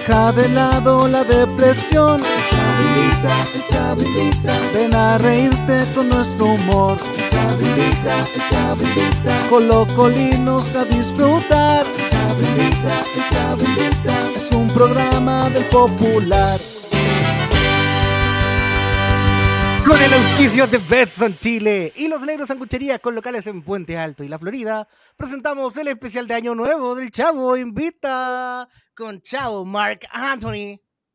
Deja de lado la depresión. Ven a reírte con nuestro humor. Colocolinos a disfrutar. Es un programa del popular. Con el auspicio de Betson Chile y Los Negros Sangucherías con locales en Puente Alto y La Florida, presentamos el especial de Año Nuevo del Chavo Invita con Chavo Mark Anthony.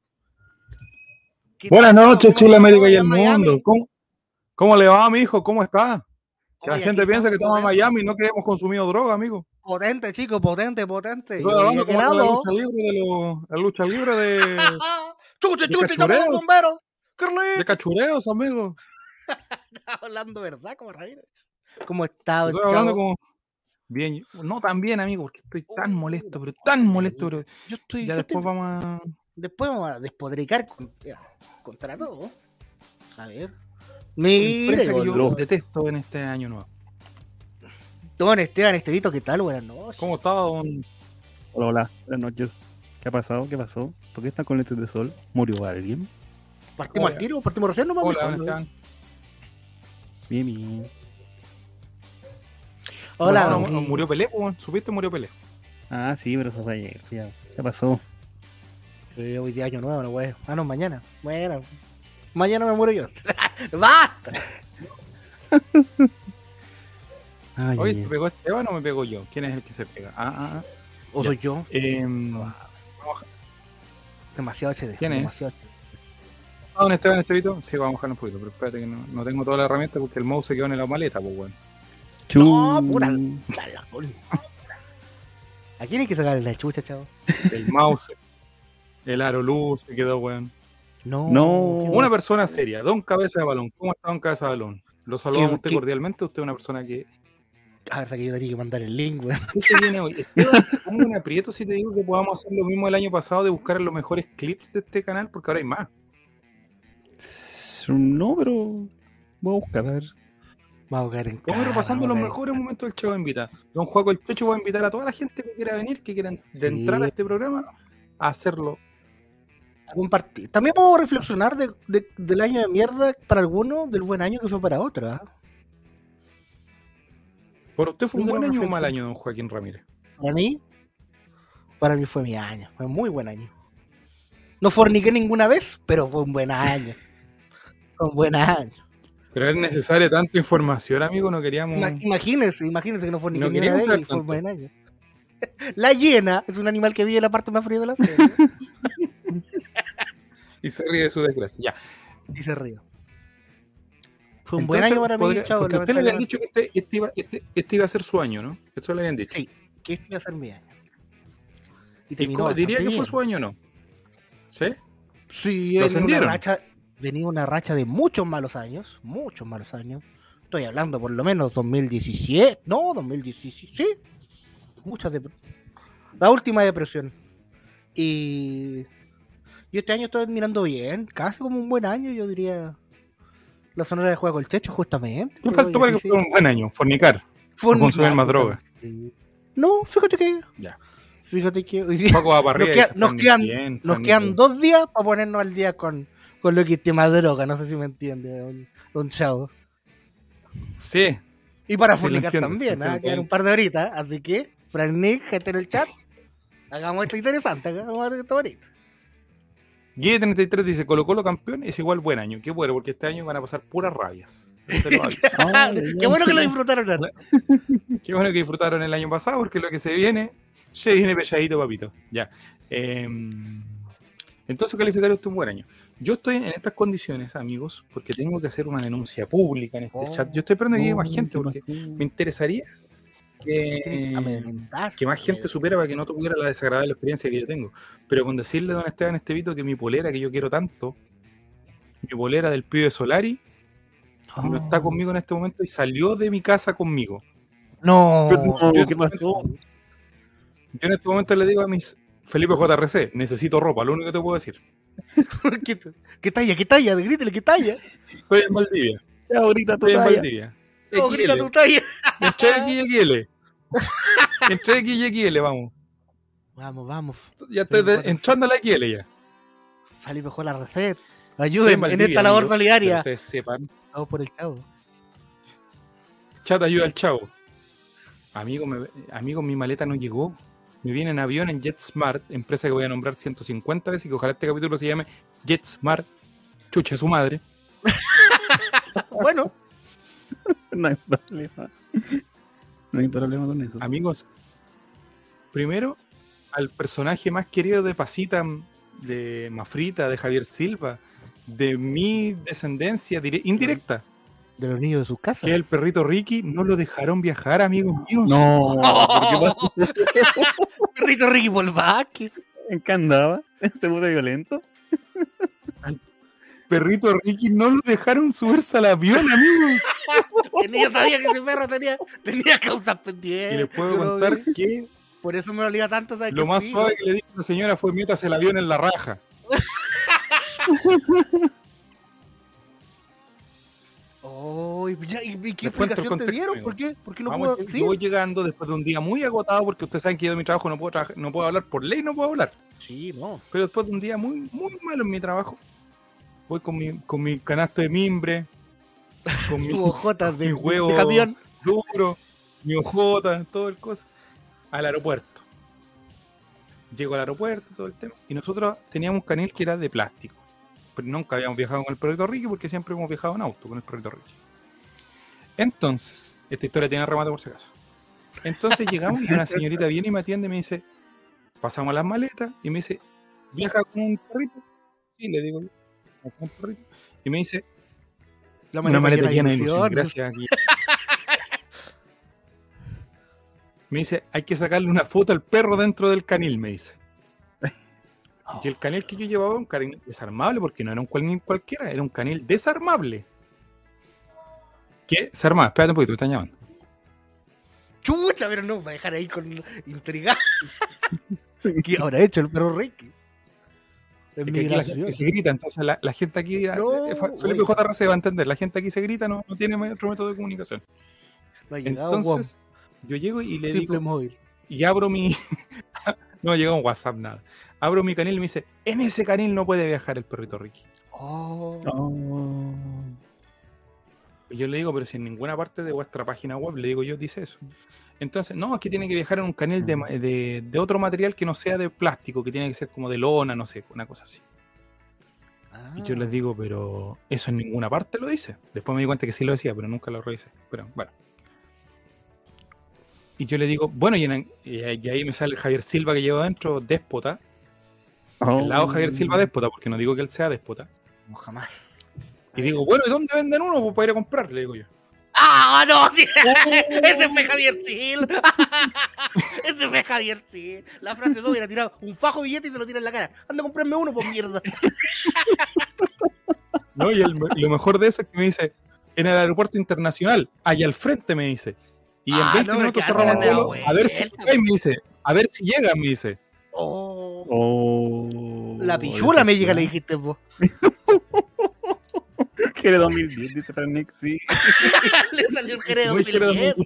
Buenas noches, Chile, América y el mundo. ¿Cómo le va, mi hijo? ¿Cómo está? Que la gente piensa que estamos en Miami y no que hemos consumido droga, amigo. Potente, chico, potente. Estoy hablando como la lucha libre de... ¡Chuche, llamamos bomberos! De cachureos, amigo. Hablando verdad, como Ramírez. ¿Cómo está, Estoy hablando como... Bien, no tan bien, amigo, porque estoy tan molesto, pero tan molesto, pero... Después vamos a despodricar contra todo. A ver. Mire, que yo detesto en este año nuevo. Don Esteban Estevito, ¿qué tal? Buenas noches. ¿Cómo está, don? Hola, buenas noches. ¿Qué ha pasado? ¿Qué pasó? ¿Por qué están con lentes de sol? ¿Murió alguien? ¿Partimos al tiro? ¿Partimos recién? No vamos. Hola, Bien. Hola, no, murió Pelé, ¿supiste? Murió Pelé. Ah, sí, pero eso fue ayer. Ya. ¿Qué pasó? Hoy día año nuevo, no, güey. Ah, no, mañana. Bueno, mañana me muero yo. ¡Basta! Oye, ¿se pegó Esteban o me pego yo? ¿Quién es el que se pega? ¿O ya. soy yo? Demasiado HD. ¿Quién demasiado es? ¿Don Esteban Estevito? Sí, vamos a bajar un poquito, pero espérate que no tengo toda la herramienta porque el mouse se quedó en la maleta, pues, bueno. No, pura la cola. ¿A quién hay que sacarle la chucha, chavo? El mouse, el aro luz se quedó, weón. No. Una persona seria, don Cabeza de Balón. ¿Cómo está don Cabeza de Balón? Lo saludamos a usted cordialmente. Usted es una persona que... A ver, que yo tenía que mandar el link, weón. ¿Qué se viene hoy? Esteban, ¿cómo me aprieto si te digo que podamos hacer lo mismo del año pasado de buscar los mejores clips de este canal? Porque ahora hay más. No, pero voy a buscar, a ver. Vamos a caer en cara. Vamos repasando los mejores momentos del Chavo Invita. Don Juaco el Checho va a invitar a toda la gente que quiera venir, que quiera entrar a este programa, a hacerlo. A compartir. También vamos a reflexionar del año de mierda para algunos, del buen año que fue para otros. ¿Por usted fue un buen año o un mal año, don Joaquín Ramírez? Para mí fue mi año. Fue un muy buen año. No forniqué ninguna vez, pero fue un buen año. Fue un buen año. Pero es necesaria tanta información, amigo, no queríamos... Imagínense que no forniqué ninguna vez y fue un buen año. La hiena es un animal que vive en la parte más fría de la Tierra. Y se ríe de su desgracia, ya. Y se ríe. Fue un buen año para mí, chavo. Porque a usted le habían dicho que este iba a ser su año, ¿no? Esto le habían dicho. Sí, que este iba a ser mi año. Y terminó. ¿Diría que fue su año o no? ¿Sí? Sí, venía una racha de muchos malos años. Estoy hablando por lo menos 2017. No, 2017. Sí. La última depresión. Y este año estoy mirando bien. Casi como un buen año, yo diría. La sonora de Juego el Checho, justamente. ¿Qué faltó para que fuera un buen año? Fornicar. O consumir más droga. No, fíjate que... Ya. Fíjate que... Nos quedan 2 días para ponernos al día con lo que es tema droga. No sé si me entiende, don Chavo. Sí. Y para fornicar también, quedan un par de horitas. Así que, Frank Nick, gente en el chat, hagamos esto interesante, hagamos esto bonito. Guille 33 dice: Colo-Colo campeón es igual buen año. Qué bueno, porque este año van a pasar puras rabias. Qué bueno que lo disfrutaron. Qué bueno que disfrutaron el año pasado, porque lo que se viene pelladito, papito. Ya. Entonces calificar usted un buen año. Yo estoy en estas condiciones, amigos, porque tengo que hacer una denuncia pública en este chat. Yo estoy esperando que llegue más gente, porque me interesaría que más gente supiera para que no tuviera la desagradable experiencia que yo tengo. Pero con decirle a don Esteban Estevito que mi polera, que yo quiero tanto, mi polera del pibe Solari, no está conmigo en este momento y salió de mi casa conmigo. No, ¿qué pasó? Yo en este momento le digo a mis Felipe JRC, necesito ropa, lo único que te puedo decir. ¿Qué talla? Grítele, ¿qué talla? Estoy en Valdivia. Ya, ahorita estoy en Valdivia. No, grita tu talla. Entre X y XL. Entre X y XL, vamos. Vamos. Ya estoy entrando a la XL ya. Felipe dejó la receta. Ayuden en esta labor solidaria. Ustedes sepan. Vamos por el chavo. Chat, ayuda al chavo. Amigo, mi maleta no llegó. Me viene en avión en JetSmart, empresa que voy a nombrar 150 veces y que ojalá este capítulo se llame JetSmart. Chucha su madre. Bueno. No hay problema. No hay problema con eso. Amigos, primero al personaje más querido de Pasita, de Mafrita, de Javier Silva, de mi descendencia indirecta, De los niños de sus casas. que es el perrito Ricky, no lo dejaron viajar, amigos míos. No, ¿por qué pasó? Perrito Ricky Volvaque. ¿En qué andaba? ¿Se puso violento? Perrito Ricky no lo dejaron subirse al avión, amigos. El niño sabía que ese perro tenía causas pendientes. Y les puedo contar que por eso me dolía tanto. ¿Sabes? lo más suave que le dije a la señora fue: métase el avión en la raja. Oh, ¿y qué Les cuento el explicación te contexto, dieron? amigo. ¿Por qué no Vamos, puedo? yo ¿Sí? voy llegando después de un día muy agotado, porque ustedes saben que yo de mi trabajo no puedo hablar por ley, no puedo hablar. Sí, no. Pero después de un día muy, muy malo en mi trabajo, voy con mi canasto de mimbre, con mi Hojotas de huevo camión. duro, mi hojota, todo el cosa, al aeropuerto. Llego al aeropuerto, todo el tema, y nosotros teníamos un canil que era de plástico, pero nunca habíamos viajado con el perrito Ricky porque siempre hemos viajado en auto con el perrito Ricky. Entonces, esta historia tiene remate por si acaso. Entonces llegamos y una señorita viene y me atiende y me dice, pasamos las maletas, y me dice, ¿viaja con un perrito? Sí, le digo yo, con un perrito. Y me dice, una maleta llena de ilusión, gracias. Me dice, hay que sacarle una foto al perro dentro del canil, me dice. Y el canil que yo llevaba era un canil desarmable, porque no era un canil cualquiera, era un canil desarmable. ¿Qué? Se armaba, espérate un poquito, me están llamando. Chucha, pero no, va a dejar ahí con intrigado. ¿Qué habrá hecho el perro Ricky? Es que aquí la gente se grita, entonces la gente aquí, Felipe JR se va a entender, la gente aquí se grita, no tiene otro método de comunicación. No ha llegado, entonces, yo llego y le simple digo, móvil. y abro mi... no ha llegado un WhatsApp, nada. Abro mi canil y me dice, en ese canil no puede viajar el perrito Ricky. Y yo le digo, pero si en ninguna parte de vuestra página web, le digo yo, dice eso. Entonces, no, es que tiene que viajar en un canil de otro material que no sea de plástico, que tiene que ser como de lona, no sé, una cosa así. Y yo les digo, pero eso en ninguna parte lo dice. Después me di cuenta que sí lo decía, pero nunca lo revisé. Pero bueno. Y yo le digo, bueno, y ahí me sale Javier Silva que lleva adentro, déspota. Al lado Javier Silva déspota, porque no digo que él sea déspota. No, jamás. Y digo, bueno, ¿y dónde venden uno? Pues para ir a comprar, le digo yo. ¡Ah, no! Sí. Ese fue Javier Silva. Ese fue Javier Silva. La frase no hubiera tirado un fajo de billete y se lo tira en la cara. Anda a comprarme uno, por mierda. No, y lo mejor de eso es que me dice, en el aeropuerto internacional, allá al frente, me dice. Y en 20 minutos cerramos el vuelo, a ver si llega, me dice. A ver si llega, me dice. La pichula me llega, le dijiste vos. Jere 2010, dice Fernick, sí. Le salió el Jere 2010.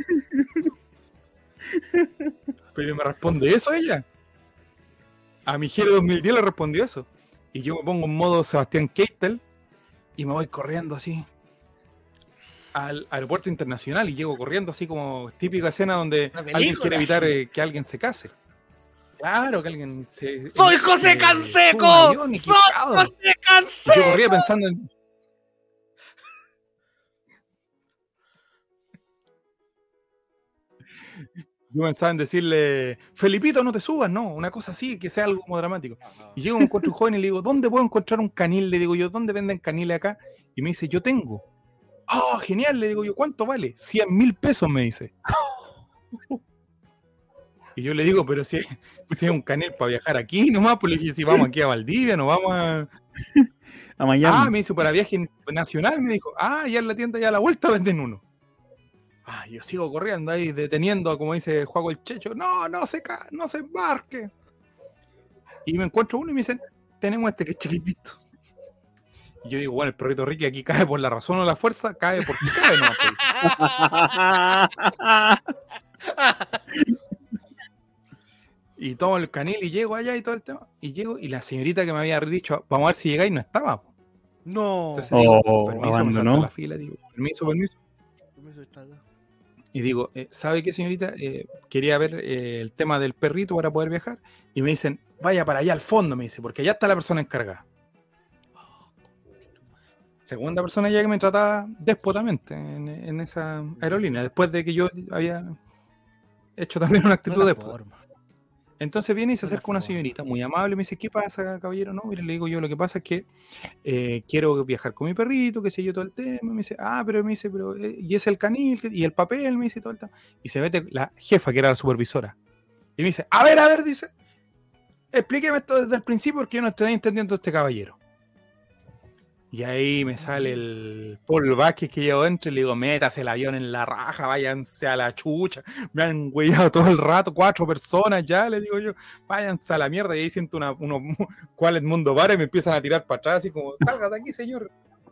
Pero me responde eso ella. A mi Jere 2010 le respondió eso. Y yo me pongo en modo Sebastián Keitel y me voy corriendo así al aeropuerto internacional y llego corriendo así como típica escena donde alguien quiere evitar que alguien se case. Claro, que alguien se... ¡Soy José Canseco! ¡Soy José Canseco! Yo corría pensando en... Yo pensaba en decirle, Felipito, no te subas, no, una cosa así, que sea algo como dramático. Y llego, me encuentro un joven y le digo, ¿dónde puedo encontrar un canil? Le digo yo, ¿dónde venden caniles acá? Y me dice, yo tengo. ¡Ah, genial! Le digo yo, ¿cuánto vale? 100.000 pesos, me dice. Y yo le digo, pero si es un canil para viajar aquí nomás, pues le dije, si vamos aquí a Valdivia, nos vamos a Miami. Ah, me dice, para viaje nacional, me dijo, ya en la tienda, ya a la vuelta venden uno. Yo sigo corriendo ahí, deteniendo, como dice Juaco el Checho, no se embarque. Y me encuentro uno y me dicen, tenemos este que es chiquitito. Y yo digo, bueno, el perrito Ricky aquí cae por la razón o la fuerza, cae porque cae, ¿no? Y tomo el canil y llego allá y todo el tema. Y llego y la señorita que me había dicho, vamos a ver si llegáis, no estaba. Po. No. Entonces digo, Oh, permiso, me abandonó. salto a la fila, digo, permiso. Y digo, ¿sabe qué, señorita? Quería ver el tema del perrito para poder viajar. Y me dicen, vaya para allá al fondo, me dice, porque allá está la persona encargada. Segunda persona ya que me trataba déspotamente en esa aerolínea, después de que yo había hecho también una actitud déspota. Entonces viene y se acerca una señorita muy amable y me dice, ¿qué pasa, caballero? No, mire, le digo yo, lo que pasa es que quiero viajar con mi perrito, qué sé yo, todo el tema. Me dice, y es el canil, y el papel, me dice todo el tema. Y se mete la jefa, que era la supervisora. Y me dice, a ver, dice, explíqueme esto desde el principio porque yo no estoy entendiendo a este caballero. Y ahí me sale el Paul Vázquez que llevo dentro y le digo, métase el avión en la raja, váyanse a la chucha. Me han güeyado todo el rato, 4 personas ya, le digo yo, váyanse a la mierda. Y ahí siento unos cuales mundo para y me empiezan a tirar para atrás, así como, salga de aquí, señor.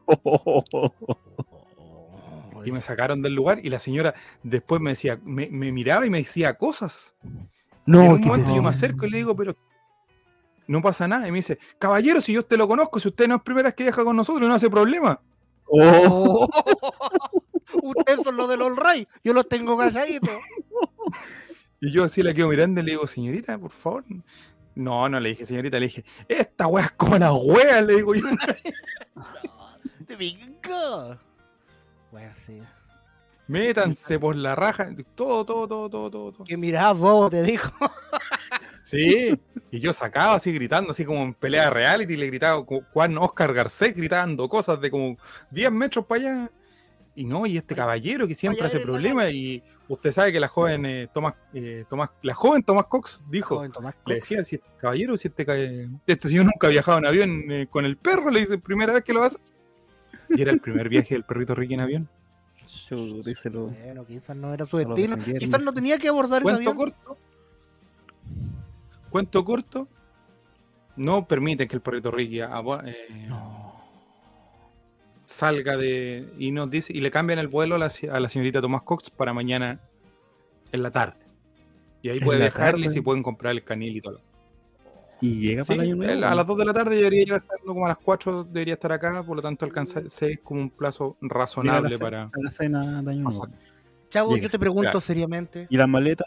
Y me sacaron del lugar y la señora después me decía, me miraba y me decía cosas. No, y en un momento yo me acerco y le digo, pero no pasa nada. Y me dice, caballero, si yo usted lo conozco, si usted no es primera vez que viaja con nosotros, no hace problema. Oh. Ustedes son los del All Right, yo los tengo calladitos. Y yo así la quedo mirando y le digo, señorita, por favor. No, le dije, señorita, le dije, esta wea es como la wea, le digo yo. Te pico. Bueno, sí. Métanse por la raja, todo. Que mirás, vos, te dijo. Sí, y yo sacaba así gritando, así como en pelea reality, le gritaba como Juan Oscar Garcés gritando cosas de como 10 metros para allá. Y no, y este caballero que siempre hace problemas, y usted sabe que la joven Tomás Cox dijo, le decía, si este caballero, si este señor nunca ha viajado en avión con el perro, le dice, primera vez que lo hace. Y era el primer viaje del perrito Ricky en avión. Bueno, quizás no era su destino, quizás no tenía que abordar ese avión. Cuento corto, no permiten que el perrito Ricky salga y nos dice, y le cambian el vuelo a la señorita Tomás Cox para mañana en la tarde. Y ahí puede viajarle si pueden comprar el canil y todo. Y llega para el año nuevo. A las 2 de la tarde debería llegar como a las 4, debería estar acá, por lo tanto alcanzarse como un plazo razonable para la cena de año nuevo. Chavo, yo te pregunto seriamente. ¿Y las maletas?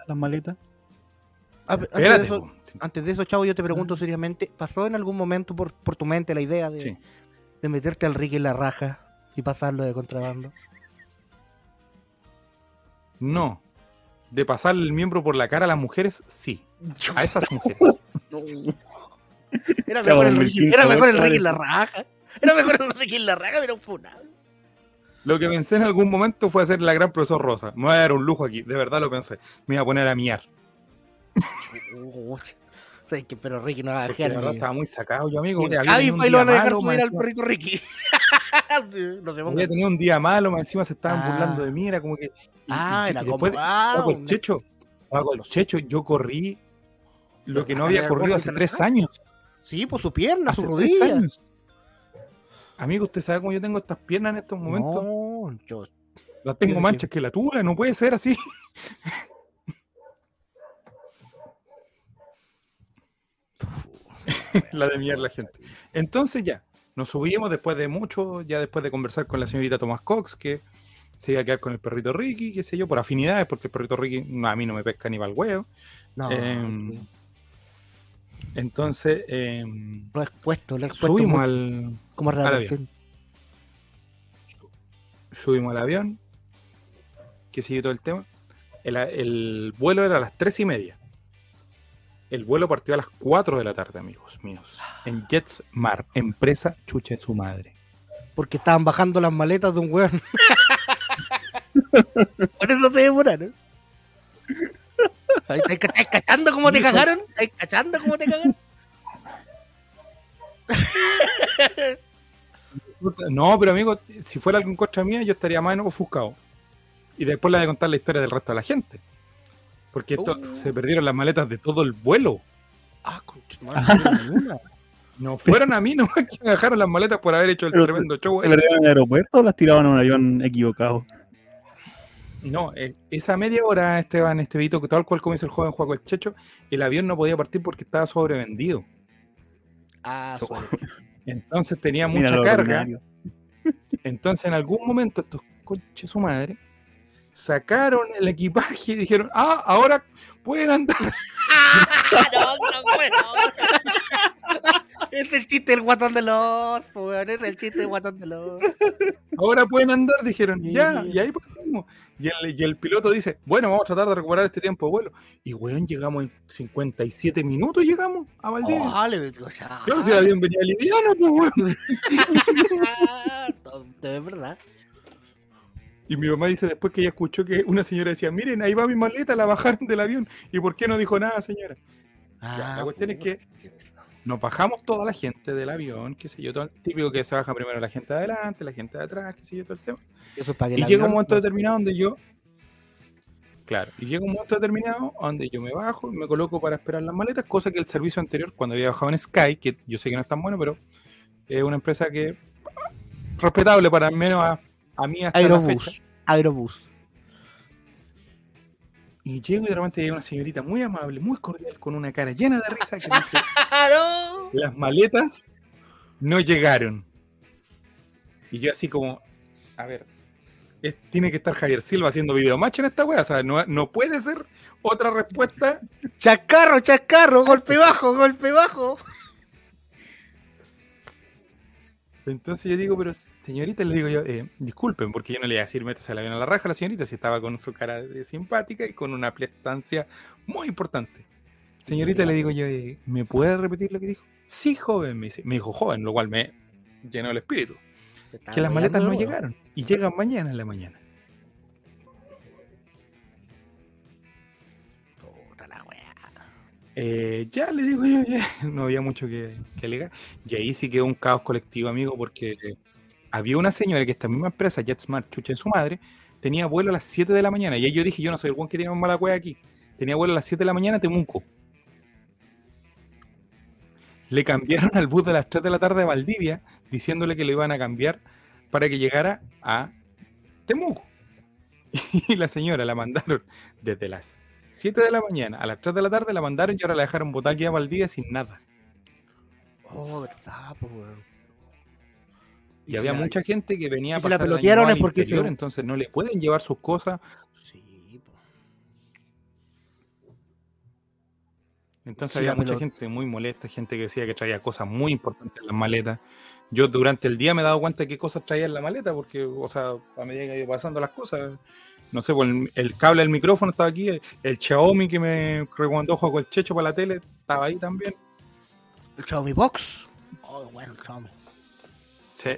Antes de eso, Chavo, yo te pregunto seriamente, ¿pasó en algún momento por tu mente la idea de meterte al Ricky en la raja y pasarlo de contrabando? No. De pasarle el miembro por la cara a las mujeres, sí. A esas mujeres. Era mejor el Ricky en la raja. Era mejor el Ricky en la raja, pero funable. Lo que pensé en algún momento fue hacer la gran profesor Rosa. Me voy a dar un lujo aquí, de verdad lo pensé. Me iba a poner a miar. Pero Ricky no va a dejar. Estaba muy sacado yo, amigo. Cabify lo van a dejar subir al perrito Ricky. Había tenido un día malo, encima se estaban burlando de mí, era como que... era como... Paco el Checho, yo corrí lo que no había corrido hace 3 años. Sí, por su pierna, hace su rodilla. 3 años. Amigo, ¿usted sabe cómo yo tengo estas piernas en estos momentos? No, yo... Las tengo manchas que la tula, no puede ser así. La de mierda la gente. Entonces ya, nos subimos después de mucho, ya después de conversar con la señorita Tomás Cox, que se iba a quedar con el perrito Ricky, qué sé yo, por afinidades, porque el perrito Ricky a mí no me pesca ni para el huevo. No, entonces lo he expuesto subimos al avión. Subimos al avión, que siguió todo el tema. El vuelo era a las 3:30. El vuelo partió a las 4 de la tarde, amigos míos. En JetSmart, empresa chucha de su madre. Porque estaban bajando las maletas de un weón. Por eso se demoraron. ¿Estás cachando cómo te cagaron? ¿Estás cachando cómo te cagaron? No, pero amigo, si fuera algo en contra mía, yo estaría más ofuscado. Y después le voy a contar la historia del resto de la gente. Porque se perdieron las maletas de todo el vuelo. No fueron a mí nomás que me dejaron las maletas por haber hecho el tremendo show. ¿Se perdieron en el aeropuerto o las tiraban a un avión equivocado? No, esa media hora, Esteban, Estevito, que tal cual como dice el joven Juaco el Checho, el avión no podía partir porque estaba sobrevendido. Ah, suerte. Entonces tenía Mira mucha lo carga. ordinario. Entonces en algún momento estos coches su madre sacaron el equipaje y dijeron, ahora pueden andar. Es el chiste del guatón de los, weón. Es el chiste del guatón de los. Ahora pueden andar, dijeron, Sí. ya, y ahí pasamos. Y el piloto dice, bueno, vamos a tratar de recuperar este tiempo de vuelo. Y weón, llegamos en 57 minutos, llegamos a Valdivia. Vale, ya. Claro, si el avión venía liviano, pues weón. Es verdad. Y mi mamá dice después que ella escuchó que una señora decía, miren, ahí va mi maleta, la bajaron del avión. ¿Y por qué no dijo nada, señora? Ya, la cuestión es que nos bajamos toda la gente del avión, qué sé yo, todo el típico que se baja primero la gente de adelante, la gente de atrás, qué sé yo, todo el tema. Eso es para que Y el llega un avión- momento determinado donde yo, claro, y llega un momento determinado donde yo me bajo y me coloco para esperar las maletas, cosa que el servicio anterior, cuando había bajado en Sky, que yo sé que no es tan bueno, pero es una empresa que respetable para al menos a mí hasta la fecha. Aerobús. Y llego y de repente hay una señorita muy amable, muy cordial, con una cara llena de risa que dice, ¡Claro! las maletas no llegaron. Y yo así como, a ver, tiene que estar Javier Silva haciendo videomatch en esta wea, o sea, no puede ser otra respuesta. Chascarro, golpe bajo. Entonces yo digo, pero señorita, le digo yo, disculpen, porque yo no le iba a decir métase el avión a la raja a la señorita, si estaba con su cara de simpática y con una prestancia muy importante. Señorita, le digo yo, ¿me puede repetir lo que dijo? Sí, joven, me dijo joven, lo cual me llenó el espíritu. Que las maletas no llegaron y llegan mañana en la mañana. Puta la wea. Ya le digo yo, ya, no había mucho que alegar. Y ahí sí quedó un caos colectivo, amigo, porque había una señora que esta misma empresa, JetSmart, chucha en su madre, tenía vuelo a las 7 de la mañana. Y ahí yo dije, yo no soy el buen que tiene mala cueva aquí. Tenía vuelo a las 7 de la mañana a Temuco. Le cambiaron al bus de las 3 de la tarde a Valdivia, diciéndole que lo iban a cambiar para que llegara a Temuco. Y la señora la mandaron desde las 7 de la mañana a las 3 de la tarde, la mandaron y ahora la dejaron botar aquí a Valdivia sin nada. Oh, verdad, pues weón. Y había mucha gente que venía a y si la pasar el año pelotearon nuevo es al porque interior, se- entonces no le pueden llevar sus cosas. Sí, po. Entonces Sí, había la mucha pelota. gente muy molesta, gente que decía que traía cosas muy importantes en las maletas. Yo durante el día me he dado cuenta de qué cosas traía en la maleta, porque, o sea, a medida que iba pasando las cosas, no sé, pues el cable del micrófono estaba aquí, el Xiaomi que me recomendó Juego el Checho para la tele, estaba ahí también. El Xiaomi Box. Oh, bueno, el Xiaomi. Sí.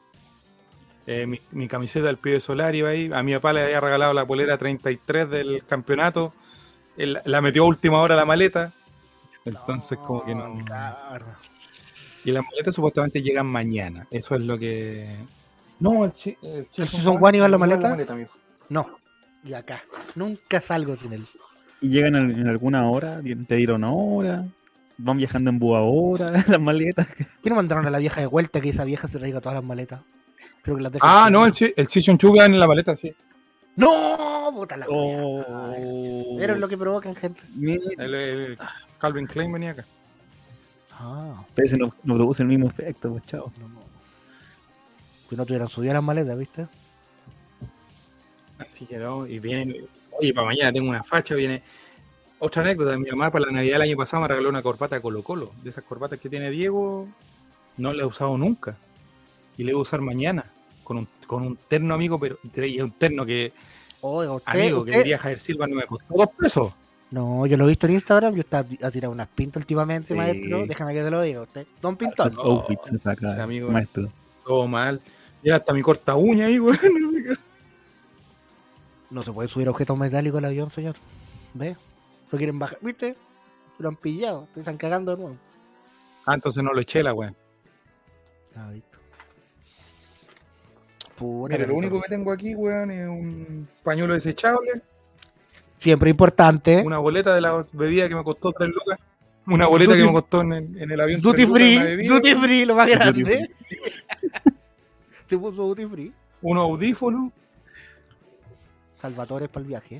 Mi camiseta del pibe Solari iba ahí. A mi papá le había regalado la polera 33 del campeonato. Él la metió a última hora a la maleta. Entonces, como que no. Claro. Y las maletas supuestamente llegan mañana. Eso es lo que. No, ¿El Season One iba en la maleta? amigo. No. Y acá. Nunca salgo sin él. ¿Y llegan en alguna hora? ¿Te dieron hora? ¿Van viajando en búho ahora las maletas? ¿Qué no mandaron a la vieja de vuelta que esa vieja se traiga todas las maletas? Creo que las deja. Ah, no, el Season 2 queda en la maleta, sí. ¡No! Puta la wea. Oh. Pero es lo que provocan, gente. El Calvin Klein venía acá. Ah, Pero ese no produce el mismo efecto, pues chao. no. Que no tuvieran subido las maletas, ¿viste? Así que no, y viene. Oye, para mañana tengo una facha, viene. Otra anécdota, mi mamá para la Navidad del año pasado me regaló una corbata Colo Colo. De esas corbatas que tiene Diego, no la he usado nunca. Y la voy a usar mañana. Con un terno, amigo, pero y un terno que, Oiga, usted. amigo, que diría Javier Silva, no me costó 2 pesos. No, yo lo he visto en Instagram. Yo estaba a tirar unas pintas últimamente, Sí. maestro. Déjame que te lo diga usted. Don Pintor. Los outfits se saca, ese amigo, maestro. Todo mal. Y hasta mi corta uña ahí, güey. No se puede subir objetos metálicos al avión, señor. ¿Ve? Lo quieren bajar, ¿viste? Lo han pillado. Te están cagando de nuevo. Entonces no lo eché la güey. Ah, visto. Pura, Mira, lo Carlito. único que tengo aquí, weón, es un pañuelo desechable, Siempre importante. una boleta de la bebida que me costó 3 lucas, una boleta Duty- que me costó en el avión. Duty 3 lucas, una free. bebida, Duty free, lo más Duty grande. Te puso duty free. unos audífonos, Salvatore para el viaje.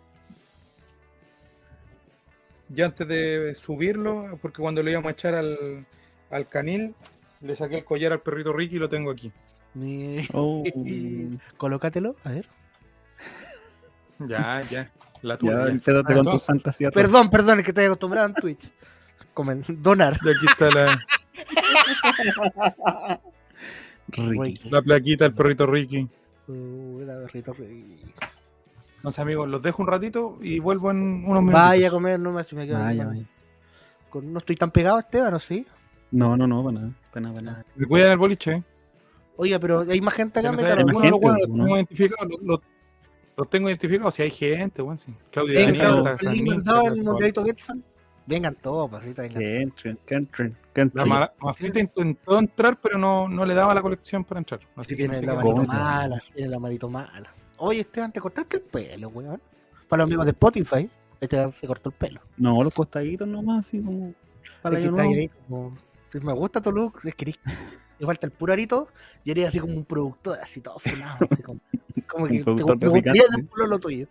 Yo antes de subirlo, porque cuando lo íbamos a echar al canil, le saqué el collar al perrito Ricky y lo tengo aquí. Oh. Colócatelo, a ver. Ya. La Ya, tuya. empézate con tu fantasía. Perdón, es que estoy acostumbrado en Twitch. Donar. Y aquí está Ricky. la plaquita del perrito Ricky. La perrito Ricky. No sé, amigos, los dejo un ratito y vuelvo en unos minutos. Vaya a comer, no me quedo aquí, Vaya. No estoy tan pegado, Esteban, ¿o sí? No, para nada. Me cuidan el boliche, ¿eh? Oiga, pero hay más gente acá, Ya no sé, métalo. más algunos de los gente, buenos los ¿no? tengo identificados. Los tengo identificados. Si hay gente, bueno, sí. Claudia Ey, Daniel, cabrón, está el link Ninja, mandado en está- Mundialito Betson. Vengan todos, pasita, vengan. Que entren. La Mafrita intentó entrar, pero no le daba la colección para entrar. Así Si que no tiene sé la qué manito hacer. mala, tiene la manito mala. Oye, Esteban, te cortaste el pelo, weón. Para los amigos de Spotify, Esteban se cortó el pelo. No, los costaditos nomás, así como para Es el que año está nuevo. ahí como... Si me gusta tu look, es que le falta el puro arito, y eres así como un productor, así todo funado, así como que Un productor te gustaría traficante. de puro lo tuyo.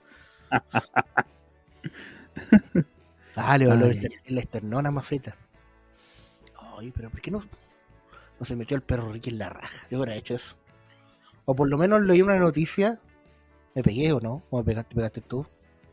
Dale, el esternona más frita. Ay, pero ¿por qué no se metió el perro Ricky en la raja? Yo hubiera hecho eso. O por lo menos leí una noticia. ¿Me pegué o no? ¿O me pegaste tú?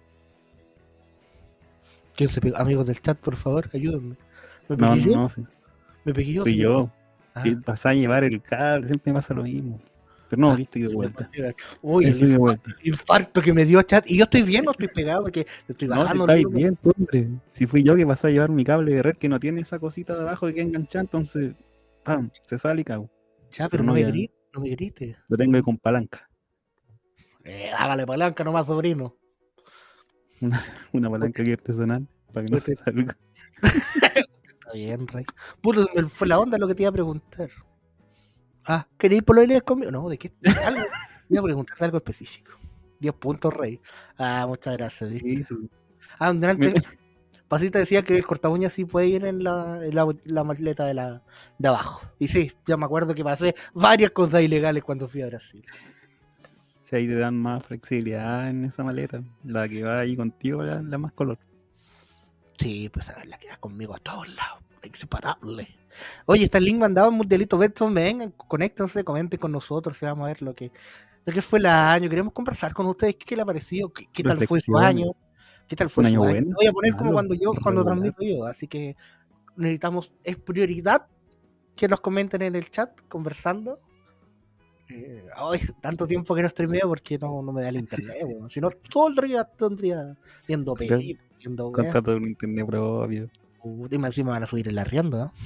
¿Quién se pegó? Amigos del chat, por favor, ayúdenme. ¿Me pegué yo? No, sí. ¿Me pegué yo? Fui Sí. yo. Ah. Que pasaba a llevar el cable, siempre me pasa lo mismo. Pero no, listo y de vuelta. Uy, Estoy de vuelta. el infarto que me dio chat. Y yo estoy bien, no estoy pegado porque estoy No, si bajando. estáis ¿no? bien, tú, hombre. Si fui yo que pasó a llevar mi cable de red que no tiene esa cosita de abajo que queda enganchada, entonces, ¡pam! Se sale y cago. Ya, pero Pero no no, me ya. grites, no me grites. Lo tengo ahí con palanca. Hágale palanca nomás, sobrino. Una palanca que artesanal para que no se salga. Está bien, Rey. Puto, me fue la onda lo que te iba a preguntar. Ah, ¿queréis pololear conmigo? No, ¿de qué? Algo. Me iba a preguntar algo específico. 10 puntos, Rey. Ah, muchas gracias, ¿viste? Sí, sí. Ah, donde antes Pasita decía que el corta uñas sí puede ir en la maleta de abajo. Y sí, ya me acuerdo que pasé varias cosas ilegales cuando fui a Brasil. Si ahí te dan más flexibilidad en esa maleta, la que va ahí contigo, la más color. Sí, pues a ver, la que va conmigo a todos lados. Inseparable. Oye, está el link mandado en Mundialito Betson. Vengan, conéctense, comenten con nosotros. Y vamos a ver lo que fue el año. Queremos conversar con ustedes. ¿Qué le ha parecido? ¿Qué tal fue su año? ¿Qué tal fue Un su año año? bueno, Lo voy a poner como malo, cuando regular. transmito yo. Así que necesitamos, es prioridad que nos comenten en el chat, conversando. Ay, tanto tiempo que no streameo porque no me da el internet. Bueno. Si no, todo el día tendría viendo películas, viendo weas. Contrato de un internet propio. Y más encima van a subir el arriendo, ¿eh?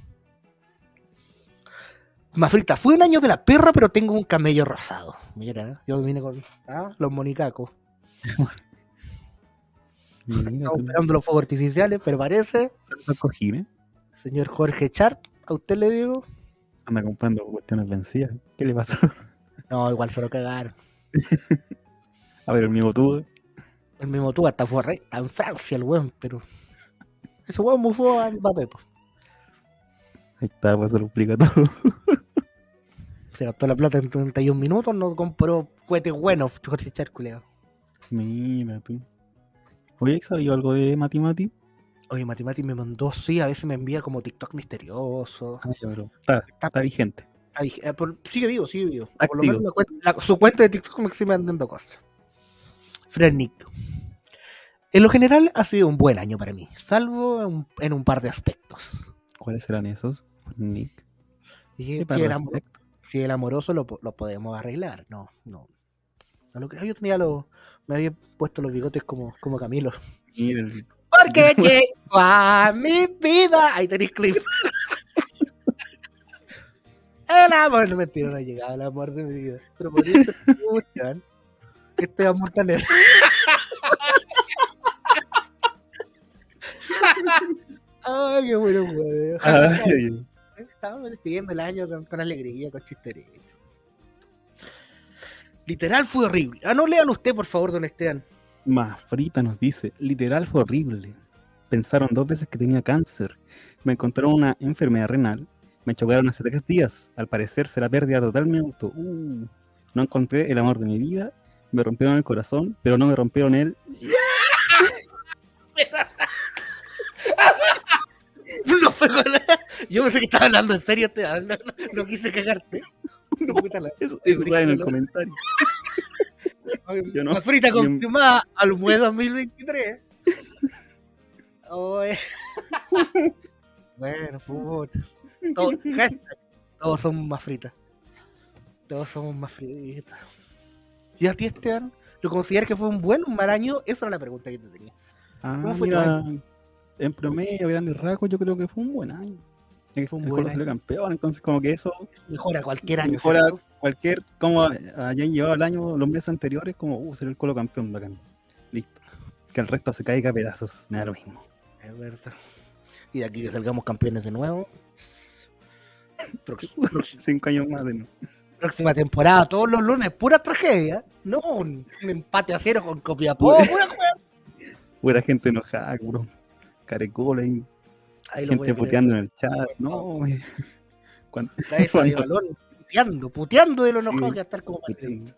Mafrita, fue un año de la perra, pero tengo un camello rosado. Mira, yo vine con los monicacos. Mira, Estamos esperando los fuegos artificiales, pero parece, ¿son los cojines? señor Jorge Sharp, a usted le digo. Anda comprando cuestiones vencidas. ¿Qué le pasó? No, igual se lo cagaron. A ver, el mismo tubo. El mismo tú hasta fue rey, está en Francia el weón, pero ese weón mufó a Mbappé, po. Ahí está, pues se lo explica todo. Se gastó la plata en 31 minutos, no compró cohetes buenos, Jorge Sharp, culiao. Mira tú. Oye, ¿sabías algo de Mati? Oye, Matimati me mandó, sí, a veces me envía como TikTok misterioso. Ay, bro. Está vigente. Ahí, sigue vivo. Por lo Activo. menos su cuenta de TikTok me sigue mandando cosas. Fred Nick. En lo general ha sido un buen año para mí, salvo en un par de aspectos. ¿Cuáles serán esos? Nick. Dije, ¿Qué tal aspecto? si el amoroso lo podemos arreglar. No lo creo. Yo me había puesto los bigotes como Camilo. Mira, el- Porque llegó a mi vida. Ahí tenéis clip. El amor, no mentira, no ha llegado el amor de mi vida. Pero por eso escuchan Esteban Montaner. Ay, qué bueno, güey. Ay, Estábamos despidiendo el año con alegría, con chisterito. Literal fue horrible. No, léalo usted, por favor, don Esteban. Mafrita nos dice, literal fue horrible. Pensaron 2 veces que tenía cáncer. Me encontraron una enfermedad renal. Me chocaron hace 3 días. Al parecer será pérdida total mi auto. No encontré el amor de mi vida. Me rompieron el corazón, pero no me rompieron él. No fue con Yo pensé que estaba hablando en serio, no quise cagarte. Eso está en el comentario. Yo no. La frita confirmada al mes 2023. Oye. Bueno, fútbol. Todos somos más fritas. Todos somos más fritas. ¿Y a ti, Esteban? ¿Lo consideras que fue un buen, un mal año? Esa era la pregunta que te tenía. ¿Cómo fue tu año? En promedio, grandes rasgos, yo creo que fue un buen año. Fue un buen año. Salió campeón, entonces como que eso mejora cualquier año. Mejora cualquier, como hayan llevado el año, los meses anteriores, como salió el Colo campeón, bacán. Listo. Que el resto se caiga a pedazos, me da lo mismo. Es verdad. Y de aquí que salgamos campeones de nuevo. 5 años más de nuevo. Próxima temporada, todos los lunes, pura tragedia. No, un empate a 0 con Copiapó, pura gente enojada, puro carecola y gente puteando en el chat. No, cabeza de balón, puteando de lo enojado que va a estar como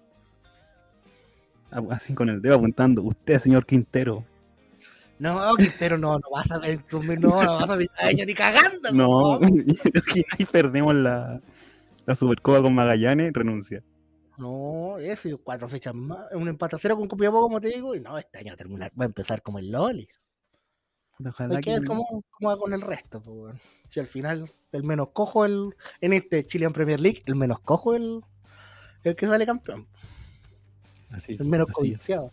así con el dedo apuntando. Usted, señor Quintero. No, Quintero, no vas a ver, no vas a ver año ni cagando. No, ahí perdemos la Supercopa con Magallanes, renuncia. No, eso, 4 fechas más, un empate a 0 con Copiapó, como te digo, y no, este año va a empezar como el Loli. Hay que ver cómo va con el resto, pues, bueno. Si al final el menos cojo en este Chilean Premier League, el menos cojo el que sale campeón. Así es, el menos codiciado.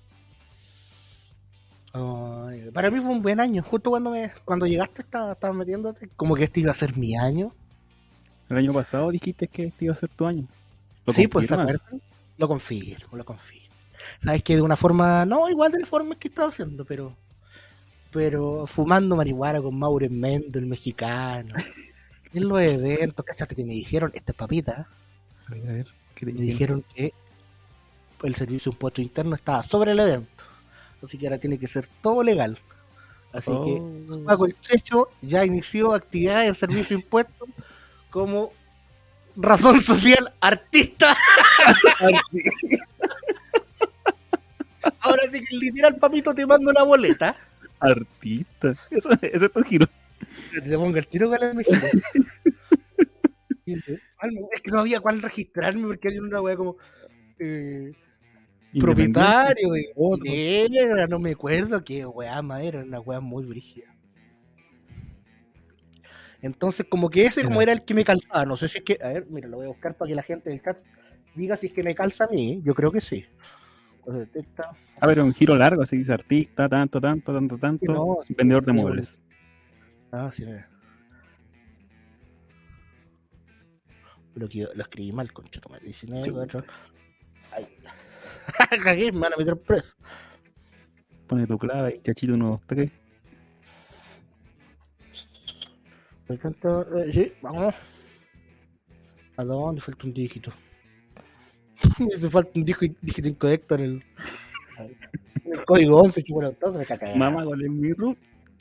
Para mí fue un buen año. Justo cuando llegaste estaba metiéndote como que este iba a ser mi año. El año pasado dijiste que este iba a ser tu año. Sí, pues ¿se acuerdan? Lo confirmo. Sabes que de una forma, no igual de la forma que estaba haciendo, pero fumando marihuana con Mauro Mendo, el mexicano, en los eventos, ¿cachaste? Que me dijeron, esta es papita. A ver, ¿qué te me dijeron que el servicio de impuesto interno estaba sobre el evento, así que ahora tiene que ser todo legal. Así que Paco el Checho ya inició actividades de servicio de impuestos como razón social artista. Ahora sí que literal, papito, te mando la boleta. Artista. Eso es tu giro. Te pongo el tiro con el México. Es que no había cuál registrarme porque había una wea como propietario de negra, no me acuerdo qué wea más era una wea muy brígida. Entonces como que ese como era el que me calzaba, no sé si es que, a ver, mira, lo voy a buscar para que la gente del chat diga si es que me calza a mí, yo creo que sí. A ver, un giro largo, así dice artista, tanto, no, vendedor de muebles. Sí, mira. Lo escribí mal, concha tu madre. 19, 4. Ay. Cagué, me van a meter preso. Pone tu clave, chachito 1, 2, 3. Sí, vamos. ¿A dónde falta un dígito? Me hace falta un dígito incorrecto en el código 11, chupo me caca. Mamá, ¿cuál es mi root?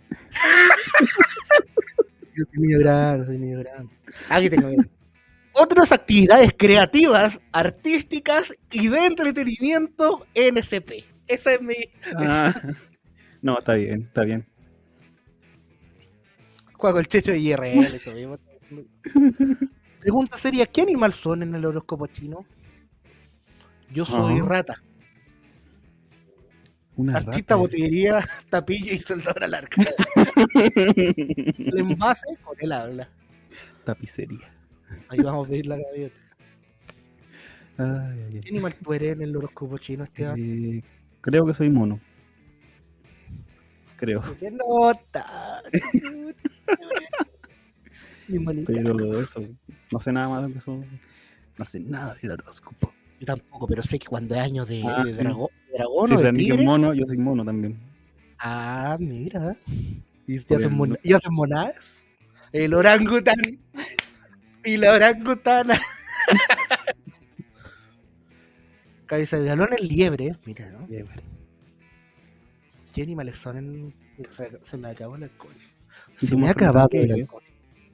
Yo soy niño grande. Aquí tengo, mira. Otras actividades creativas, artísticas y de entretenimiento NSP. Esa es mi... No, está bien. Juego el Checho de IRL, eso mismo. Pregunta seria, ¿qué animal son en el horóscopo chino? Yo soy rata. Una artista, rata, botillería, tapilla y soldadora larga. El envase con él habla. Tapicería. Ahí vamos a pedir la gaviota. ¿Qué animal tú eres en el horóscopo chino, Esteban? Creo que soy mono. Creo. ¿Qué nota? Pero eso, no sé nada más de eso. No sé nada del horóscopo. Yo tampoco, pero sé que cuando hay años de dragón sí, o de tigre. Mono, yo soy mono también. Ah, mira. ¿Y hacen monadas? El orangután y la orangutana. Cabeza de balón, el liebre. Mira, ¿no? Liebre. ¿Qué animales son en...? Se me acabó el alcohol. Se me ha acabado el alcohol.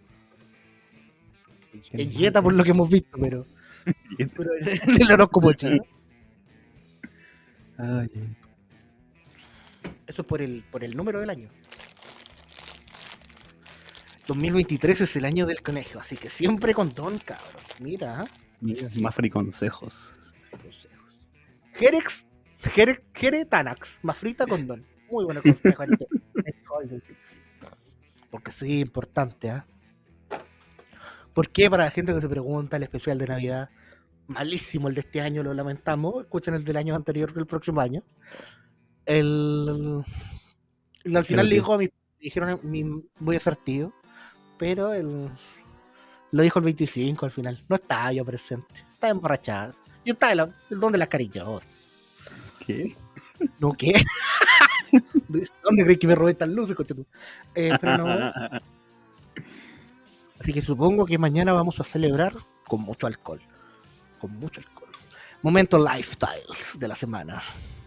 Es dieta por lo que hemos visto, pero en el horóscopo chino. Ay, Eso es por el número del año. 2023 es el año del conejo, así que siempre con don, cabrón. Mira, mira, Mafri consejos. Tanax, Mafrita con don. Muy bueno consejo, Anita. Porque sí, importante, ¿ah? ¿Por qué? Para la gente que se pregunta, el especial de Navidad, malísimo el de este año, lo lamentamos. Escuchen el del año anterior, el próximo año. Al final le dijo a dijeron, voy a ser tío, pero lo dijo el 25 al final. No estaba yo presente, estaba emborrachado. Yo estaba en donde las cariñosas. ¿Qué? ¿No qué? ¿Dónde crees que me robé estas luces, coche tú? Pero no. Así que supongo que mañana vamos a celebrar con mucho alcohol. Con mucho alcohol. Momento lifestyles de la semana.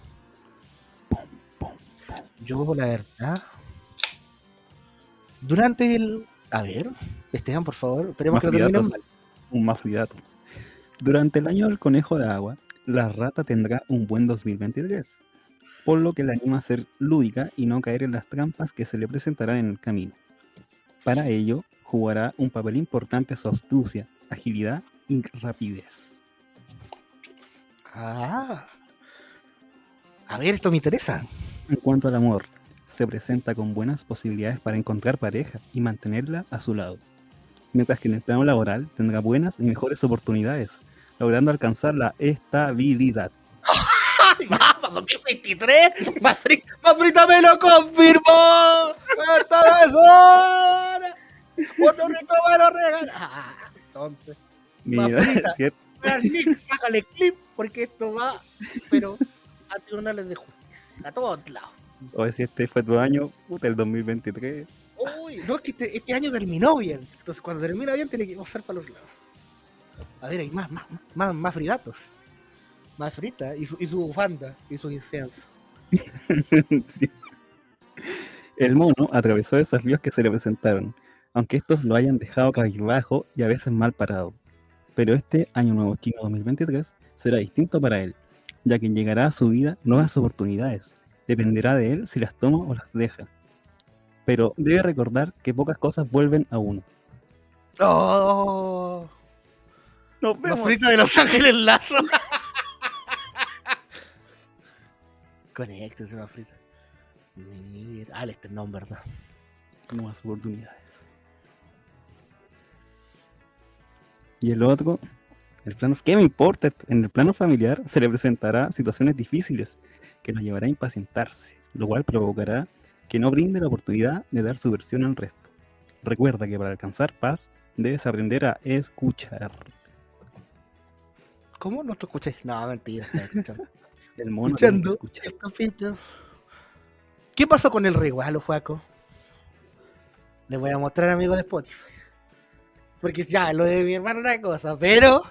Yo, la verdad, durante el... A ver, Esteban, por favor, esperemos que lo terminen mal. Un mafridato. Durante el año del conejo de agua, la rata tendrá un buen 2023, por lo que le anima a ser lúdica y no caer en las trampas que se le presentarán en el camino. Para ello, jugará un papel importante su astucia, agilidad y rapidez. Ah. A ver, esto me interesa. En cuanto al amor, se presenta con buenas posibilidades para encontrar pareja y mantenerla a su lado. Mientras que en el plano laboral tendrá buenas y mejores oportunidades, logrando alcanzar la estabilidad. ¡Ay, vamos, 2023! ¡Mafrita me lo confirmó! ¡Esta vez hora! ¡Otro rico me lo regala! Entonces, Mira, Mafrita, ¿cierto? Nick, sácale clip, porque esto va, pero a tribunales de justicia, a todos lados. O si este fue tu año, puta, el 2023. Uy, no, es que este año terminó bien. Entonces, cuando termina bien, tiene que pasar para los lados. A ver, hay más fridatos. Más frita y su bufanda y su incienso. Sí. El mono atravesó desafíos que se le presentaron, aunque estos lo hayan dejado cabizbajo y a veces mal parado. Pero este año nuevo chino 2023 será distinto para él, ya que llegará a su vida nuevas oportunidades. Dependerá de él si las toma o las deja. Pero debe recordar que pocas cosas vuelven a uno. ¡Oh! Nos Más frita de Los Ángeles Lazo. Conéctese, más frita. Mira, el esternón, ¿verdad? Nuevas oportunidades. Y el otro, el plano, ¿qué me importa? En el plano familiar se le presentará situaciones difíciles que nos llevará a impacientarse, lo cual provocará que no brinde la oportunidad de dar su versión al resto. Recuerda que para alcanzar paz debes aprender a escuchar. ¿Cómo no te escuché? No, mentira, estaba escuchando. El mono Escuchando tiene que escuchar. el capítulo. ¿Qué pasó con el regalo, Juaco? Les voy a mostrar, amigos de Spotify. Porque ya, lo de mi hermano era una cosa, pero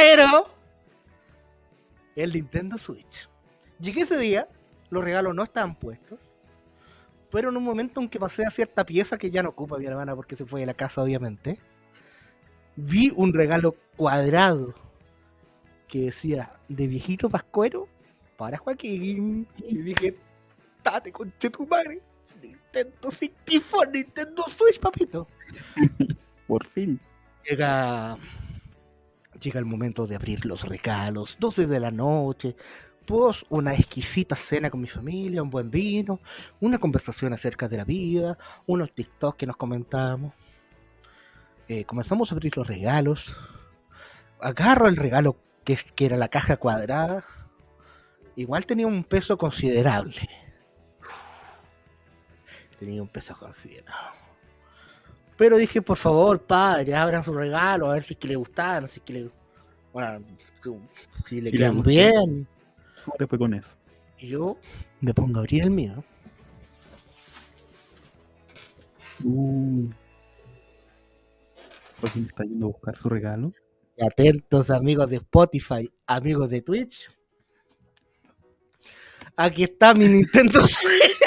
el Nintendo Switch. Llegué ese día, los regalos no estaban puestos, pero en un momento en que pasé a cierta pieza que ya no ocupa mi hermana porque se fue de la casa, obviamente, vi un regalo cuadrado que decía de viejito pascuero para Joaquín. Y dije, date, conche tu madre, Nintendo 64, Nintendo Switch, papito. Por fin. Llega el momento de abrir los regalos, 12 de la noche, pues una exquisita cena con mi familia, un buen vino, una conversación acerca de la vida, unos TikToks que nos comentábamos. Comenzamos a abrir los regalos, agarro el regalo que era la caja cuadrada, igual tenía un peso considerable. Pero dije, por favor, padre, abran su regalo, a ver si es que le gustaron, si es que le... Bueno, si le quedan bien. ¿Cómo te fue con eso? Y yo me pongo a abrir el mío. ¿Por qué me está yendo a buscar su regalo? Y atentos, amigos de Spotify, amigos de Twitch. Aquí está mi Nintendo Switch.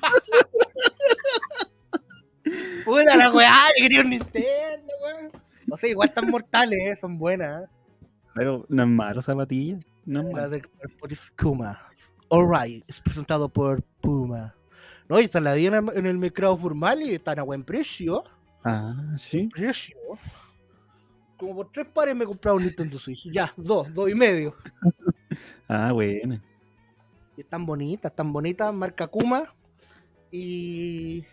Puta la weá, yo quería un Nintendo, weón. O sea, igual están mortales, son buenas. Pero no es malo zapatilla. No es La malo. de Spotify Kuma. Alright, es presentado por Puma. No, y está la vida en el mercado formal y están a buen precio. Ah, sí. Precio. Como por 3 pares me he comprado un Nintendo Switch. Ya, 2.5. Ah, bueno. Y están bonitas, marca Kuma. Y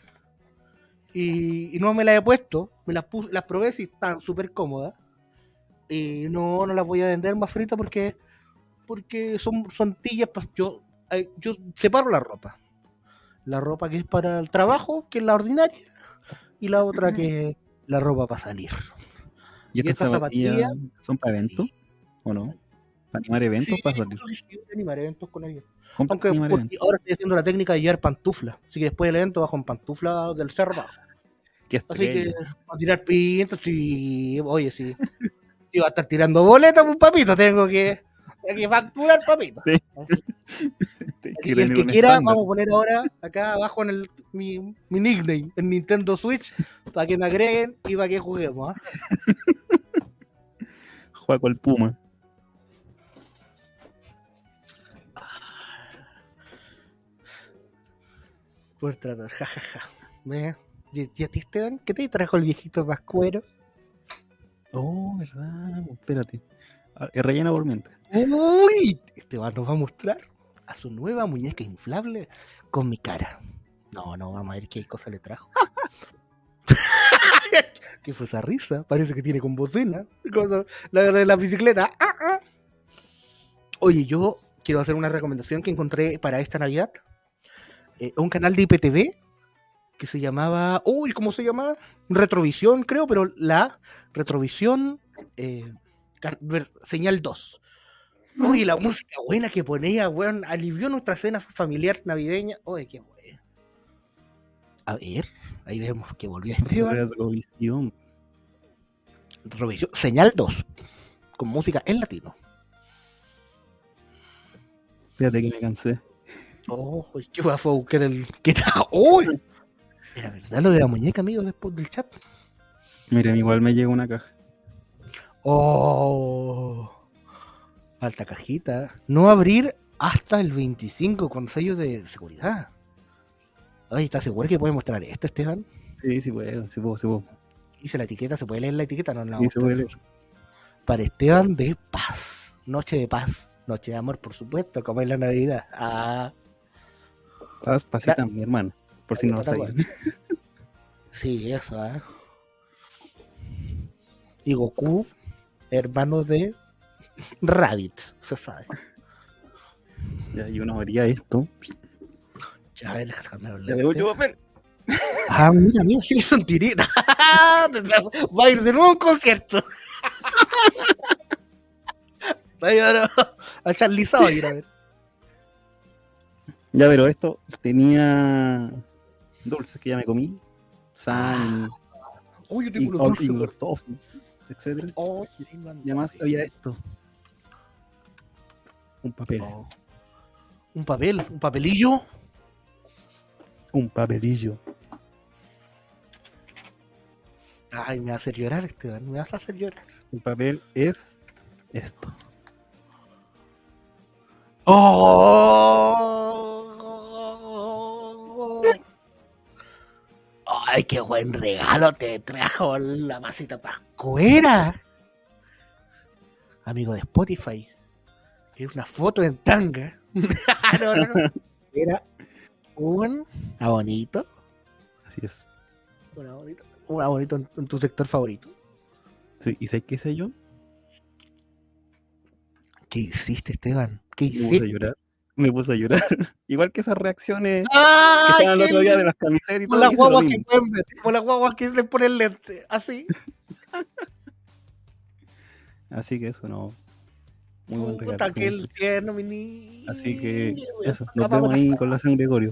no me las he puesto. Las probé y están súper cómodas. Y no las voy a vender más fritas porque son tillas. Yo separo la ropa. La ropa que es para el trabajo, que es la ordinaria, y la otra que es la ropa para salir. ¿Y estas zapatillas son para eventos? ¿O no? ¿Para animar eventos? Sí, para salir. sí, voy a animar eventos con ellos. ¿Cómo Aunque animar eventos? ahora estoy haciendo la técnica de llevar pantuflas. Así que después del evento bajo en pantuflas del cerro bajo. ¿Qué Así que estrella? a tirar pintos, sí. Oye, sí. Si va a estar tirando boletas, pues papito, tengo que facturar, papito. Sí. Así Que que el tener que un quiera, estándar. vamos a poner ahora acá abajo en mi nickname, en Nintendo Switch, para que me agreguen y para que juguemos. ¿Ah? Juego el Puma. Por tratar, jajaja. ¿Y a ti, Esteban? ¿Qué te trajo el viejito Pascuero? Oh, verdad. Espérate. Rellena por mientras. ¡Uy! Esteban nos va a mostrar a su nueva muñeca inflable con mi cara. No, vamos a ver qué cosa le trajo. ¿Qué fue esa risa? Parece que tiene con bocina. La de la bicicleta. Oye, yo quiero hacer una recomendación que encontré para esta Navidad. Un canal de IPTV que se llamaba... Uy, ¿cómo se llama? Retrovisión, creo, pero la Retrovisión Señal 2. Uy, la música buena que ponía, weón, alivió nuestra cena familiar navideña. Oye, qué bueno. A ver, ahí vemos que volvió Esteban. Retrovisión. Retrovisión, Señal 2, con música en latino. Espérate que me cansé. Oh, qué va a buscar el... ¿Qué tal? ¡Uy! Era verdad lo de la muñeca, amigos, después del chat. Miren, igual me llega una caja. Oh, alta cajita. No abrir hasta el 25 con sellos de seguridad. Ay, ¿estás seguro que puede mostrar esto, Esteban? Sí puedo. Dice la etiqueta, ¿se puede leer la etiqueta? No, Sí, se puede leer. Para Esteban de paz. Noche de paz. Noche de amor, por supuesto, como es la Navidad. Ah, Pasita, mi hermano. Por si no lo sabían. sí, eso, ¿eh? Y Goku, hermano de Raditz, se sabe. Ya, y uno haría esto. Ya, a ver, déjame hablar. Ya de mucho papel. Ah, mira, sí, son tiritas. Va a ir de nuevo a un concierto. Va a llevar a Charlize, va a ir a ver. Ya, pero esto tenía dulces que ya me comí. San Uy, yo y tengo los dulces. toffees, etcétera. Oh, qué lindo. Y además había esto. Un papel. Oh. Un papelillo. Un papelillo. Ay, me va a hacer llorar, Esteban. Me vas a hacer llorar. El papel es esto. ¡Oh! ¡Ay, qué buen regalo te trajo la masita pascuera! Amigo de Spotify. Era una foto en tanga. No. Era un abonito. Así es. Un abonito en tu sector favorito. Sí, ¿y sabes qué hice yo? ¿Qué hiciste, Esteban? ¿Qué Me puse hiciste? a llorar. Me puse a llorar. Igual que esas reacciones que ¡Ay, estaban el qué otro día de lindo! las camisetas y Como todo. las hice lo guaguas que mismo. pueden ver, como las guaguas que le ponen lente, así. Así que eso no. Muy buen regalo. Puta, que el tierno, mi niño. Así que eso, La nos vemos papa ahí casada. con la San Gregorio.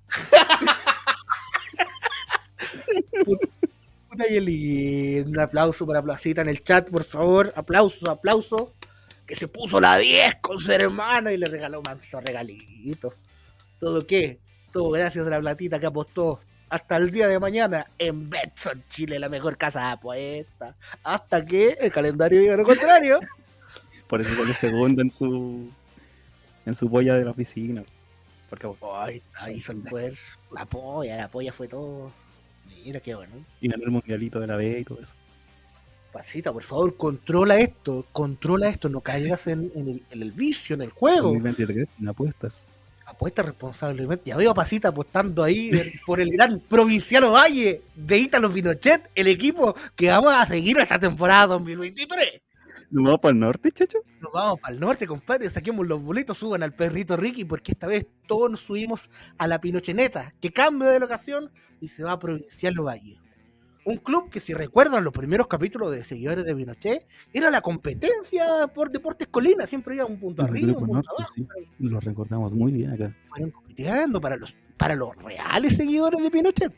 Puta, qué lindo. Un aplauso para Placita en el chat, por favor. Aplauso. Que se puso la 10 con su hermano y le regaló un manso regalito. ¿Todo qué? Todo gracias a la platita que apostó hasta el día de mañana en Betson Chile, la mejor casa de apuestas. Hasta que el calendario diga lo contrario. Por eso salió segundo en su polla de la oficina. Porque Ay, ahí hizo el poder. La polla fue todo. Mira qué bueno. y ganó el mundialito de la B y todo eso. Pasita, por favor, controla esto, no caigas en el vicio, en el juego. 2023, sin apuestas. Apuesta responsablemente. Ya veo a Pasita apostando ahí por el gran Provinciano Valle de Ítalo Pinochet, el equipo que vamos a seguir esta temporada 2023. ¿Nos vamos para el norte, chacho? Nos vamos para el norte, compadre, saquemos los boletos, suban al perrito Ricky, porque esta vez todos nos subimos a la Pinocheneta, que cambia de locación y se va a Provinciano Valle. Un club que, si recuerdan los primeros capítulos de Seguidores de Pinochet, era la competencia por Deportes Colina, siempre iba un punto El arriba, grupo un punto norte, abajo. sí. Lo recordamos muy bien acá. Fueron compitiendo para los reales seguidores de Pinochet.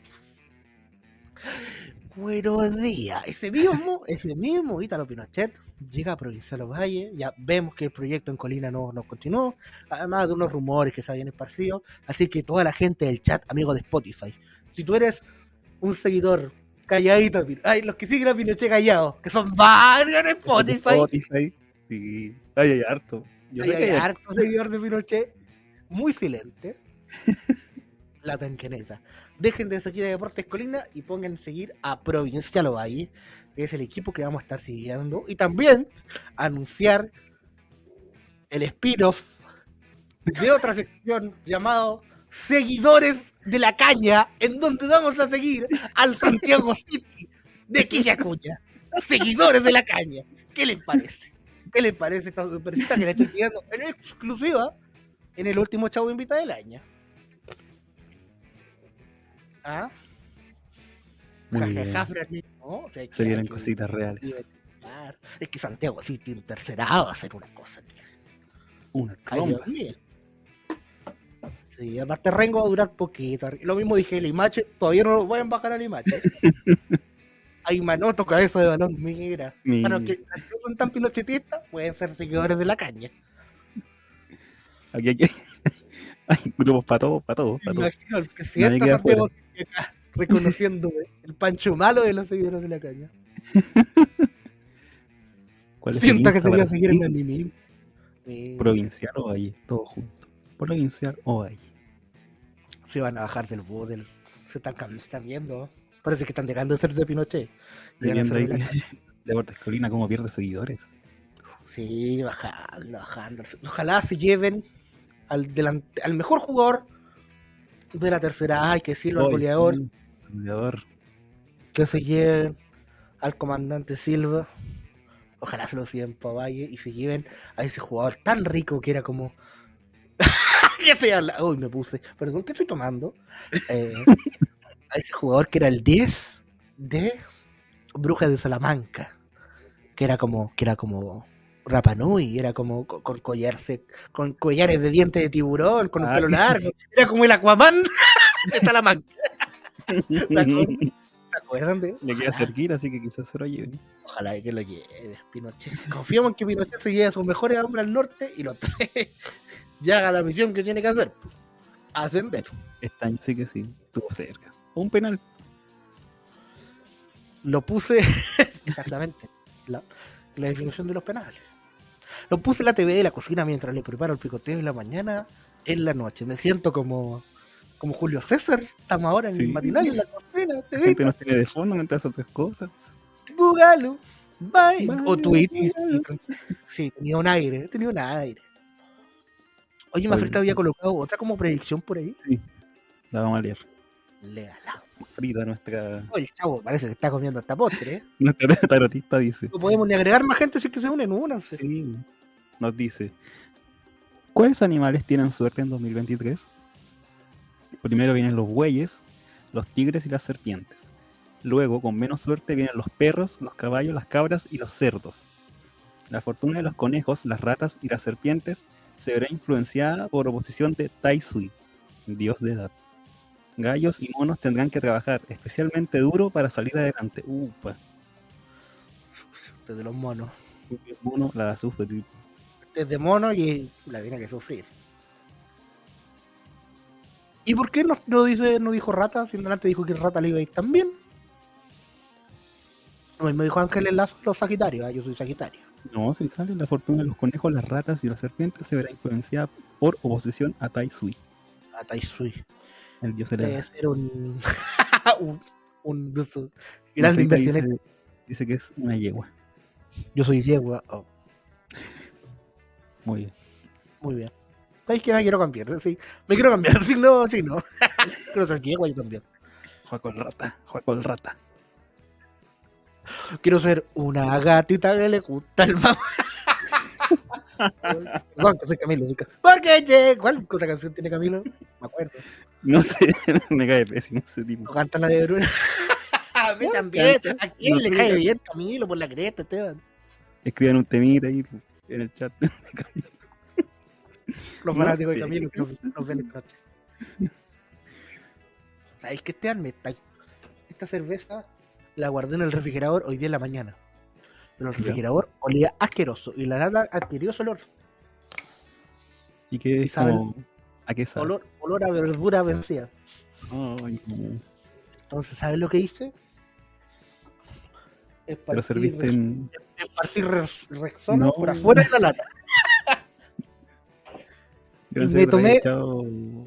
Buenos días. Ese mismo Ítalo Pinochet llega a Provinciano Valle. Ya vemos que el proyecto en Colina no continuó, además de unos rumores que se habían esparcido. Así que toda la gente del chat, amigo de Spotify, si tú eres un seguidor calladito, los que siguen a Pinochet callados, que son varios en Spotify, sí. Hay harto. Yo sé que hay hay harto seguidor de Pinochet, muy silente. La tanqueneta. Dejen de seguir a Deportes Colina y pongan a seguir a Provinciano Valle, que es el equipo que vamos a estar siguiendo. Y también anunciar el spin-off de otra sección llamado Seguidores de la Caña, en donde vamos a seguir al Santiago City de Quillacuña. Seguidores de la Caña. ¿Qué les parece? ¿Qué les parece esta sorpresita que le estoy siguiendo en exclusiva en el último Chavo Invita del año? ¿Ah? Muy bien. ¿no? O sea, Se vienen cositas reales. Es que Santiago City en tercera va a ser una cosa. Una Ay, tromba. Dios mío. Sí, aparte Rengo va a durar poquito. Lo mismo dije, Limache, todavía no lo pueden bajar a Limache. Hay Manoto, cabeza de balón, mira. Para los que no son tan pinochetistas, pueden ser seguidores de la caña. Aquí hay grupos para todos, Me imagino al presidente Nadie queda Santiago City acá, reconociéndome el Pancho Malo de los seguidores de la caña. ¿Cuál es Siento el que Insta sería para seguirme a seguir? mí mismo. Provincial o Valle, todo junto. Provincial o Valle. Se van a bajar del bus, se están viendo. Parece que están dejando de ser de Pinochet. Y van a ser de la caña. Deportes Colina, cómo pierde seguidores. Sí, bajando. Ojalá se lleven al mejor jugador de la tercera A, hay que decirlo, al Hoy, goleador. sí, goleador. Que se lleven al comandante Silva. Ojalá se lo lleven para Valle y se lleven a ese jugador tan rico que era como. ¿Qué estoy hablando? Uy, me puse. Perdón, ¿qué estoy tomando? A ese jugador que era el 10 de Brujas de Salamanca. Que era como Rapa Nui, era como con collares de dientes de tiburón, con un pelo largo. Era como el Aquaman de Salamanca. ¿Se acuerdan de él? Le queda cerquita, así que quizás se lo lleven. Ojalá que lo lleve Pinochet. Confiamos en que Pinochet se lleve a sus mejores hombres al norte y lo trae. Ya haga la misión que tiene que hacer. Ascender. Este año sí que sí, estuvo cerca. O un penal. Lo puse exactamente la definición de los penales. Lo puse en la TV de la cocina mientras le preparo el picoteo en la mañana, en la noche. Me siento como Julio César. Estamos ahora en el matinal en la cocina. La gente nos tiene de fondo mientras otras cosas. Búgalo. Bye. Bye. O tweet. Sí, tenía un aire. Oye, Mafrita había colocado otra como predicción por ahí. Sí, la vamos a leer. Léala. Frida, nuestra Oye, chavo, parece que está comiendo hasta postre, ¿eh? nuestra tarotista dice. No podemos ni agregar más gente si es que se unen, únanse. Sí, nos dice. ¿Cuáles animales tienen suerte en 2023? Primero vienen los bueyes, los tigres y las serpientes. Luego, con menos suerte, vienen los perros, los caballos, las cabras y los cerdos. La fortuna de los conejos, las ratas y las serpientes se verá influenciada por oposición de Tai Sui, dios de edad. Gallos y monos tendrán que trabajar especialmente duro para salir adelante. Upa. Desde los monos. El mono la sufre. Desde mono y la tiene que sufrir. ¿Y por qué no dijo rata? Si antes dijo que rata le iba a ir también. Me dijo Ángel Lazo, los Sagitarios. Yo soy Sagitario. No, si sale la fortuna de los conejos, las ratas y las serpientes se verá influenciada por oposición a Tai Sui, A Tai Sui. el dios de la Debe edad. ser un de esos Y grandes Frita inversionistas. dice que es una yegua. Yo soy Diego. Oh, Muy bien. muy bien. ¿Sabes qué? Me quiero cambiar. Sí. Me quiero cambiar. Si no, sí, no. Quiero ser Diego yo también. Juega con rata, juega con rata. Quiero ser una gatita que le gusta el mamá. Perdón, que soy Camilo. Porque ¿cuál otra canción tiene Camilo? Me acuerdo. No sé, me cae pésimo ese tipo. No canta la de Bruno. A mí también. ¿A quién le cae bien Camilo por la cresta, Esteban? Escriban un temita ahí en el chat. Los No fanáticos de sé. Camilo que nos ven esta noche. ¿Sabéis qué, Esteban? Esta cerveza la guardé en el refrigerador hoy día en la mañana. Pero el refrigerador olía asqueroso y la lata adquirió ese olor. ¿Y qué es ¿Saben? como? ¿A qué sabe? Olor a verdura vencida. Ay, no. Entonces, ¿sabes lo que hice? Te lo serviste en. Esparcí Rexona No. por afuera de la lata. Yo Y pensé me que te había tomé- echado-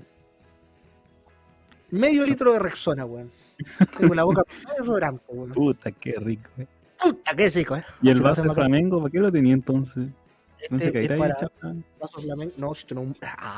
Medio litro de Rexona, weón. Tengo la boca llena de desodorante, weón. Puta, qué rico, Puta, qué chico, ¿Y el Así lo vaso hacen de acá. Flamengo? ¿Para qué lo tenía entonces? Entonces, ¿qué Es ahí para echaba? vasos flamenco. No, si tú no.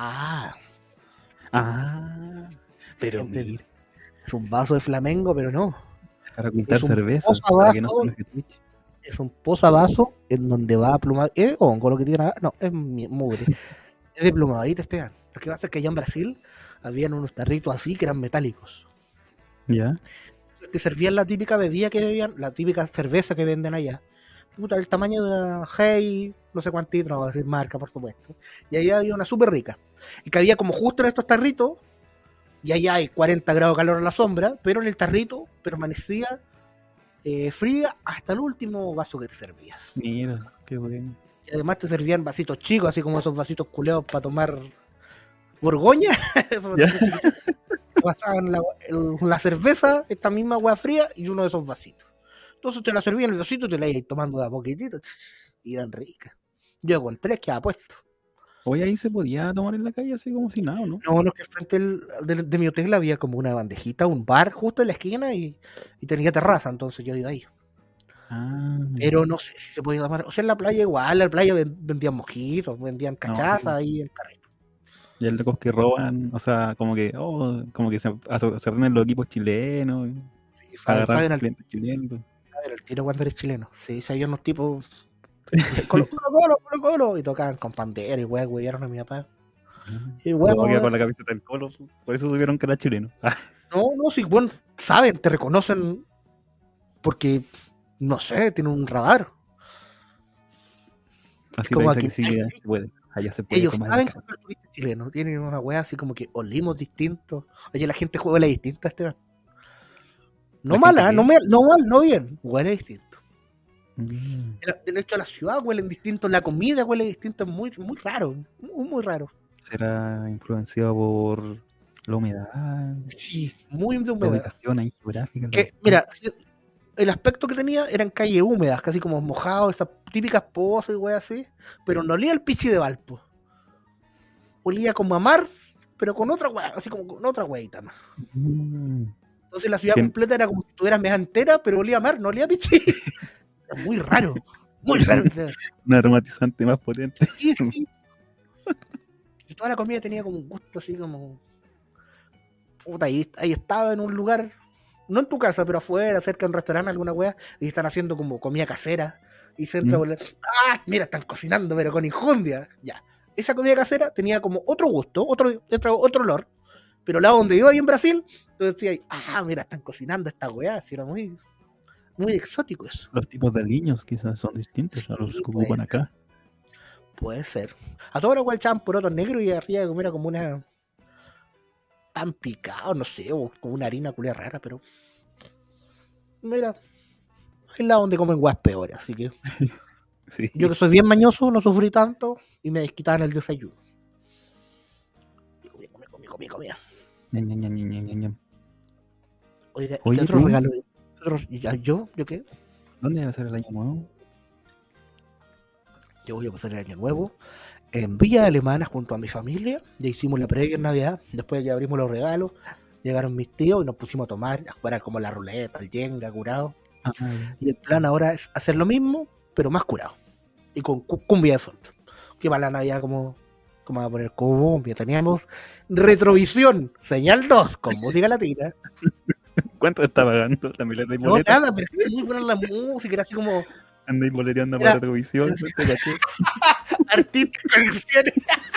Ah, pero Gente, mira, es un vaso de Flamengo, pero no. para juntar es un cervezas, posavasos. para que no se enoje Twitch. Es un posavasos en donde va plumado. ¿Es hongo lo que tiene? No, es mugre. Es de plumadita, Esteban. Lo que pasa es que allá en Brasil habían unos tarritos así que eran metálicos. ¿Ya? Te servían la típica bebida que bebían, la típica cerveza que venden allá. Puta, el tamaño de una Hey, no sé cuántito, no voy a decir marca, por supuesto. Y ahí había una súper rica. Y que había como justo en estos tarritos, y allá hay 40 grados de calor a la sombra, pero en el tarrito permanecía fría hasta el último vaso que te servías. Mira, qué bueno. Y además te servían vasitos chicos, así como esos vasitos culeados para tomar Borgoña. Esos vasitos chiquititos. Pasaban la cerveza, esta misma agua fría y uno de esos vasitos. Entonces te la servían en el vasito y te la ibas tomando de a poquitito y eran ricas. Yo con 3 quedaba puesto. Hoy ahí se podía tomar en la calle así como si nada, ¿no? No, que al frente de mi hotel había como una bandejita, un bar justo en la esquina y tenía terraza, entonces yo iba ahí. Ah, Pero no sé si se podía tomar. O sea, en la playa igual, en la playa vendían mojitos, vendían cachaza ahí en carrito. y el locos que roban, o sea, como que se reúnen los equipos chilenos, Y para agarrar saben al clientes chilenos. tiro cuando eres chileno. Sí, si había unos tipos Colo, y tocaban con pandera y huearon a mi papá. Y Luego queda con la camiseta del Colo, por eso supieron que era chileno. no, sí, bueno, saben, te reconocen porque, no sé, tienen un radar. Así como parece aquí- que sí, se puede. Allá se puede Ellos comer saben acá. que el turista chileno tienen una wea así como que olimos distintos. Oye, la gente huele distinta, Esteban. No ¿La mala, gente no, qué? no mal, no bien, huele distinto. Mm, De hecho, la ciudad huelen distinto, la comida huele distinto, es muy, muy raro, muy raro. ¿Será influenciado por la humedad, Sí, muy de la humedad. ubicación ahí geográfica? Que, mira, el aspecto que tenía eran calles húmedas, casi como mojados, esas típicas pozas y weas así, pero no olía el pichi de Valpo. Olía como a mar, pero con otra wea, así como con otra weita más. Mm, Entonces la ciudad Bien. completa era como si estuvieras meja entera, pero olía a mar, no olía a pichi. Era muy raro, muy raro. un aromatizante más potente. Sí, sí. Y toda la comida tenía como un gusto así como... Puta, ahí estaba en un lugar, no en tu casa, pero afuera, cerca de un restaurante, alguna wea, y están haciendo como comida casera. Y se entra a oler, ¡ah! Mira, están cocinando, pero con injundia. Ya. Esa comida casera tenía como otro gusto, otro olor. Pero al lado donde iba ahí en Brasil, tú decías, ah, mira, están cocinando esta weá. Así era muy, muy exótico eso. Los tipos de aliños quizás son distintos a los Sí, que puede ocupan acá. Puede ser. A todos los cual echaban porotos negros y arriba de comer como una... tan picado, no sé, o como una harina culia rara, pero... Mira, hay lado donde comen guas peores, así que... Sí. Yo que soy bien mañoso, no sufrí tanto y me desquitaban el desayuno. Comí. Ñam, ñam, ñam, ñam, ñam, ñam. Oiga, ¿y Oye, qué otro ¿tú? regalo? ¿Yo qué? ¿Dónde va a ser el año nuevo? Yo voy a pasar el año nuevo en Villa Alemana junto a mi familia. Ya hicimos la previa en Navidad. Después ya abrimos los regalos. Llegaron mis tíos y nos pusimos a tomar, a jugar como la ruleta, el Jenga, curado. Y el plan ahora es hacer lo mismo, pero más curado. Y con cumbia de fondo. Que para la Navidad como va a poner cumbia. Teníamos Retrovisión, señal 2, con música latina. ¿Cuánto está pagando? ¿También le dais No, boleta? nada, pero es muy buena la música, era así como Andáis boleteando Era- para Retrovisión. ¿te caché? artistas conexiones.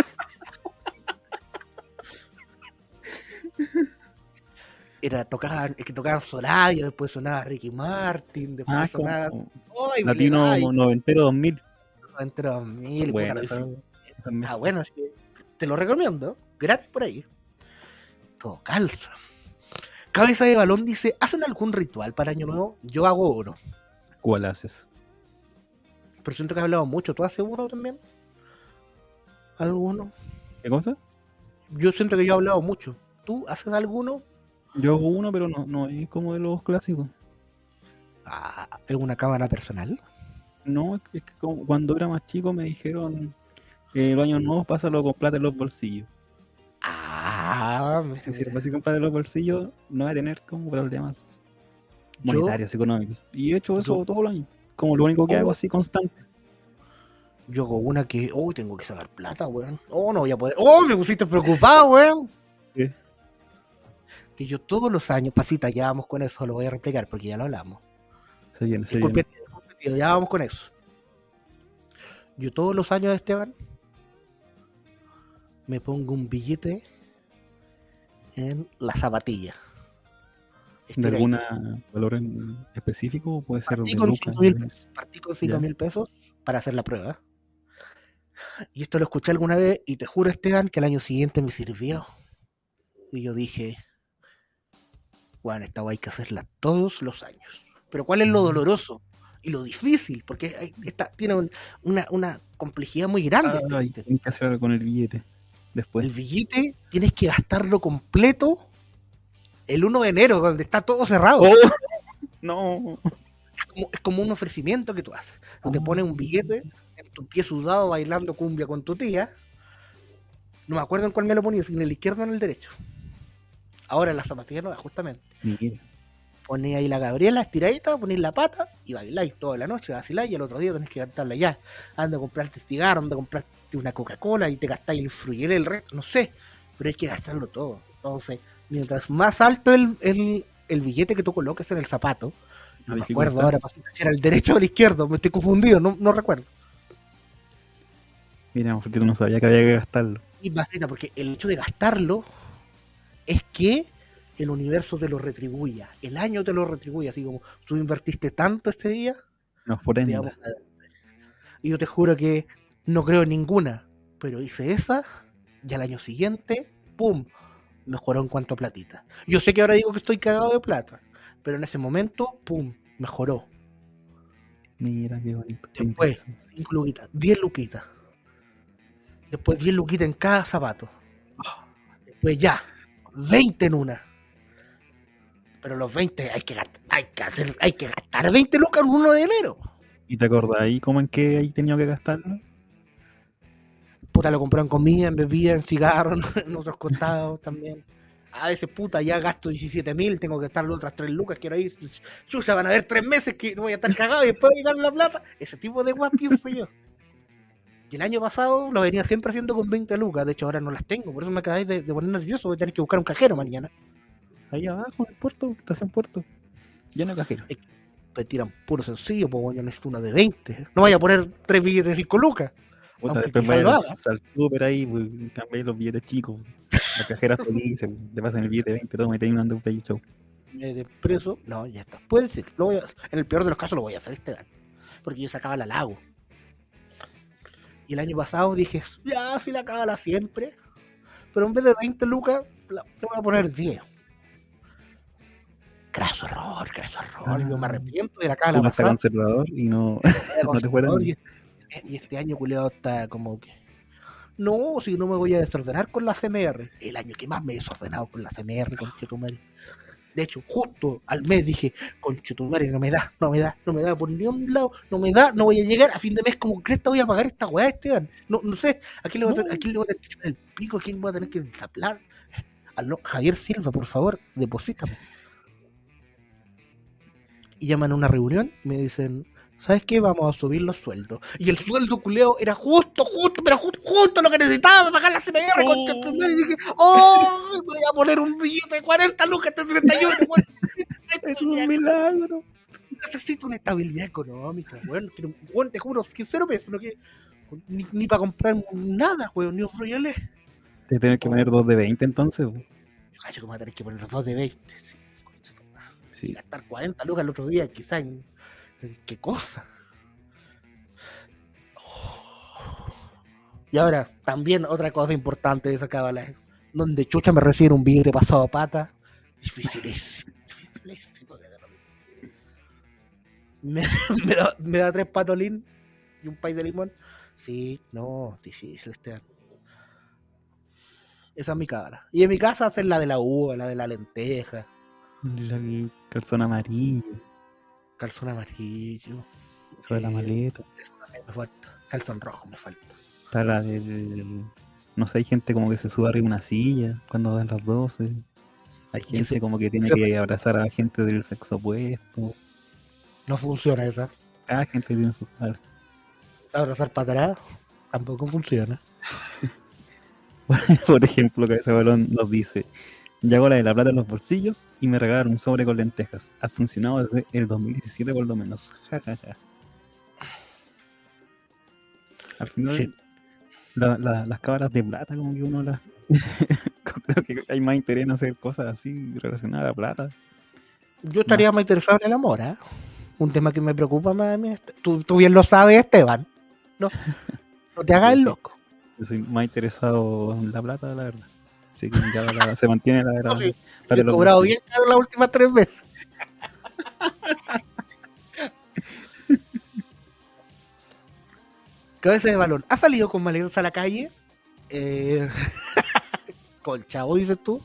Tocaban Soraya, después sonaba Ricky Martin, después Ah, sonaba como ¡ay, Latino ay! noventero 2000. Entre 2000, Bueno, puta, esa- lo hice. esa me- Ah, bueno, así que te lo recomiendo, gratis por ahí. Todo calza. Cabeza de Balón dice, ¿hacen algún ritual para Año Nuevo? Yo hago uno, ¿Cuál haces? pero siento que he hablado mucho. ¿Tú haces uno también? ¿Alguno? ¿Qué cosa? Yo siento que yo he hablado mucho. ¿Tú haces alguno? Yo hago uno, pero no es como de los clásicos. ¿Es una cámara personal? No, es que cuando era más chico me dijeron que los años nuevos pásalo con plata en los bolsillos. Me Es decir, así con plata en los bolsillos no va a tener como problemas Yo- monetarios, económicos. Y he hecho eso yo- todo el año. Como lo único que hago así constante. Yo hago una que, tengo que sacar plata, weón. No voy a poder. Me pusiste preocupado, weón. ¿Qué? Que yo todos los años, pasita, ya vamos con eso, lo voy a replicar porque ya lo hablamos. Se viene. Disculpe, tío, ya vamos con eso. Yo todos los años, Esteban, me pongo un billete en la zapatilla. ¿De algún valor en específico? ¿O puede ser Partí de con lucas? 5.000 pesos para hacer la prueba. Y esto lo escuché alguna vez y te juro, Esteban, que al año siguiente me sirvió. Y yo dije, bueno, esta hay que hacerla todos los años. Pero ¿cuál es lo doloroso y lo difícil? Porque tiene una complejidad muy grande. Tienes que hacer algo con el billete. Después. El billete tienes que gastarlo completo el 1 de enero, donde está todo cerrado. ¡Oh! No. Es como un ofrecimiento que tú haces. Te pones un billete en tu pie sudado bailando cumbia con tu tía. No me acuerdo en cuál me lo ponía, si en el izquierdo o en el derecho. Ahora en la zapatilla nueva, justamente. Mira. Ponéis ahí la Gabriela estiradita, ponéis la pata y bailáis toda la noche, vaciláis y el otro día tenés que cantarla ya. Anda a comprarte cigarro, anda a comprarte una Coca-Cola y te gastáis el fruyel, el resto, no sé. Pero hay que gastarlo todo. Entonces, mientras más alto el billete que tú coloques en el zapato, no me acuerdo ahora si era el derecho o el izquierdo, me estoy confundido, no recuerdo. Mira, porque tú no sabías que había que gastarlo. Y bastita, porque el hecho de gastarlo es que el universo te lo retribuya, el año te lo retribuye, así como tú invertiste tanto este día, No, por ende. digamos, y yo te juro que no creo en ninguna, pero hice esa y al año siguiente, ¡pum!, mejoró en cuanto a platita. Yo sé que ahora digo que estoy cagado de plata, pero en ese momento, ¡pum!, mejoró. Mira, qué bonito. Después, 5 luquitas, 10 luquitas. Después 10 luquitas en cada zapato. Después ya, 20 en una. Pero los 20 hay que gastar 20 lucas el 1 de enero. ¿Y te acordás ahí cómo en qué hay tenido que gastarlo? Puta, lo compré en comida, en bebida, en cigarros, en otros costados también. A veces, puta, ya gasto 17.000, tengo que gastar las otras 3 lucas, quiero ir. Chucha, van a haber 3 meses que voy a estar cagado y después voy a ganar la plata. Ese tipo de guas pienso yo. Y el año pasado lo venía siempre haciendo con 20 lucas, de hecho ahora no las tengo, por eso me acabáis de poner nervioso, voy a tener que buscar un cajero mañana. Ahí abajo, en el puerto, estación puerto. Lleno de cajero. Te tiran puro sencillo, pues bueno, yo necesito una de 20. No vaya a poner 3 billetes de 5 lucas. Puta, aunque después quizás lo vayas haga. al súper ahí, pues, cambiáis los billetes chicos. La cajera feliz, te pasan el billete 20, toma y te mandan un play show. De preso, no, ya está. Puede ser, en el peor de los casos lo voy a hacer este año. Porque yo sacaba la Lago. Y el año pasado dije, ya, si la cábala siempre. Pero en vez de 20 lucas, le voy a poner 10. Craso error. Yo me arrepiento de la cábala Tú estás pasada. conservador y no, no te fueran. Y este año, culiado, está como que... No, si no me voy a desordenar con la CMR. El año que más me he desordenado con la CMR, con tu madre. De hecho, justo al mes dije, conchetumare, no me da por ni un lado, no voy a llegar a fin de mes como cresta voy a pagar esta weá, Esteban. No sé, ¿a quién le voy a tener que chupar el pico? ¿A quién voy a tener que ensaplar? Javier Silva, por favor, deposítame. Y llaman a una reunión y me dicen, ¿sabes qué? Vamos a subir los sueldos. Y el sueldo culeo era justo lo que necesitaba para pagar la CPR, conchetumare. Y dije, voy a poner un billete de 40 lucas, este 31. Es un milagro. Necesito una estabilidad económica, weón. Te juro, 0 pesos, ni para comprar nada, weón, ni ofroyales. Te tienes que poner 2 de 20 entonces. Yo como voy a tener que poner 2 de 20. Sí. Gastar 40 lucas el otro día, quizás en qué cosa. Y ahora, también otra cosa importante de esa cábala, donde chucha me recibe un billete pasado a pata, dificilísimo. Me da 3 patolín y un pay de limón. Sí, no, difícil este año. Esa es mi cábala. Y en mi casa hacen la de la uva, la de la lenteja. El calzón amarillo. Calzón amarillo. Eso de la maleta. Eso también me falta. Calzón rojo me falta. Está la del... No sé, hay gente como que se sube arriba de una silla cuando dan las 12. Hay gente como que tiene que abrazar a la gente del sexo opuesto. No funciona esa. Cada gente tiene su cara. Abrazar para atrás tampoco funciona. Por ejemplo, Cabeza de Balón nos dice: ya hago la de la plata en los bolsillos y me regalaron un sobre con lentejas. Ha funcionado desde el 2017 por lo menos. Al final, sí. Las cámaras de plata, como que uno las... Creo que hay más interés en hacer cosas así relacionadas a la plata. Yo estaría más interesado en el amor, ¿eh? Un tema que me preocupa más a mí. Tú bien lo sabes, Esteban. No te hagas el loco. Yo soy más interesado en la plata, la verdad. Así que ya se mantiene la verdad. No, sí. He cobrado bien caro las últimas 3 veces. Cabeza de Balón. ¿Has salido con maletas a la calle? Con chavo, dices tú.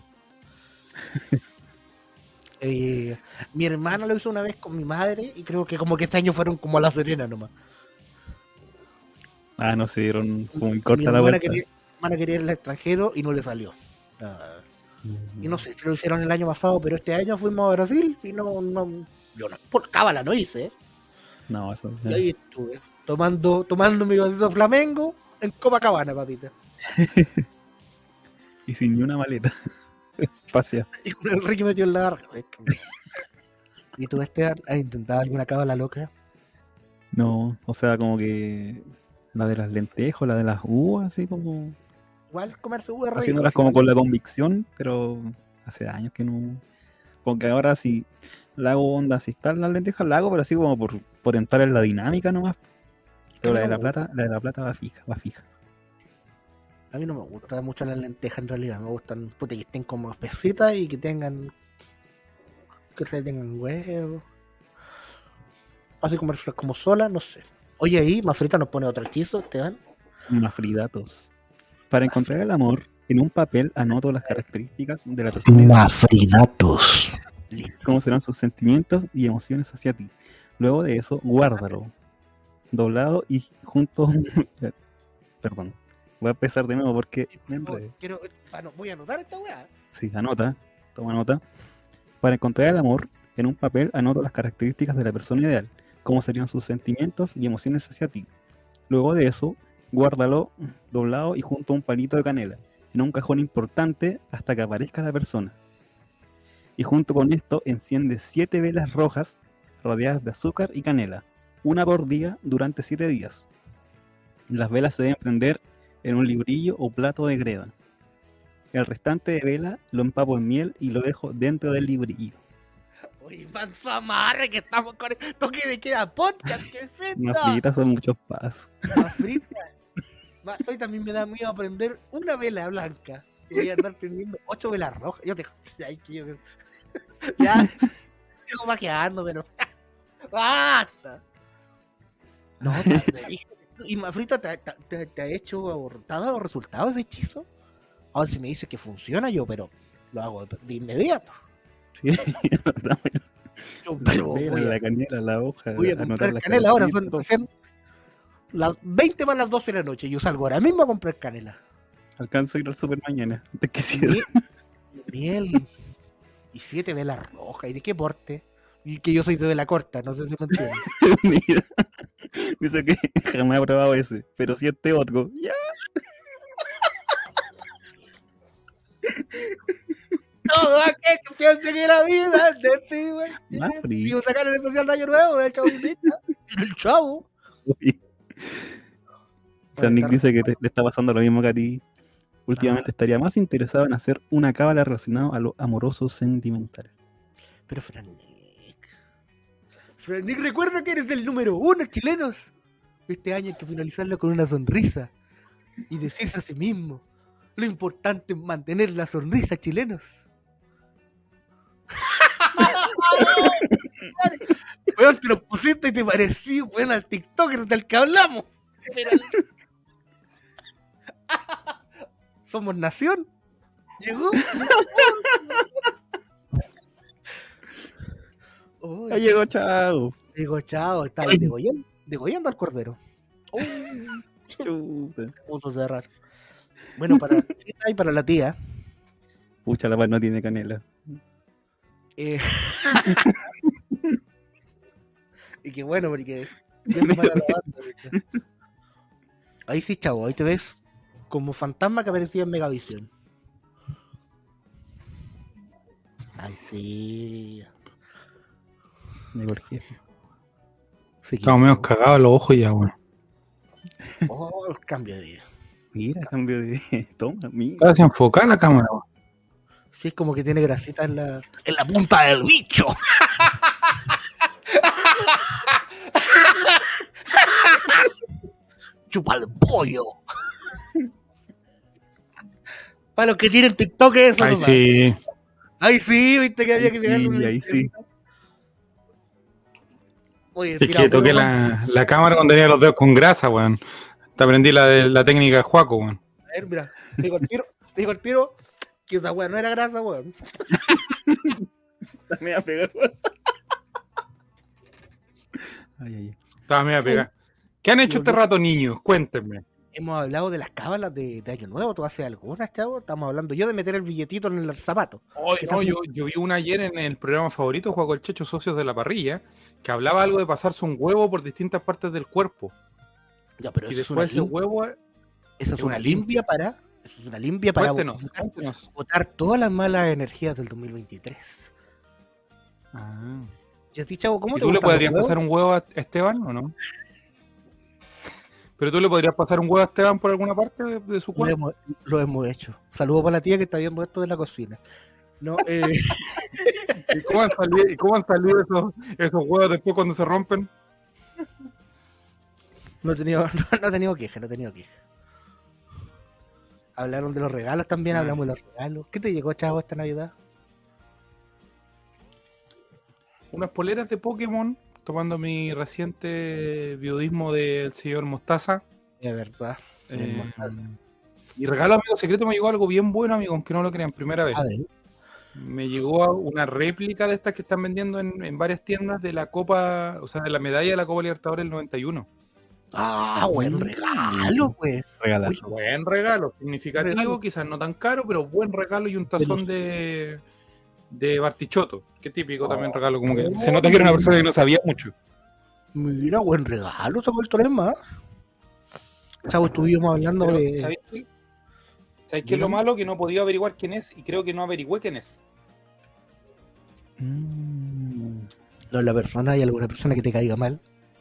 Mi hermana lo hizo una vez con mi madre y creo que como que este año fueron como a La Serena nomás. No se dieron muy corta la vuelta. Mi hermana quería ir al extranjero y no le salió. Y no sé si lo hicieron el año pasado, pero este año fuimos a Brasil y yo no, por cábala no hice. No, eso no. Y ahí estuve, tomando mi vasito Flamengo en Copacabana, papita. Y sin ni una maleta. Pasea. Y con el Ricky metió en la garra. ¿Y tú, Esteban, has intentado alguna cábala loca? No, o sea, como que la de las lentejas, la de las uvas, así como... Igual comerse uvas rico. Haciéndolas como con la convicción, pero hace años que no... Porque ahora si la hago onda, si están las lentejas, la hago, pero así como por entrar en la dinámica nomás. Pero la de la plata va fija. A mí no me gusta mucho las lentejas en realidad, me gustan que estén como espesitas y que tengan huevos. Así comérselas como solas, no sé. Oye, ahí Mafrita nos pone otro hechizo, Esteban. Mafridatos. Para encontrar el amor, en un papel anoto las características de la persona. Mafridatos. Cómo serán sus sentimientos y emociones hacia ti. Luego de eso, guárdalo. Doblado y junto... Perdón. Voy a empezar de nuevo porque... voy a anotar esta weá. Sí, anota. Toma nota. Para encontrar el amor, en un papel anoto las características de la persona ideal. Cómo serían sus sentimientos y emociones hacia ti. Luego de eso, guárdalo doblado y junto a un palito de canela. En un cajón importante hasta que aparezca la persona. Y junto con esto, enciende 7 velas rojas rodeadas de azúcar y canela. Una por día durante 7 días. Las velas se deben prender en un librillo o plato de greda. El restante de vela lo empapo en miel y lo dejo dentro del librillo. Oye, manso amarre, que estamos con el toque de queda podcast, ¿qué es esto? Mafrita son muchos pasos. Hoy también me da miedo prender una vela blanca. Y voy a andar prendiendo 8 velas rojas. Ya, sigo maqueando, pero... ¡Basta! No, ¿y Mafrita te ha hecho, te ha dado resultados ese hechizo? Ahora si me dices que funciona yo, pero lo hago de inmediato. Sí, Pero la canela, la hoja. voy a anotar comprar las canela ahora, características. son las 20 para las 12 de la noche. Yo salgo ahora mismo a comprar canela. Alcanzo a ir al super mañana. Antes que cierre. Miel y 7 velas rojas. ¿Y de qué porte? Y que yo soy de vela corta, no sé si me entienden. Mira, dice que jamás he probado ese, pero si este otro. Ya. Todo aquel que piense que la vida es de ti, güey. Mafri. Digo, sacar el especial de Año Nuevo del Chavo Invita. El Chavo. San Nick dice que le está pasando lo mismo que a ti. Últimamente estaría más interesado en hacer una cábala relacionada a lo amoroso sentimental. Pero Fran Nick, recuerda que eres el número 1, chilenos. Este año hay que finalizarlo con una sonrisa. Y decirse a sí mismo, lo importante es mantener la sonrisa, chilenos. Weón, te lo pusiste y te parecí, weón, al TikToker del que hablamos. Somos nación. Llegó. Ya llegó, chao. Digo, chao, estaba degollando al cordero. Chuta. Puso a cerrar. Bueno, para la tía y para la tía. Pucha, la paz no tiene canela. Y qué bueno, porque bien mala la banda, porque... Ahí sí, chavo, ahí te ves como fantasma que aparecía en Megavisión. Ay, sí. Llegó el jefe. Sí, Estamos medio cagados los ojos ya, weón. Oh, el cambio de día. Mira, cambio de. Toma, mira. Ahora se enfoca la cámara, weón. Sí, es como que tiene grasita en la punta del bicho. Chupa el pollo. Para los que tienen TikTok eso. Ay, nomás. sí. Ay, sí, viste que había que pegarle una ahí sí. Oye, Es tira, que toqué pero- la cámara cuando tenía los dedos con grasa, weón. Te aprendí la técnica de Juaco, weón. A ver, mira, te digo el tiro que esa weá no era grasa, weón. Me va a pegar. Ay. Estaba medio pegada. ¿Qué han hecho este rato, niños? Cuéntenme. Hemos hablado de las cábalas de Año Nuevo, ¿tú haces algunas, chavo? Estamos hablando yo de meter el billetito en el zapato. No, yo vi una ayer en el programa favorito, Juaco el Checho, Socios de la Parrilla, que hablaba algo de pasarse un huevo por distintas partes del cuerpo. Ya, pero Y eso es una, después ese huevo... esa es es una una limpia para... Eso es una limpia para Cuéntenos. botar todas las malas energías del 2023. Ah. ¿Y a ti, chavo, cómo ¿Y te tú le gustan los podrías huevos? pasar un huevo a Esteban o no? ¿Pero tú le podrías pasar un huevo a Esteban por alguna parte de su cuerpo? Lo hemos hecho. Saludos para la tía que está viendo esto de la cocina. No, ¿Y cómo han salido esos huevos después cuando se rompen? no he tenido queja. Hablaron de los regalos también, hablamos de los regalos. ¿Qué te llegó, chavo, esta Navidad? Unas poleras de Pokémon, tomando mi reciente viudismo del señor Mostaza. De verdad. Y regalo, amigo secreto, me llegó algo bien bueno, amigo, aunque no lo crean, primera vez. A ver. Me llegó una réplica de estas que están vendiendo en varias tiendas de la Copa, o sea, de la medalla de la Copa Libertadores del 91. Ah, buen regalo, pues. Regalazo. Uy, Buen regalo, significativo, Regalo. quizás no tan caro, pero buen regalo y un tazón de Bartichotto, que típico también regalo, como que se nota que era una persona que no sabía mucho. mira, buen regalo, sacó el Tolema. Chavo, estuvimos hablando Pero, de... ¿sabéis qué es lo Dígame. malo? Que no he podido averiguar quién es y creo que no averigüé quién es. Lo de la persona y alguna persona que te caiga mal.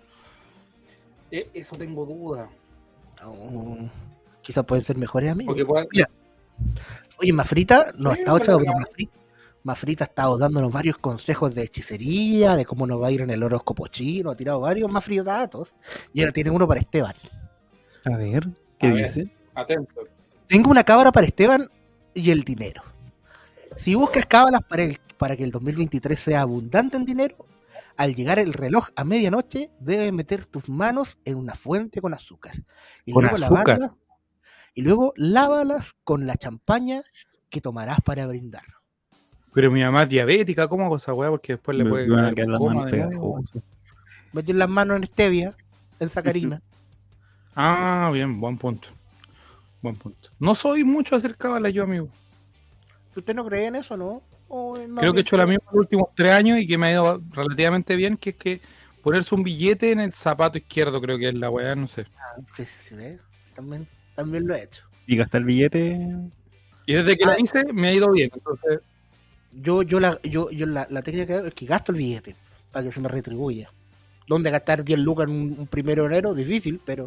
Eso tengo duda. Oh, quizás pueden ser mejores amigos. Porque Mira, oye, Mafrita no ha Sí, estado, pero chavo, ya. pero Mafrita ha estado dándonos varios consejos de hechicería, de cómo nos va a ir en el horóscopo chino, ha tirado varios Mafritatos. Y ahora tiene uno para Esteban. A ver, ¿qué A ver. dice? atento. Tengo una cábala para Esteban y el dinero. Si buscas cábalas para que el 2023 sea abundante en dinero, al llegar el reloj a medianoche, debes meter tus manos en una fuente con azúcar. Y ¿Con luego azúcar? lavarlas, y luego lávalas con la champaña que tomarás para brindar. Pero mi mamá es diabética, ¿cómo hago esa weá? Porque después le puede Me van a dar quedar un las coma manos de nuevo. pegajosas. Meter las manos en stevia, en sacarina. Ah, bien, buen punto. Buen punto. No soy mucho acercado a la yo, amigo. ¿Usted no cree en eso, no? ¿O es más Creo que he bien hecho la misma los últimos 3 años y que me ha ido relativamente bien, que es que ponerse un billete en el zapato izquierdo, creo que es la weá, no sé. Sí, ¿ves? También lo he hecho. Y gastar el billete. Y desde que la hice, me ha ido bien. Entonces, Yo la técnica que hago es que gasto el billete para que se me retribuya. ¿Dónde gastar 10 lucas en un 1 de enero? Difícil, pero...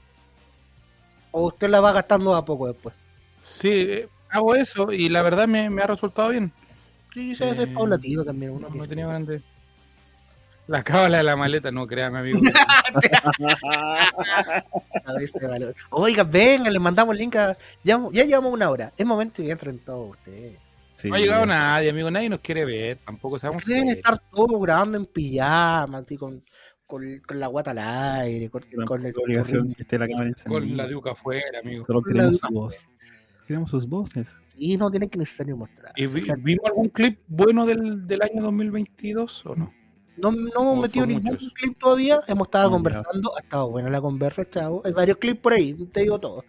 O usted la va gastando a poco después. sí, hago eso y la verdad me ha resultado bien. Sí, eso es paulatino también. Uno No he que... tenido grande. La cábala de la maleta, no créame, amigo. A veces valor. Oiga, venga, les mandamos el link ya llevamos 1 hora. Es momento que entren todos ustedes. Sí, No ha llegado nadie, amigo. Nadie nos quiere ver. Tampoco sabemos Deben serios. estar todos grabando en pijama, así, con la guata al aire, con el obligación que esté la cámara Con encendida. la diuca afuera, amigo. Solo con la queremos duda. su voz. Queremos sus voces. Sí, no tienen que necesario mostrar. ¿Y vimos algún clip bueno del año 2022 o no? No hemos metido son ningún muchos. clip todavía, hemos estado No, conversando, ha estado buena la conversa, chavo. Hay varios clips por ahí, te digo todo.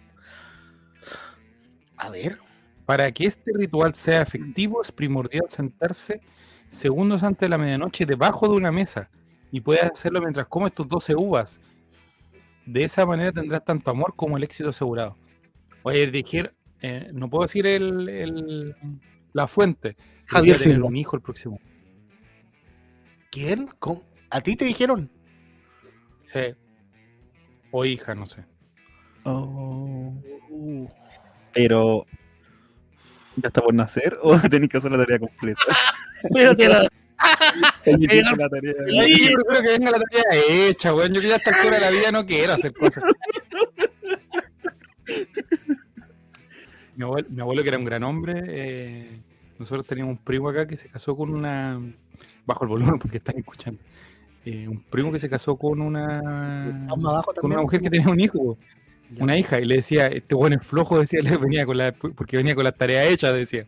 A ver. Para que este ritual sea efectivo, es primordial sentarse segundos antes de la medianoche debajo de una mesa y puedes hacerlo mientras comes tus 12 uvas. De esa manera tendrás tanto amor como el éxito asegurado. Oye, dije, no puedo decir la fuente. Javier Voy a tener Silva. un hijo el próximo. ¿Quién? ¿Cómo? ¿A ti te dijeron? Sí. O hija, no sé. Oh. Pero, ¿ya está por nacer o tenés que hacer la tarea completa? Pero te lo... Tenés que hacer la tarea. Ay, yo prefiero que venga la tarea hecha, weón. Yo que ya a esta altura de la vida no quiero hacer cosas. Mi abuelo, que era un gran hombre, nosotros teníamos un primo acá que se casó con una... Bajo el volumen porque están escuchando. Un primo que se casó con una mujer que tenía un hijo, Ya. una hija, y le decía, este weón es flojo, decía, porque venía con la tarea hecha, decía.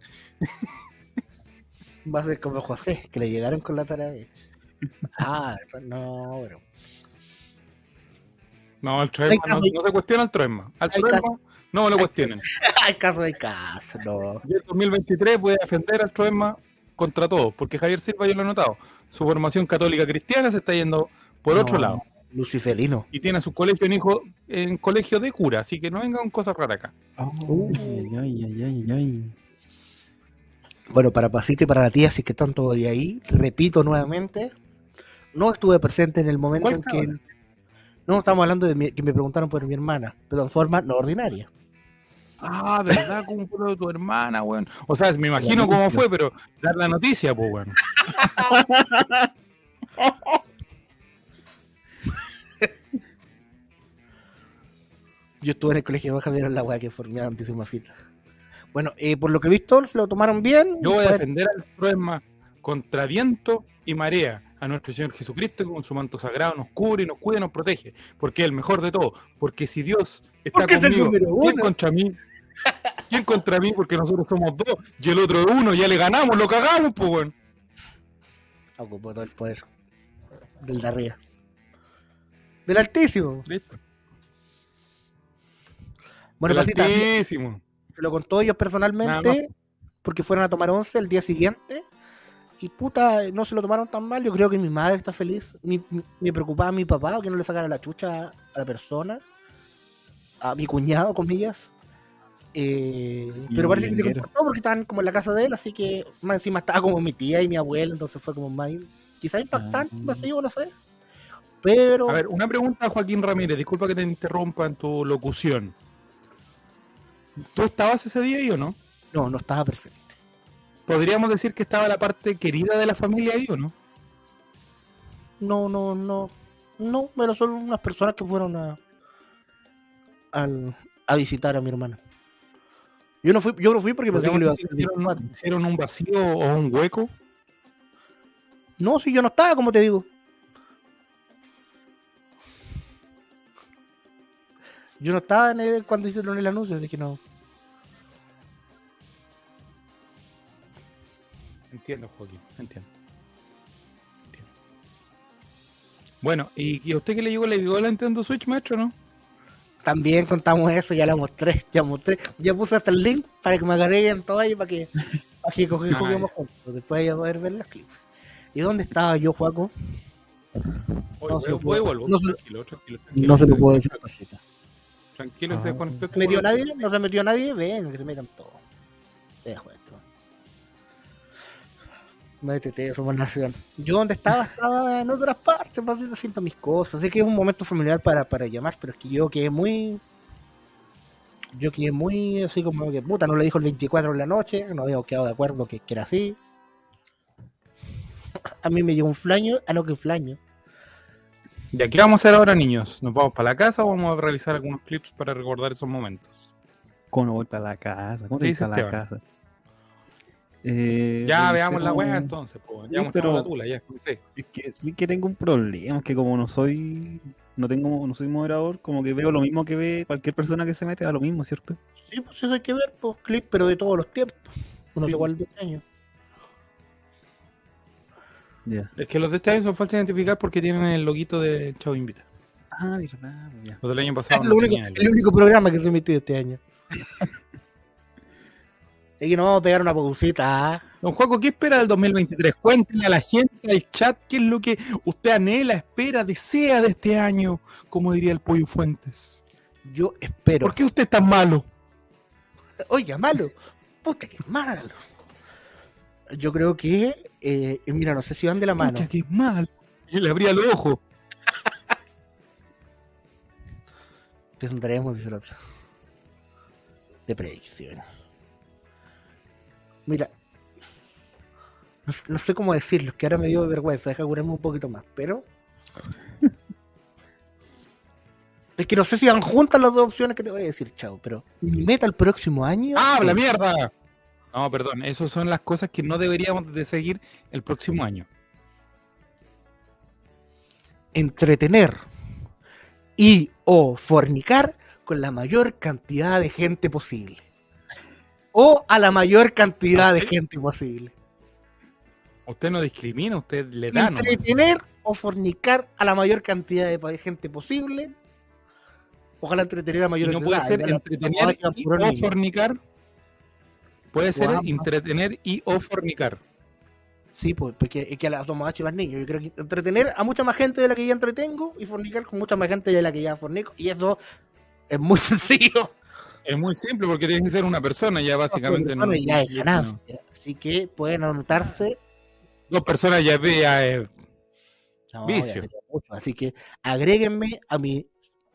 Va a ser como José, que le llegaron con la tarea hecha. Ah, no, bueno. No, el Troesma, no se cuestiona el Troesma. Al Troesma no me lo cuestionen. Hay caso, no. Y el 2023 puede defender al Troesma contra todos, porque Javier Silva, yo lo he notado, su formación católica cristiana se está yendo por otro lado. Luciferino. Y tiene a su colegio en colegio de cura, así que no vengan cosas raras acá. Ay. Bueno, para Pasito y para la tía, si que están todavía ahí, repito nuevamente, no estuve presente en el momento en que... No, estamos hablando de que me preguntaron por mi hermana, pero en forma no ordinaria. Ah, ¿verdad? Como fue lo de tu hermana, weón. O sea, me imagino cómo fue, pero dar la noticia, pues, weón. Yo estuve en el colegio de Javier en la weá que formaba antísima fita. Bueno, por lo que he visto, se lo tomaron bien. Yo voy a defender al Troesma contra viento y marea. A nuestro Señor Jesucristo, que con su manto sagrado nos cubre y nos cuida y nos protege. Porque es el mejor de todo. Porque si Dios está conmigo, ¿quién contra mí? ¿Quién contra mí? Porque nosotros somos 2 y el otro es 1. Ya le ganamos, lo cagamos, pues, weón. Ocupó todo el poder del de arriba. Del Altísimo. Listo. Bueno, Del Pasita, Altísimo. se lo contó ellos personalmente, porque fueron a tomar 11 el día siguiente. Y puta, no se lo tomaron tan mal. Yo creo que mi madre está feliz. Me preocupaba a mi papá que no le sacara la chucha a la persona. A mi cuñado, comillas. Pero parece que se comportó porque estaban como en la casa de él. Así que más encima estaba como mi tía y mi abuela. Entonces fue como más... Quizá impactante, masivo, no sé. Pero... A ver, una pregunta a Joaquín Ramírez. Disculpa que te interrumpa en tu locución. ¿Tú estabas ese día ahí o no? No, no estaba presente. ¿Podríamos decir que estaba la parte querida de la familia ahí o no? No, pero son unas personas que fueron a visitar a mi hermana. Yo no fui porque pensé que lo iba a hacer. ¿Hicieron un vacío o un hueco? No, si yo no estaba, como te digo. Yo no estaba cuando hicieron el anuncio, así que no. Entiendo, Joaquín, entiendo. Bueno, ¿y a usted qué le llegó la Nintendo Switch, maestro, no? También contamos eso, ya mostré. Ya puse hasta el link para que me agreguen todo ahí para que juguemos juntos. Después ya poder ver los clips. ¿Y dónde estaba yo, Juaco? Oye, vuelvo. Tranquilo. No se lo puedo decir. Tranquilo, se desconectó. ¿Se metió nadie? ¿No se metió nadie? Ven, que se metan todos. Dejo esto. Métete, somos nación. Yo donde estaba en otras partes, más haciendo mis cosas. Sé que es un momento familiar para llamar, pero es que yo quedé muy así como que puta, no le dijo el 24 en la noche, no habíamos quedado de acuerdo que era así. A mí me llegó un flaño, no que un flaño. ¿Y qué vamos a hacer ahora, niños? ¿Nos vamos para la casa o vamos a realizar algunos clips para recordar esos momentos? ¿Cómo no voy para la casa? ¿Cómo te dice la casa? Ya veamos la wea entonces, pues. Ya mostramos la tula, ya. Sí. Es que sí que tengo un problema, es que como no soy moderador, como que veo lo mismo que ve cualquier persona que se mete a lo mismo, ¿cierto? Sí, pues eso hay que ver, pues, clip, pero de todos los tiempos. Uno Sí. igual de este año. Ya. Es que los de este año son fáciles de identificar porque tienen el loguito de Chavo Invita. Ah, verdad, ya. Los del año pasado Es no tenían el único programa que se emitió este año. Es que nos vamos a pegar una pausita. ¿Ah? Don Juaco, ¿qué espera del 2023? Cuéntenle a la gente, al chat, qué es lo que usted anhela, espera, desea de este año, como diría el Pollo Fuentes. Yo espero. ¿Por qué usted es tan malo? Oiga, malo. Puta, que malo. Yo creo que, mira, no sé si van de la mano. Pucha, que es malo. Y le abría los ojos. Tendremos, dice el otro. De predicción. Mira. No sé cómo decirlo, que ahora me dio vergüenza. Deja curarme un poquito más, pero... Es que no sé si van juntas las dos opciones que te voy a decir, chao. Pero mi meta el próximo año... ¡Habla, mierda! No, perdón, esas son las cosas que no deberíamos de seguir el próximo año. Entretener y o fornicar con la mayor cantidad de gente posible. O a la mayor cantidad de gente posible. Usted no discrimina, usted le da. Entretener o fornicar a la mayor cantidad de gente posible. Ojalá entretener a mayor ¿Y no puede ser entretener y o fornicar? Puede ser entretener y o fornicar. Sí, pues, porque es que a las dos más y más niños. Yo creo que entretener a mucha más gente de la que ya entretengo y fornicar con mucha más gente de la que ya fornico. Y eso es muy sencillo. Es muy simple porque tiene que ser una persona, ya básicamente no. Ya es ganancia. Así que pueden anotarse. Dos personas ya es vicio. Mucho. Así que agréguenme a mi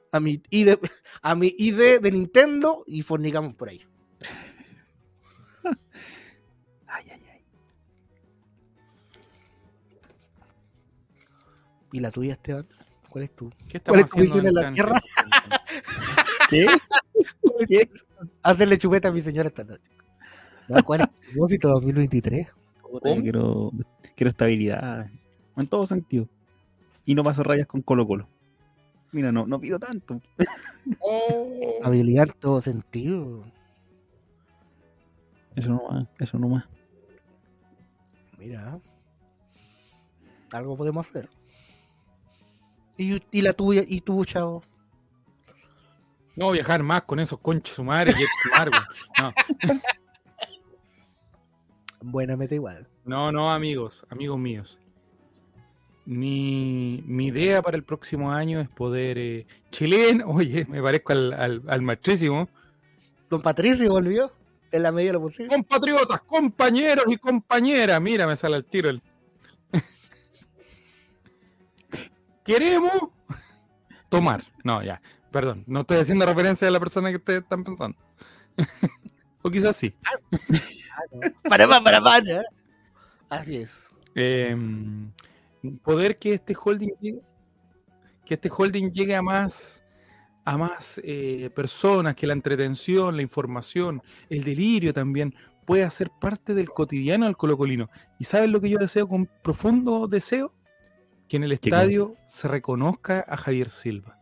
ID de Nintendo y fornicamos por ahí. Ay. ¿Y la tuya, Esteban? ¿Cuál es tu? ¿Qué ¿Cuál estamos es tu visión en la tierra? ¿Qué? Hacerle chupeta a mi señora esta noche. No, ¿cuál es tu propósito 2023? Quiero estabilidad en todo sentido. Y no paso rayas con Colo-Colo. Mira, no pido tanto. Habilidad en todo sentido. Eso no más. Mira. Algo podemos hacer. ¿Y la tuya? ¿Y tú, chavo? No viajar más con esos conches sumares y largos. No. Buena meta igual. No, amigos míos. Mi idea para el próximo año es poder... oye, me parezco al maestrísimo. Don Patricio volvió en la medida de lo posible. Compatriotas, compañeros y compañeras. Mira, me sale al tiro el... Queremos tomar. No, ya, perdón. No estoy haciendo referencia a la persona que ustedes están pensando. O quizás sí. Para. Así es. Poder que este holding llegue a más personas, que la entretención, la información, el delirio también pueda ser parte del cotidiano del colocolino. ¿Y saben lo que yo deseo con profundo deseo? Que en el estadio se reconozca a Javier Silva.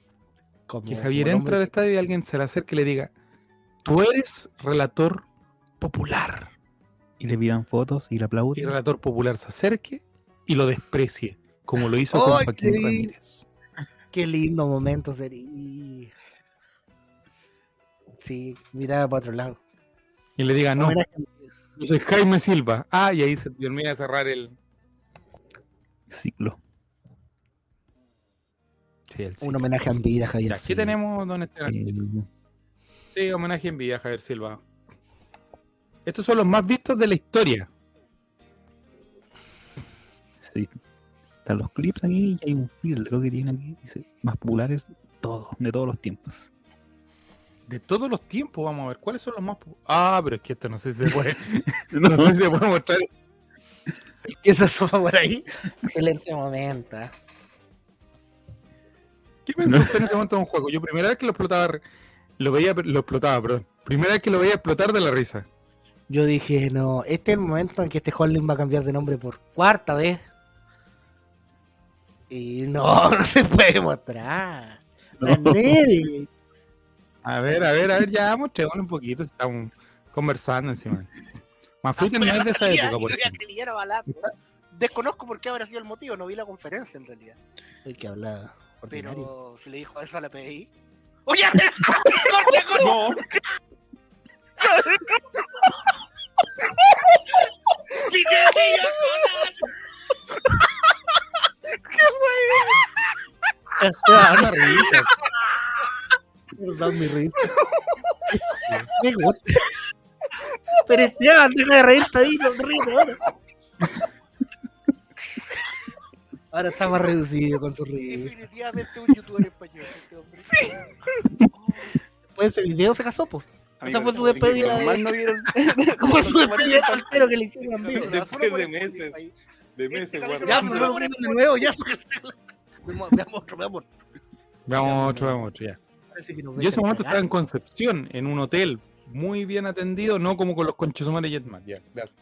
Que Javier entra al estadio y alguien se le acerque y le diga: tú eres relator popular. Y le pidan fotos y le Y aplauden. el relator popular se acerque y lo desprecie, como lo hizo ¡Ay, con qué Joaquín lindo! Ramírez. Qué lindo momento sería. Sí, miraba para otro lado. Y le diga, no, Homenaje- yo soy Jaime Silva. Ah, y ahí se termina de cerrar el... Ciclo. Sí, el un ciclo. homenaje en vida, Javier. Ya, aquí Silva. tenemos don Esteban. Sí, homenaje en vida, Javier Silva. Estos son los más vistos de la historia. Sí. Están los clips aquí y hay un filtro que tiene aquí. Dice, más populares de todos los tiempos. De todos los tiempos, vamos a ver. ¿Cuáles son los más Ah, pero es que esto no sé si se puede. No sé si se puede mostrar. ¿Qué se asoma por ahí? Excelente momento. ¿Qué pensó usted en ese momento de un juego? Yo primera vez que lo explotaba, perdón. Primera vez que lo veía explotar de la risa. Yo dije, no, este es el momento en que este holding va a cambiar de nombre por cuarta vez. Y no, no se puede mostrar. No. Nadie. A ver, ya mostrémoslo un poquito. Estamos conversando encima. Mafita no es de esa época, por ejemplo. Desconozco por qué habrá sido el motivo, no vi la conferencia en realidad. El que habla ordinario. Pero si le dijo eso a la PDI. ¡Oye! No. ¡Sí, Una risa. Perdón, mi risa. Me gusta. Pero Esteban, deja de reírte ahí, no ríete ahora. Ahora está más reducido con su risa. Definitivamente un youtuber español este hombre. Después de ese video se casó, pues. Esa fue su Porque despedida. nomás no vieron. Fue su despedida de soltero que le hicieron en vivo. Después de meses. De meses Este guardando. Ya, pues no lo ponen de nuevo, ya. Veamos otro, veamos otro. Veamos otro, ya. Parece que nos Yo ese dejan momento cagar. estaba en Concepción, en un hotel, muy bien atendido, no como con los conchesumares y Jetman. Ya, gracias.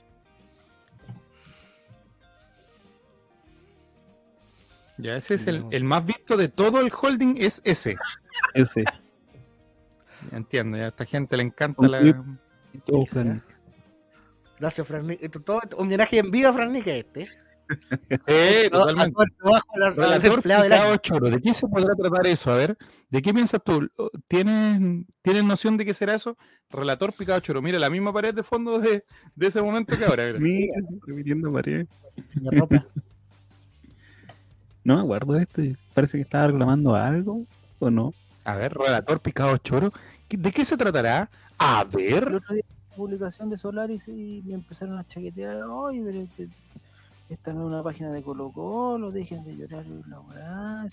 Ya, ese es el más visto de todo el holding, es ese. Ese. Ya entiendo, ya a esta gente le encanta Un la... clip. Todo Fran. Gracias, Fran Nick. Esto todo homenaje en vida a Fran Nick este. totalmente. A todo el trabajo al Relator empleado del picado año. choro. ¿De qué se podrá tratar eso? A ver, ¿de qué piensas tú? ¿Tienes noción de qué será eso? Relator picado choro. Mira, la misma pared de fondo de ese momento que ahora. Mira. Mira, repitiendo pared. Mi ropa. No me acuerdo de esto. Parece que estaba reclamando algo. ¿O no? A ver, relator picado choro. ¿De qué se tratará? A El ver. otro día publicación de Solaris y me empezaron a chaquetear, oye, pero esta no es una página de Colo Colo, dejen de llorar la weá,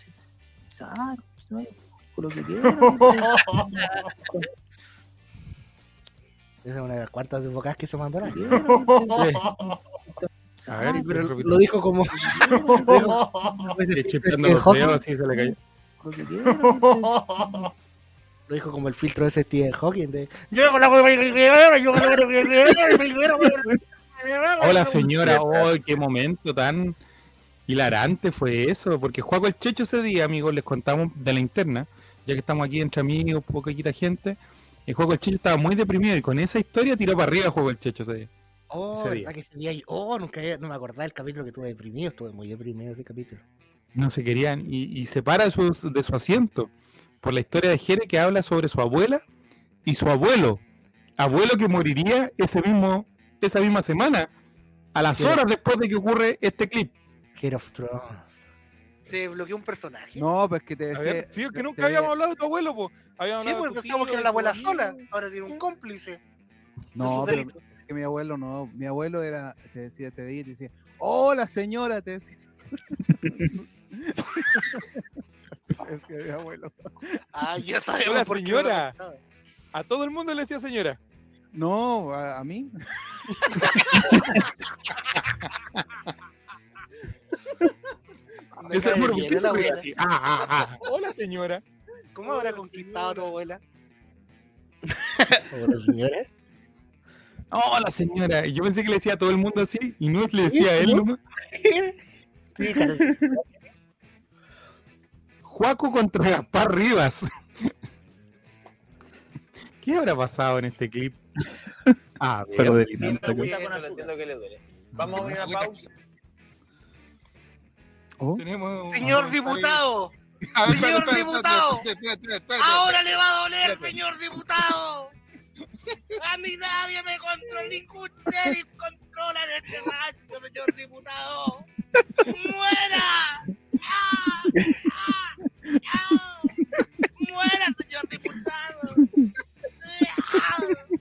lo que quieran. Esa es una de las cuantas desbocadas que se mandó. ¿No? A ver, Pero repite. lo dijo como. Chepeando los dedos, así se le cayó. Lo que quieran, Lo dijo como el filtro de ese Stephen Hawking. Yo con la Hola señora, oh, qué momento tan hilarante fue eso, porque Juaco el Checho ese día, amigos, les contamos de la interna, ya que estamos aquí entre amigos, poquita gente, y Juaco el Checho estaba muy deprimido y con esa historia tiró para arriba Juaco el Checho ese día. Oh, Ese verdad día. que ese día. No me acordaba del capítulo que estuve deprimido. Estuve muy deprimido ese capítulo. No se querían, y se para de su asiento por la historia de Jere que habla sobre su abuela y su abuelo que moriría esa misma semana, a las Jere. horas después de que ocurre este clip. Hero of Thrones. Se bloqueó un personaje. No, pues que te A decía. ver, sí, es que nunca te- habíamos hablado de tu abuelo, pues. Habíamos Sí, hablado porque de tu pensamos tío, que era de la tu abuela amigo. sola. Ahora tiene un cómplice. No, de pero su delito. que mi abuelo no. Mi abuelo era. Te decía, te veía y te decía, hola señora, te decía. Te decía mi abuelo. Ah, ya sabemos Hola, por qué señora. no lo contaba. A todo el mundo le decía señora. No, a mí. Me Ese cae amor, ¿por bien qué la se ríe abuela. así? Hola, señora. ¿Cómo habrá conquistado a tu abuela? Hola, señora. Hola, señora. Y yo pensé que le decía a todo el mundo así y no le decía a él nomás. Sí, cara. Juaco contra Gaspar Rivas. ¿Qué habrá pasado en este clip? A Juego ver, de Bien dinamita. preguntado, no entiendo que le duele. Vamos a una pausa. Oh, tenemos... Señor diputado, A ver, señor espérate, diputado. espérate. ahora le va a doler, señor diputado. A mí nadie me controla, ningún sheriff controla en este rancho, señor diputado. ¡Muera! ¡Ah! ¡Ah! ¡Ah! ¡Muera, señor diputado! ¡Ah!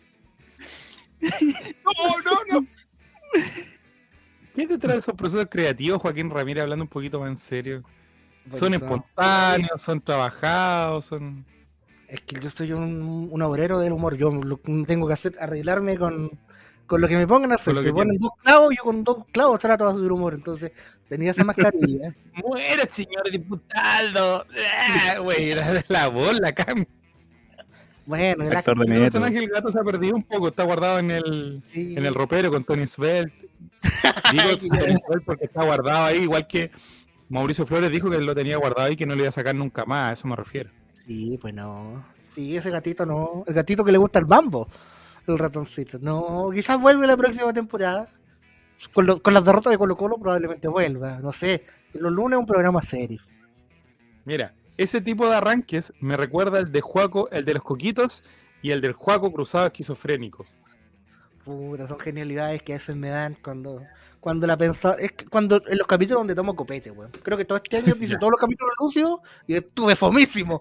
No. ¿Qué te trae esos procesos creativos, Joaquín Ramírez, hablando un poquito más en serio? Son espontáneos, son trabajados, son... Es que yo soy un obrero del humor. Yo lo que tengo que hacer arreglarme con lo que me pongan al Con lo frente. que Ponen 2 clavos, yo con 2 clavos trato de hacer humor. Entonces tenía esa mascarilla. ¡Muere, señor diputado! Güey, era de la bola, cambio. Bueno, el Actor de El metro. personaje del gato se ha perdido un poco, está guardado en el ropero con Tony Svelte. Digo Tony Svelte porque está guardado ahí, igual que Mauricio Flores dijo que él lo tenía guardado y que no lo iba a sacar nunca más, a eso me refiero. Sí, pues no. Sí, ese gatito no. El gatito que le gusta el bambo. El ratoncito. No, quizás vuelve la próxima temporada. Con las derrotas de Colo Colo probablemente vuelva. No sé. Los lunes un programa serio. Mira, ese tipo de arranques me recuerda el de Juaco, el de los coquitos y el del Juaco cruzado esquizofrénico. Puta, son genialidades que a veces me dan cuando la pensaba. Es que cuando en los capítulos donde tomo copete, weón. Creo que todo este año dice todos los capítulos lúcidos y estuve fomísimo.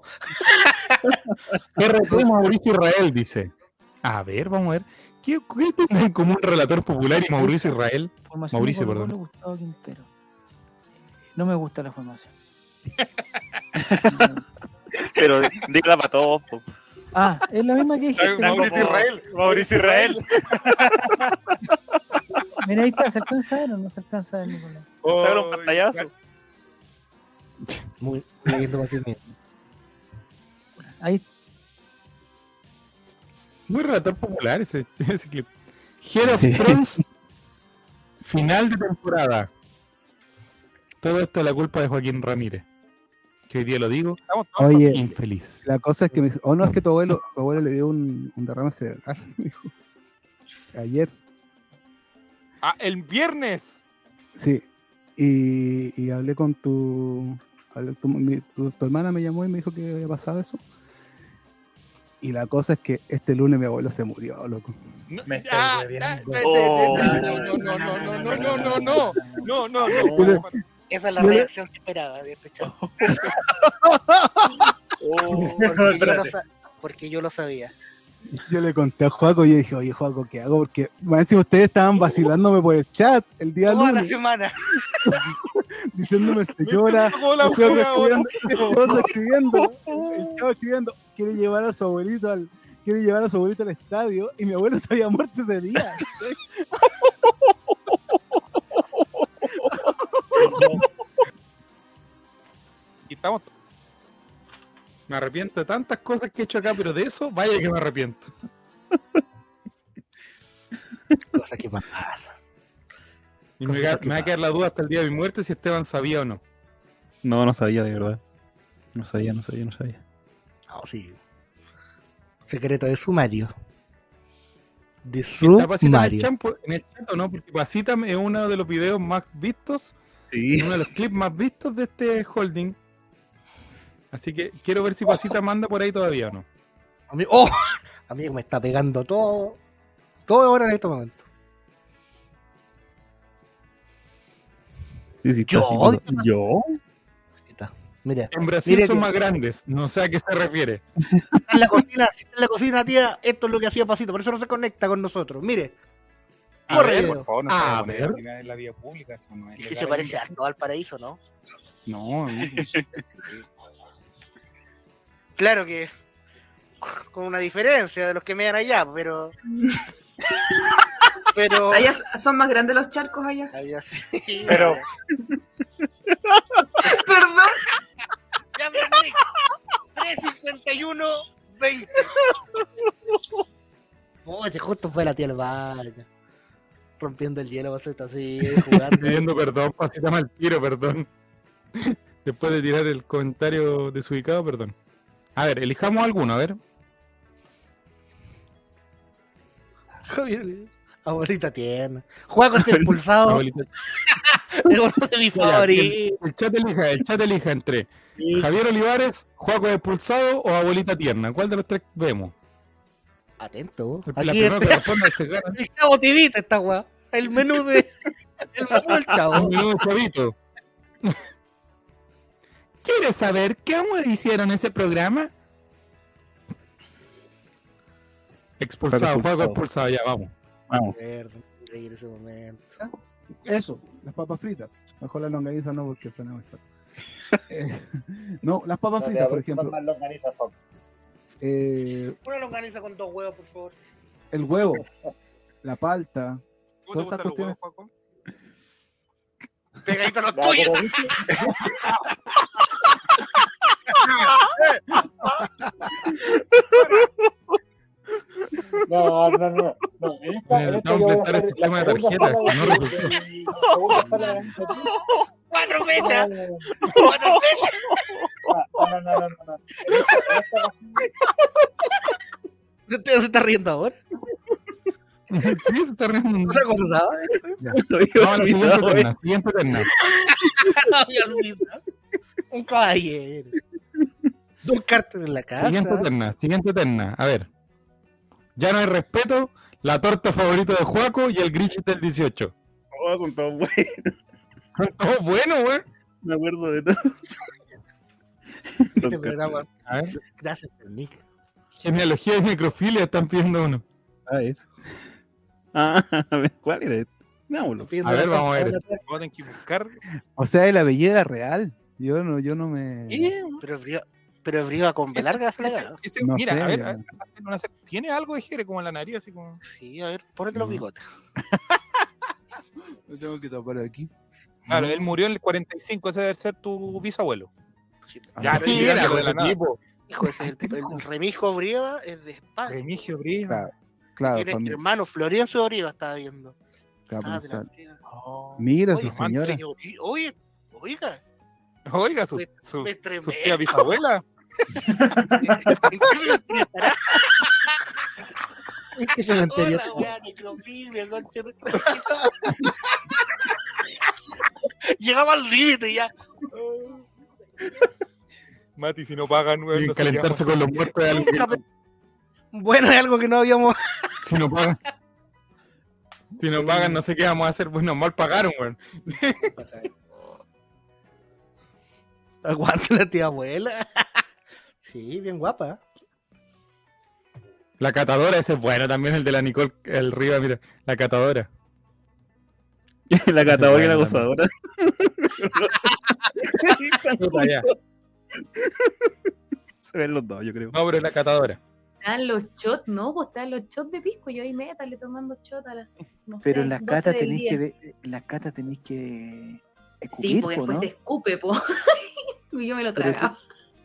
RT Mauricio Israel dice. A ver, vamos a ver. ¿Qué tienen en común relator popular y Mauricio Israel? Formación Mauricio, de Colo-Colo, perdón. Gustavo Quintero. No me gusta la formación. Pero dígala para todos. Po. Ah, es la misma que dijiste. Mauricio Israel. Mauricio Israel. Mira, ahí está, ¿se alcanza a ver o no se alcanza a ver, Nicolás? Saca un pantallazo. Muy lindo fácilmente. Ahí Muy relator popular ese clip. Head of Thrones, final de temporada. Todo esto es la culpa de Joaquín Ramírez. Que hoy día lo digo, oye, infeliz. la cosa es que me dice, oh no, es que tu abuelo le dio un derrame cerebral, me dijo. Ayer, Ah, el viernes. sí. Y hablé con tu hermana me llamó y me dijo que había pasado eso. Y la cosa es que este lunes mi abuelo se murió, loco. Me estoy Ah, bebiendo. No. Esa es la reacción que esperaba de este chat. Porque yo lo sabía. Yo le conté a Juaco y yo dije, oye Juaco, ¿qué hago? Porque me decía, ustedes estaban vacilándome por el chat el día Toda la lunes, semana. diciéndome, señora, el chavo escribiendo, quiere llevar a su abuelito al estadio, y mi abuelo se había muerto ese día. Y estamos. Me arrepiento de tantas cosas que he hecho acá, pero de eso, vaya que me arrepiento. Cosa que pasa. Y me va a quedar la duda hasta el día de mi muerte si Esteban sabía o no. No sabía, de verdad. No sabía. No, sí. Secreto de sumario. De ¿Está Pasita en el, sumario. en el chat o no? Porque Pasita es uno de los videos más vistos, Sí. uno de los clips más vistos de este holding. Así que quiero ver si Pasita manda por ahí todavía o no. Amigo, ¡oh! Amigo, me está pegando todo ahora en este momento. Sí, Yo está odio- haciendo- ¿Yo? Mira, En Brasil mire son que- más grandes, no sé a qué se refiere. en la cocina, tía, esto es lo que hacía Pasito, por eso no se conecta con nosotros. Mire, A corre ver, video. Por favor, no A se vaya a poner ver. a opinar en la vía pública, eso no es Es que legal. se parece harto al paraíso, ¿no? No, amigo. Claro que con una diferencia de los que me dan allá, pero Allá son más grandes los charcos allá. allá sí. Pero- Perdón. Ya me morí. 351 20. Oye, justo fue la tía al baño. Rompiendo el hielo, vas a estar así, jugando. Pidiendo perdón, Pasita mal tiro, perdón. Después de tirar el comentario desubicado, perdón. A ver, elijamos alguno, a ver. Javier, abuelita tierna. Juaco es expulsado. Abuelita. Es uno de mis Mira, favoritos. el chat elija entre Sí. Javier Olivares, Juaco expulsado o Abuelita Tierna. ¿Cuál de los tres vemos? Atento. La Aquí primera que está responda se gana. el chavo tidita esta weá. El menú del Un chavo. minuto, chavito. ¿Quieres saber cómo hicieron ese programa? Expulsado, Juaco expulsado, ya vamos. Vamos. Perdón, reír ese momento. Eso, las papas fritas. Mejor las longanizas no, porque suena muy fuerte. No, las papas fritas, por ejemplo. Una longaniza con 2 huevos, por favor. El huevo, la palta, ¿Cómo te todas esas gustan los cuestiones. huevos, Juaco? Pegadito a los tuyos. No. Necesitamos prestar el sistema de tarjetas, que no resultó. 4 fechas. 4 fechas. No. ¿Usted se está riendo ahora? Sí, se está riendo. ¿No se acordaba? No, la siguiente terna, siguiente terna. No había olvidado. Un caballero. 2 cartas en la casa. Siguiente terna. A ver. Ya no hay respeto, la torta favorita de Juaco y el Grinch del 18. Oh, son todos buenos. Son todos buenos, güey. Me acuerdo de todo. Este programa. A ver. Gracias, Nick. Genealogía y necrofilia están pidiendo uno. Ah, eso. Ah, a ver, ¿cuál era este? Veámoslo. A ver, vamos a ver. Tienen que buscar. O sea, es la bellera real. Yo no me. Pero briva con B larga. No Mira, sé, a ver, ya. tiene algo de jere como en la nariz, así como. Sí, a ver, ponete los bigotes. Me tengo que tapar aquí. Claro, él murió en el 45, ese debe ser tu bisabuelo. Ya, pero mira, de de la nada. tipo. Hijo, ese es el Remigio Brieva es de España. Remigio Brieva. Claro, Tiene familia. hermano Florencio Brieva, estaba viendo. Capuzal. Oh. Mira, Oye, su señora. Oye, oiga. Oiga, su Me tremendo. tía bisabuela. ¿En qué cementerio? Hola, Hola, necrofilia, concha de- Llegaba al límite ya. Mati, si no pagan, güey, Y no calentarse con los muertos de algo que- Bueno, es algo que no habíamos. Si no pagan. Si no pagan, no sé qué vamos a hacer. Bueno, mal pagaron, güey. Aguanta la tía abuela. Sí, bien guapa. La catadora, ese es bueno también, el de la Nicole, el Riva, mira. La catadora. La catadora y la gozadora. Puta, ya. Se ven los dos, yo creo. No, pero es la catadora. Están los shots, ¿no? Pues están los shots de pisco. Yo ahí métale tomando shot a las. No Pero sé, en las 12 catas del tenéis día. que ver, en las catas tenéis que escupir, Sí, porque po, después ¿no? se escupe, po. Y yo me lo Pero tragaba.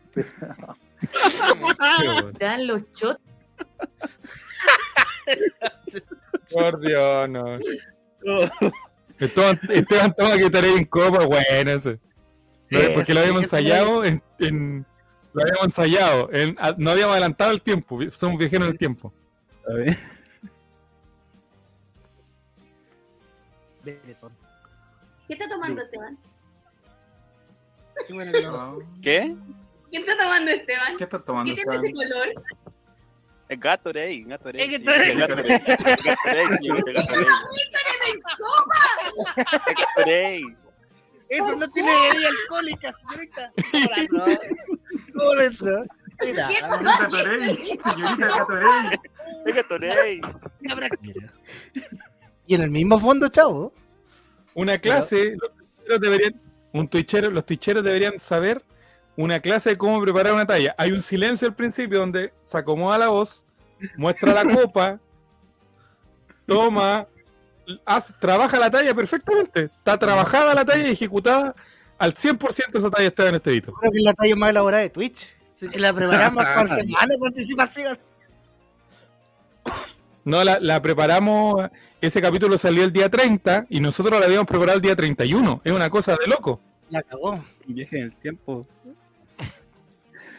Pero- Te dan los shots. Por Dios, no. Esteban toma que estaré en copa, bueno, ese. Porque lo habíamos ensayado lo habíamos ensayado. No habíamos adelantado el tiempo. Somos viajeros en el tiempo. A ver. ¿Qué está tomando Esteban? ¿Qué? ¿Qué está tomando Esteban? ¿Qué estás tomando, ¿Qué tiene ese color? Es Gatorade, Gatorade. Es que sí, tú eres- Gatorade, Gatorade, señorita, Gatorade. Gatorade. Eso no tiene bebida alcohólica, señorita. Por eso. Mira. Señorita Gatorade. Es Gatorade. Y en el mismo fondo, chavo. Una clase, los twitcheros deberían saber una clase de cómo preparar una talla. Hay un silencio al principio donde se acomoda la voz, muestra la copa, toma, trabaja la talla perfectamente. Está trabajada la talla y ejecutada al 100% esa talla está en este edito. Creo que es la talla más elaborada de Twitch. Así que la preparamos por semanas de anticipación. No, la preparamos, ese capítulo salió el día 30 y nosotros la habíamos preparado el día 31. Es una cosa de loco. La cagó. Un viaje en el tiempo.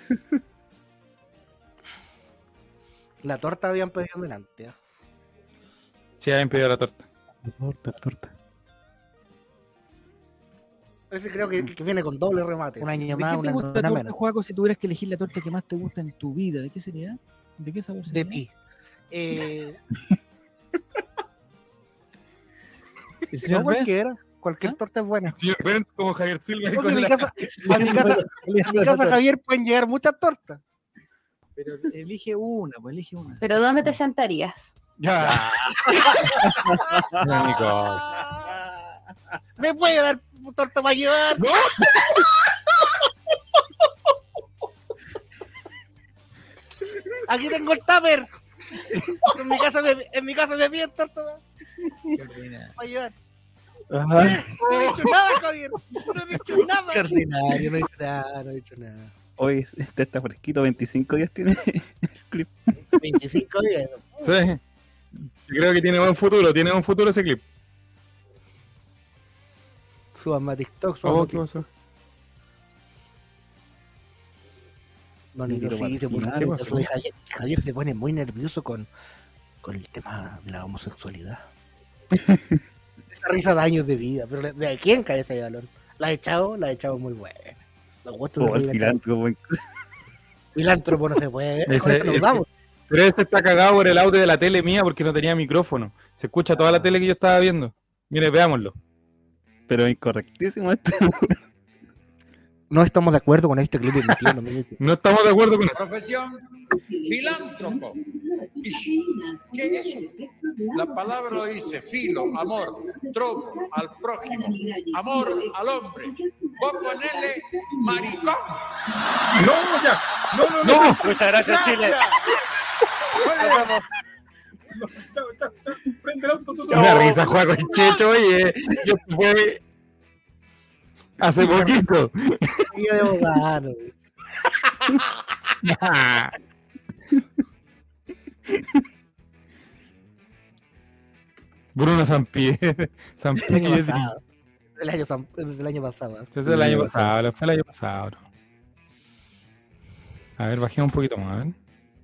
La torta habían pedido delante. Sí, habían pedido la torta. Torta. Ese creo que viene con doble remate. Un año ¿De más, qué te una gusta la novena torta, menos. Juaco, si tuvieras que elegir la torta que más te gusta en tu vida? ¿De qué sería? ¿De qué sabor sería? De ti. ¿El No, señor Benz? cualquiera. Cualquier torta es buena. Señor Benz, como Javier Silva. Porque a mi casa, Javier, pueden llegar muchas tortas. Pero elige una, pues elige una. ¿Pero dónde te sentarías? Ya. Ya, Nicole. ¿Me puede dar torta para llevar? ¡No! Aquí tengo el tupper. En mi casa me piden torta para llevar. No he dicho nada, Javier. No he dicho nada. Ordinario, no he dicho nada, no he dicho nada. Hoy este está fresquito, 25 días tiene el clip. 25 días. Sí. Creo que tiene buen futuro ese clip. Suban a TikTok, Oh, ¿qué pasó? No, ni lo sí, se puso ¿Qué pasó? Javier se pone muy nervioso con el tema de la homosexualidad. Esa risa de años de vida. Pero ¿de quién cae ese balón? La de Chavo muy buena. Los gustos de El Chavo. filántropo. Filántropo no se puede ver. Con eso nos Ese- vamos. Pero este está cagado por el audio de la tele mía porque no tenía micrófono. Se escucha toda la tele que yo estaba viendo. Mire, veámoslo. Pero incorrectísimo esto. No estamos de acuerdo con este clip emitiendo. No estamos de acuerdo con eso. Profesión, filántropo. ¿Qué es eso? La palabra lo dice, filo, amor, tropo, al prójimo, amor al hombre. Vos ponele maricón. No, ya. No. Muchas gracias, Chile. Nos vemos. Prende el auto, una risa, juega con Checho, oye. Yo fue hace poquito. Día de Bogano. Bruno Sampiedri. El año pasado. Ese es el año pasado, fue el año pasado. A ver, bajemos un poquito más, a ver.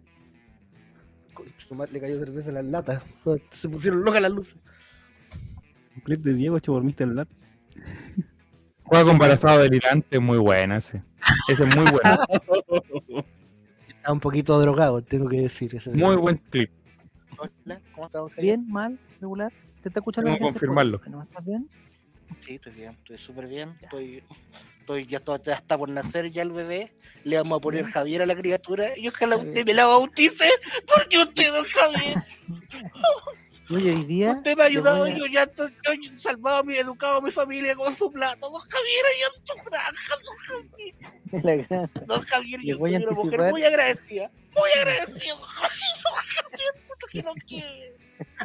Su madre le cayó cerveza en las latas. Se pusieron locas las luces. Un clip de Diego hecho por Mr. Lápiz. Juega con embarazado delirante, muy buena ese. Ese es muy bueno. Está un poquito drogado, tengo que decir. Muy buen clip. Hola, ¿cómo estamos? ¿Bien? ¿Mal? ¿Regular? ¿Te está escuchando? Tengo que la gente? confirmarlo. ¿No estás bien? Sí, estoy bien, estoy súper bien. Ya está por nacer ya el bebé. Le vamos a poner Javier a la criatura. Y ojalá usted me la bautice, porque usted no es Javier. Oye, hoy día... Usted me ha ayudado, yo ya yo he salvado, educado a mi familia con su plato. Don Javier, allá en su granja, don Javier. Don Javier, yo soy una mujer muy agradecida. Muy agradecida, don Javier, puta que no quiere.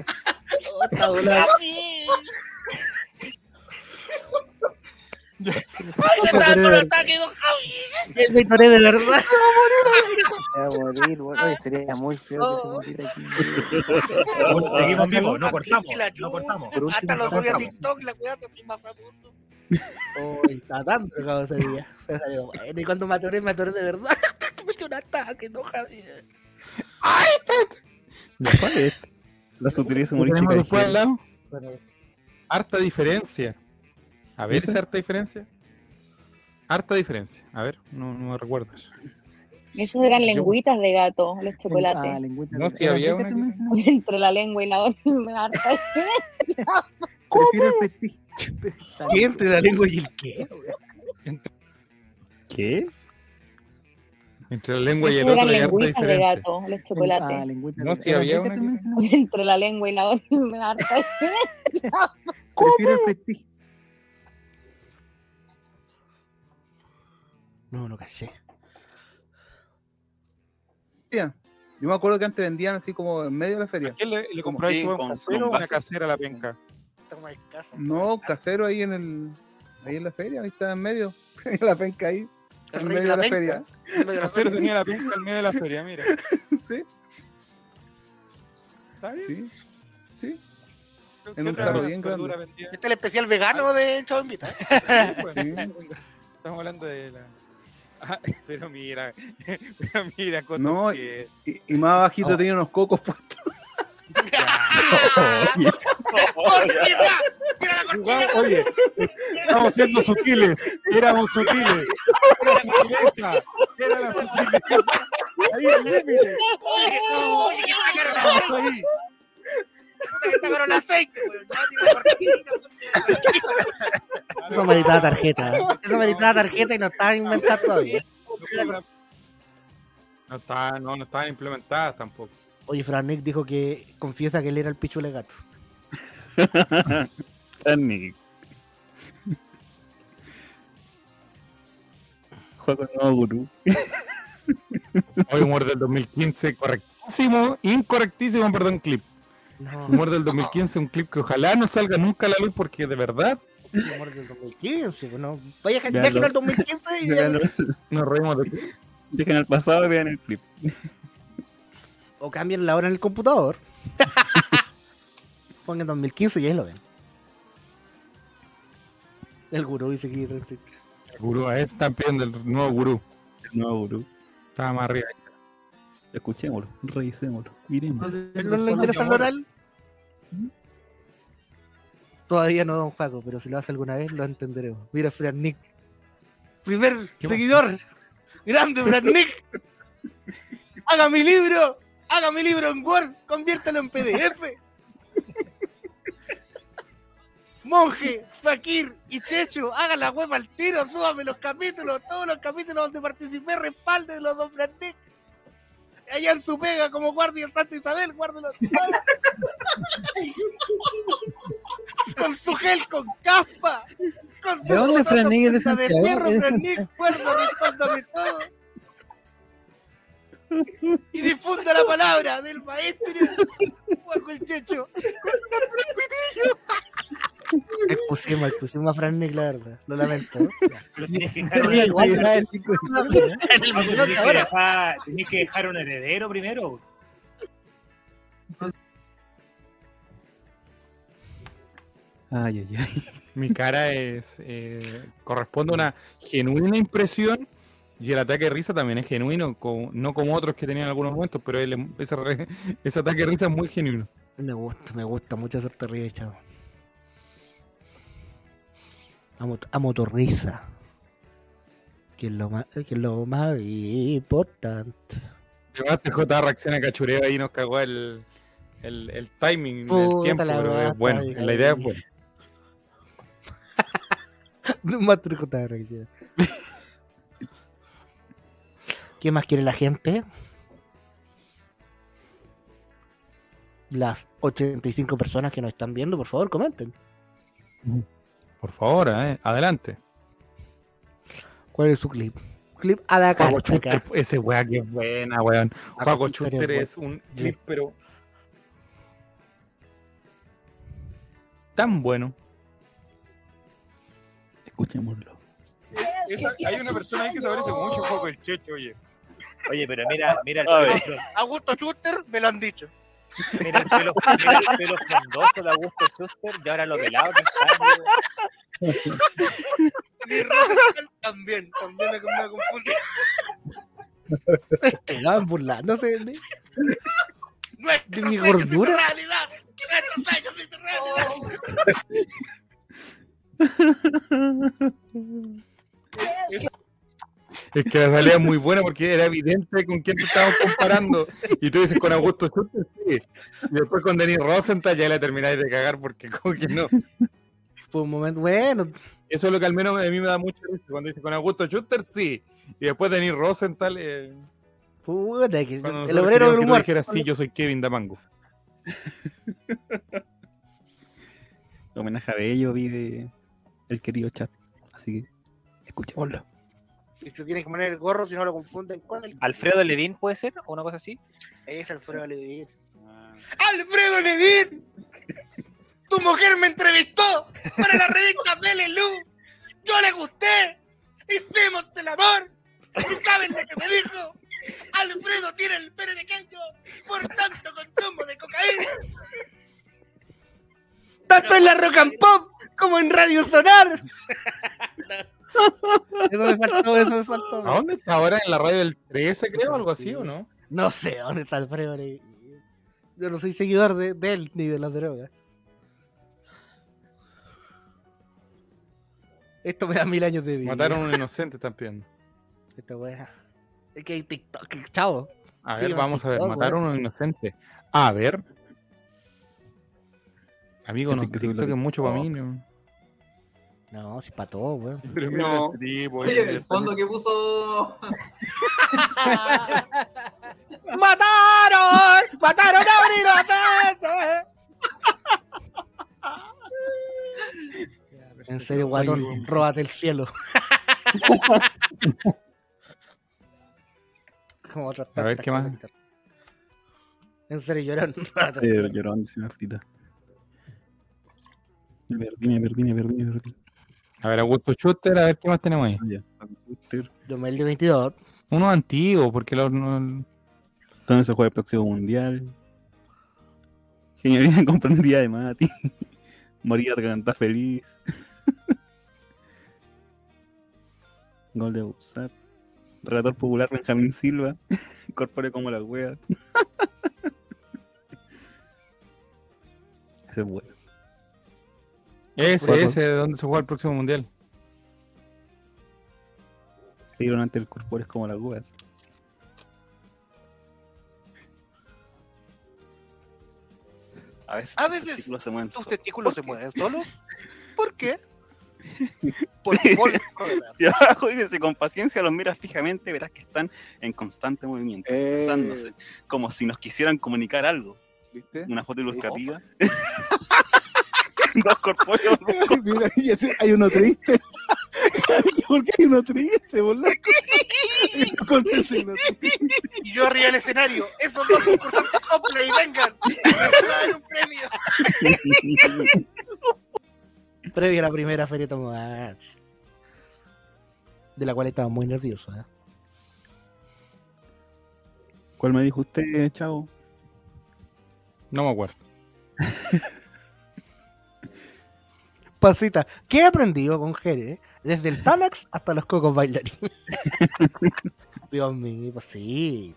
¡Ay, me está dando un ataque, don Javier! El Vitoré de verdad. Se va a morir, bueno. Oye, sería muy feo que se muriera aquí. Seguimos vivos, no cortamos. No cortamos. Hasta lo subí a TikTok, la cuidado, estoy más famoso. Uy, está tan drogado ese día. Bueno, y cuando me atoré de verdad. Me dio un ataque, don Javier. ¡Ay, ¿Cuál es? Las utilidades ¿Lo humorísticas. tenemos después de al lado? Harta diferencia. A ver, ¿Ese? ¿es harta diferencia? Harta diferencia. A ver, no me recuerdo eso. Esos eran lengüitas de gato, los chocolates. No, sí, había una. Entre la lengua y la harta. Prefiero el petit. ¿Y entre la lengua y el qué? ¿Qué? Entre la lengua y el Esos otro eran hay harta lengüitas de diferencia. gato, los chocolates. No, sí, había una. Entre la lengua y la harta. Prefiero el petit. No caché. Yo me acuerdo que antes vendían así como en medio de la feria. ¿Quién le compró el tubo casero o una casera a la penca? No, casero ahí en la feria, ahí está en medio. En la penca ahí. En medio de la feria. El casero tenía la penca en medio de la feria, mira. Sí. ¿Está bien? Sí. En un carro bien grande. Este es el especial vegano de Chavo Invita. Estamos hablando de la... Ah, pero mira, con No, y más abajito tenía unos cocos puestos. Oye, estamos siendo sutiles. Éramos sutiles. Era la sutileza. Era la sutileza. Ahí el límite. Oye, que sacaron ahí. Que sacaron aceite, weón. Eso meritaba tarjeta. Eso meritaba tarjeta y no estaban inventadas todavía. No estaban implementadas tampoco. Oye, Fran Nick dijo que confiesa que él era el pichule gato. Fran Nick. Juego nuevo gurú. Hoy humor del 2015, correctísimo, incorrectísimo, perdón, clip. No. Humor del 2015, un clip que ojalá no salga nunca a la luz porque de verdad. Humor del 2015, pues no. Vaya, déjenlo al 2015 y nos reímos de ti. Dejen al pasado y vean el clip. O cambien la hora en el computador. Pongan 2015 y ahí lo ven. El gurú dice que 33. El gurú, a ese están pidiendo el nuevo gurú. El nuevo gurú. Estaba más arriba. Escuchémoslo, revisémoslo, miremos. ¿No le interesa el oral? Todavía no, don Paco, pero si lo hace alguna vez lo entenderemos. Mira, Fran Nick. Primer seguidor. Grande, Fran Nick. Haga mi libro en Word, conviértelo en PDF. Monje, Fakir y Checho, haga la web al tiro, súbame los capítulos, todos los capítulos donde participé, respalde de los dos Fran Nick. Allá en su pega como guardia en Santa Isabel, guárdelos todos. Con su gel con caspa. Con su ¿De dónde Fran Nick es de Santiago? de perro, Fran Nick, guarda, respáldame todo. Y difunda la palabra del maestro Juaco el Checho. Expusimos a Fran Nick, la verdad. Lo lamento. Pero tienes que dejar tenés que dejar un heredero primero. Ay. Mi cara es corresponde a una genuina impresión y el ataque de risa también es genuino, no como otros que tenían en algunos momentos, pero ese ataque de risa es muy genuino. Me gusta mucho hacerte reír, chavo. Amo tu risa. Que es lo más importante. Llevaste J reacciona a cachureo ahí y nos cagó el timing del tiempo, pero es bueno, la idea es buena. Maestro J reacciona. ¿Qué más quiere la gente? Las 85 personas que nos están viendo, por favor, comenten. Por favor, adelante. ¿Cuál es su clip? Clip a la cara. Ese weá que es buena, weón. Juaco Schuster es un clip, pero tan bueno. Escuchémoslo. Hay una persona ahí que se parece mucho a Juaco el Checho, oye. Oye, pero mira el pelo. Augusto Schuster me lo han dicho. Mira el pelo frondoso de Augusto Schuster y ahora lo pelado que está. Mi Rosenthal también me confundí. Te van burlándose de mi Nuestros gordura. sueños son realidad. Nuestros sueños son realidad. Es que la salida es muy buena porque era evidente con quién te estábamos comparando. Y tú dices con Augusto Schuster, sí. Y después con Denis Rosenthal ya la termináis de cagar porque como que no. Fue un momento bueno. Eso es lo que al menos a mí me da mucha risa. Cuando dice con Augusto Schuster, sí. Y después Denis Rosenthal. Puta, que el obrero del humor. Dijera, sí, yo soy Kevin Damango. Homenaje a Bello vive el querido chat. Así que escuchémoslo. Y se tiene que poner el gorro si no lo confunden con el... ¿Alfredo Levin puede ser? ¿O una cosa así? Es Alfredo Levin. ¡Alfredo Levin! ¡Tu mujer me entrevistó para la revista Belelú! ¡Yo le gusté! ¡Hicimos el amor! ¿Y saben lo que me dijo? ¡Alfredo tiene el pene pequeño por tanto consumo de cocaína! ¡Tanto en la Rock and Pop como en Radio Sonar! Eso me faltó. ¿A dónde está ahora? ¿En la radio del 13, creo? ¿Algo así o no? No sé dónde está Alfredo. Yo no soy seguidor de él ni de las drogas. Esto me da 1000 años de vida. Mataron a un inocente, están pidiendo. Esta weá. Es que hay TikTok, chavo. A Sí, ver, vamos a ver. TikTok, Mataron a un inocente. A ver. Amigo, no, Gente que TikTok sube es mucho para mí, TikTok. ¿no? No, si para todo, weón. Pero mira No. este tipo, Oye, el fondo que puso. ¡Mataron! ¡Mataron a un inocente! En serio, guatón, róbate el cielo. Como otras A ver, tantas ¿qué más? cosas. En serio, llorón, róbate el cielo. Llorón, dice Martita. Me perdí. A ver, Augusto Schuster, a ver qué más tenemos ahí. Ya, Schuster. 2022. Uno antiguo, porque no... ¿Dónde se juega el próximo mundial? Genialidad comprendida de Mati. Morir atragantada feliz. Gol de Busat. Relator popular Benjamín Silva. Corpore como la wea. Ese es bueno. Ese, ¿de dónde se juega el próximo mundial? Dieron ante el corpore como la wea. A veces tus testículos se mueven solos. ¿Por qué? Porque y abajo dice, si con paciencia los miras fijamente, verás que están en constante movimiento, expresándose, como si nos quisieran comunicar algo. ¿Viste? Una foto ilustrativa. Dos corpóreos. Mira, y hay uno triste. ¿Por qué hay uno triste, boludo? Y yo arriba del escenario. Esos dos concursantes Coldplay, vengan. Me van a dar un premio. Previo a la primera feria Tomodachi, de la cual estaba muy nervioso. ¿Cuál me dijo usted, chavo? No me acuerdo. Pasita, ¿qué he aprendido con Jerez? Desde el Tanax hasta los cocos bailarines. Dios mío, Pasita.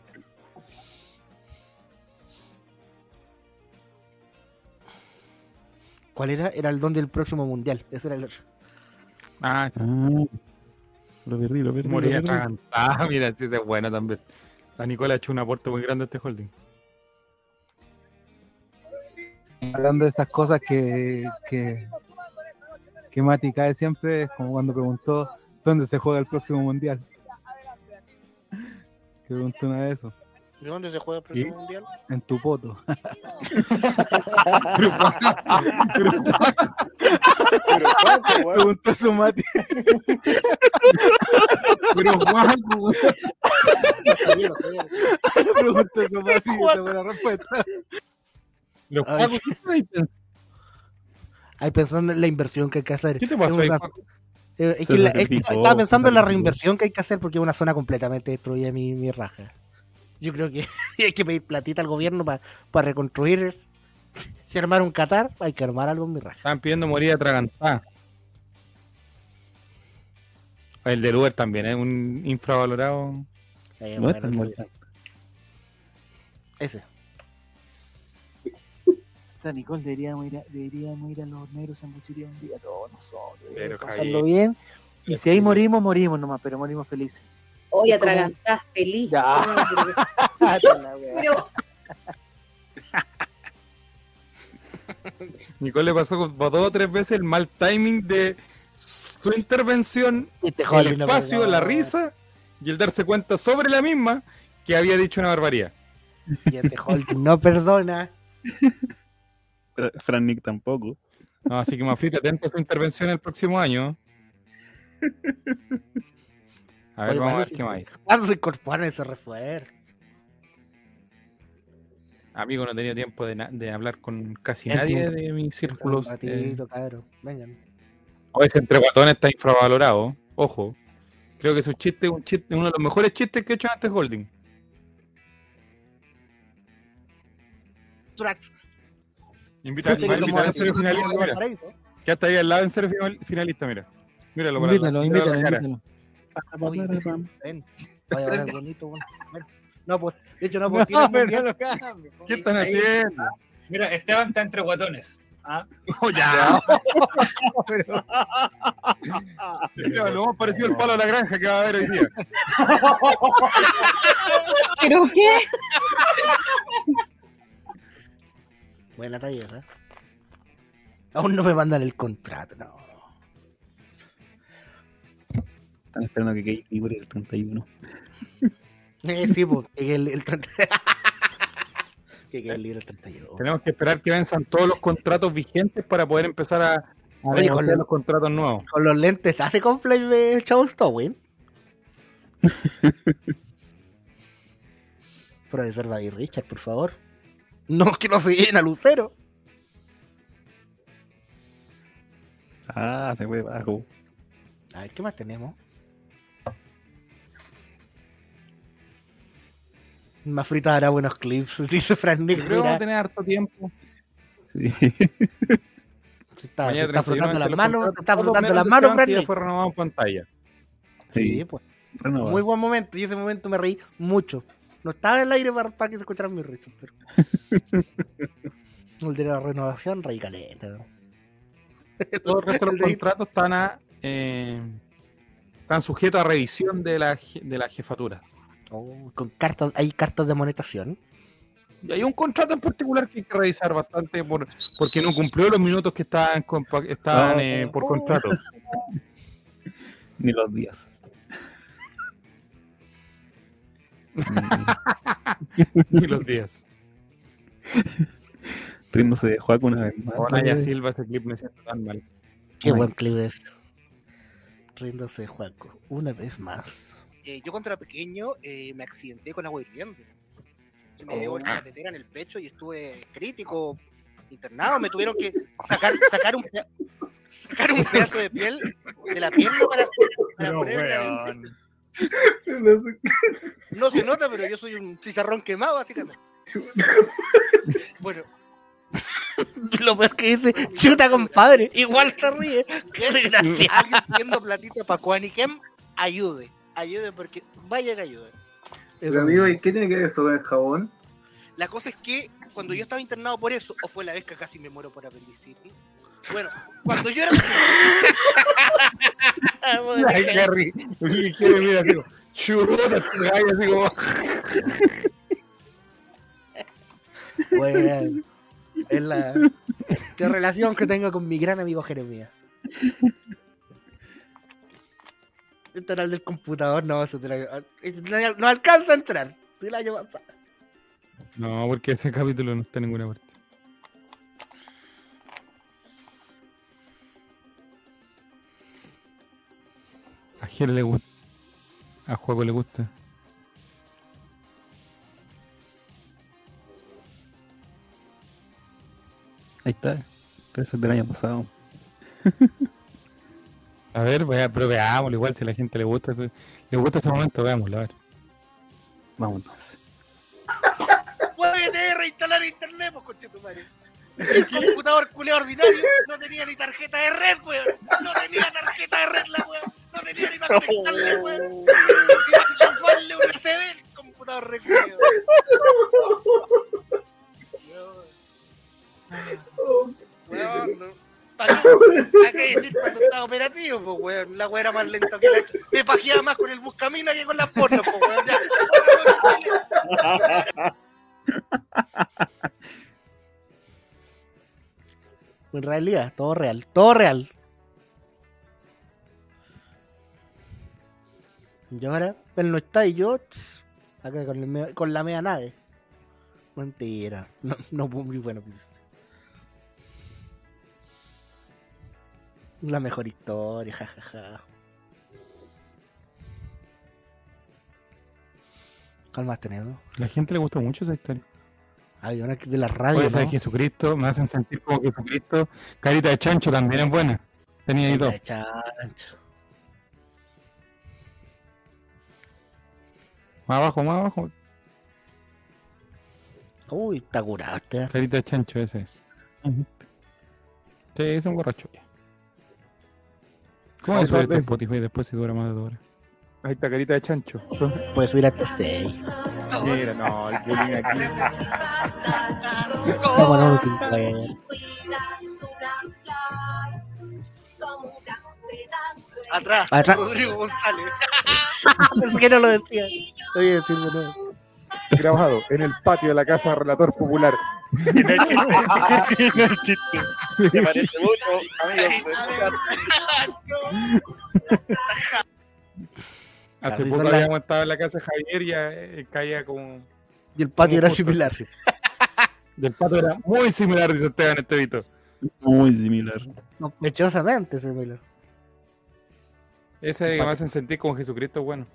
¿Cuál era? Era el don del próximo mundial. Ese era el otro. Ah, lo perdí. Moría atragantada. Mira, ese es bueno también. La Nicola ha hecho un aporte muy grande a este holding. Hablando de esas cosas que Mati cae siempre, es como cuando preguntó dónde se juega el próximo mundial. Que preguntó una vez eso. ¿De dónde se juega el próximo mundial? En tu poto. Preguntó su Mati. Pero Juanco. Preguntó su Mati y esa fue la respuesta. Los Juancos, Ahí pensando en la inversión que hay que hacer. ¿Qué te pasó ahí, Juanco? Estaba pensando en la reinversión que hay que hacer porque es una zona completamente destruida mi raja. Yo creo que hay que pedir platita al gobierno para reconstruir. Si armar un Qatar, hay que armar algo en mi raja. Estaban pidiendo morir atragantada. El del Uber también es un infravalorado. Bueno, ese. Nicole, deberíamos ir a los negros sanguchería un día todos nosotros. Pero, pasarlo Javier, bien. Y si ahí morimos nomás, pero morimos felices. Hoy atragantás feliz. Ya. Pero Nicole le pasó como 2 o 3 veces el mal timing de su intervención, el espacio, la risa y el darse cuenta sobre la misma que había dicho una barbaridad. Y este Hulk no perdona. Fran Nick tampoco. No, así que Mafrita, atento a su intervención el próximo año. A ver, Oye, vamos a ver si- qué más hay. ¿Cuándo se incorporan ese refuerzo? Amigo, no he tenido tiempo de hablar con casi En nadie tu- de mis círculos. Un ratito, cabrón. Vengan. O ese entre guatones está infravalorado. Ojo. Creo que su chiste es uno de los mejores chistes que he hecho en este holding. Trax. Invita al serio finalista. Mira. Que hasta ahí al lado en serio finalista, mira. Míralo para Invítalo. Ven, vaya a ver bonito, bueno. No, pues, de hecho, no postila No, el pero mundial. no lo cambio. ¿Qué están haciendo? Mira, Esteban está entre guatones. ¿Ah? Oh, ya. Pero- Ya, lo más parecido al palo de la granja que va a haber hoy día. ¿Pero qué? Buena talla, ¿eh? Aún no me mandan el contrato, no. Están esperando que quede libre el 31. Sí, pues, que el 30. Que quede libre el 31. Tenemos que esperar que venzan todos los contratos vigentes para poder empezar a Oye, con negociar los contratos nuevos. Con los lentes, ¿hace cosplay de Chavo Stowin? Profesor Buddy Richard, por favor. No, que no se llena Lucero. Ah, se fue bajo. A ver, ¿qué más tenemos? Más frita hará buenos clips, dice Fran Nick. Creo que vamos Mira, a tener harto tiempo. Sí. se está Mañana 31 frotando las los manos, contratos, se está por lo frotando menos las de manos, Esteban, Fran que ya Nick. fue renovado en pantalla. Sí, pues. Renovado. Muy buen momento, y ese momento me reí mucho. No estaba en el aire para que se escucharan mis risas, pero. El de la renovación, reí caleta. ¿No? Todo el resto de los El reí- contratos están sujetos a revisión de la jefatura. Oh, con cartas, hay cartas de monetación. Y hay un contrato en particular que hay que revisar bastante porque no cumplió los minutos que estaban por contrato. Ni los días. Ni los días. Riéndose de Juaco una vez más. Con Naya Silva, ese clip me siento tan mal. Qué Bueno. buen clip es. Riéndose Juaco, una vez más. Yo cuando era pequeño me accidenté con agua hirviendo. Se me dio una tetera en el pecho y estuve crítico, internado. Me tuvieron que sacar un pedazo de piel de la pierna para No, ponerla en el weón. No se nota, pero yo soy un chicharrón quemado, básicamente. Bueno, Lo peor que dice, chuta compadre, igual se ríe. Qué desgraciado. alguien pidiendo platito para Cuaniquem, ayude porque vaya que ayude. Pero amigo, ¿y qué tiene que ver eso con el jabón? La cosa es que cuando yo estaba internado por eso, o fue la vez que casi me muero por apendicitis. Bueno, cuando yo era Ay, Jerry, mira, así como, chuta, este gallo, así como. Bueno, es la qué relación que tengo con mi gran amigo Jeremías. Este era el del computador, no, no alcanza a entrar. Tú el año pasado. No, porque ese capítulo no está en ninguna parte. A Jerry le gusta. A Juaco le gusta. Ahí está. Pero eso es del año pasado. A ver, pero veámoslo igual, si a la gente le gusta ese momento, veámoslo, a ver. Vamos entonces. Puede reinstalar internet, pues conchetumare. El computador culé ordinario no tenía ni tarjeta de red, weón. No tenía tarjeta de red la weón. No tenía ni para conectarle, weón. Iba a enchufarle una CD el computador reculeado. Weón, no. ¿Para qué decir cuando estaba operativo, pues weón? La weón era más lenta que la hecha. Me pajeaba más con el buscamina que con las porno, pues weón. Ya. En realidad, todo real, todo real. Y ahora, él no está y yo, acá con la media nave. Mentira, no muy bueno. Pues. La mejor historia, jajaja. ¿Cuál más tenemos? A la gente le gustó mucho esa historia. Hay una de la radio, Oye, ¿no? ¿sabes? Jesucristo, me hacen sentir como Jesucristo. Carita de chancho también es buena. Tenía ahí Carita todo. de chancho. Más abajo. Uy, está curado este. Carita de chancho, ese es. Sí, es un borracho. ¿Cómo es subir este Spotify después si dura más de 2 horas? Ahí está, carita de chancho. Puedes subir hasta 6. Mira, no, el bullying aquí. No, no, sin caer. Atrás, Atrás. Rodrigo González. ¿Por qué no lo decía? Voy a decirlo de nuevo. Grabado en el patio de la Casa Relator Popular. Y no es chiste. No es chiste. Me parece mucho, amigos. Hace Así poco son las- habíamos estado en la casa de Javier y caía como... Y el patio era justo similar. así. Y el pato era muy similar, dice Esteban Estevito. Muy similar. Sospechosamente similar. Ese que me hacen sentir como Jesucristo, bueno.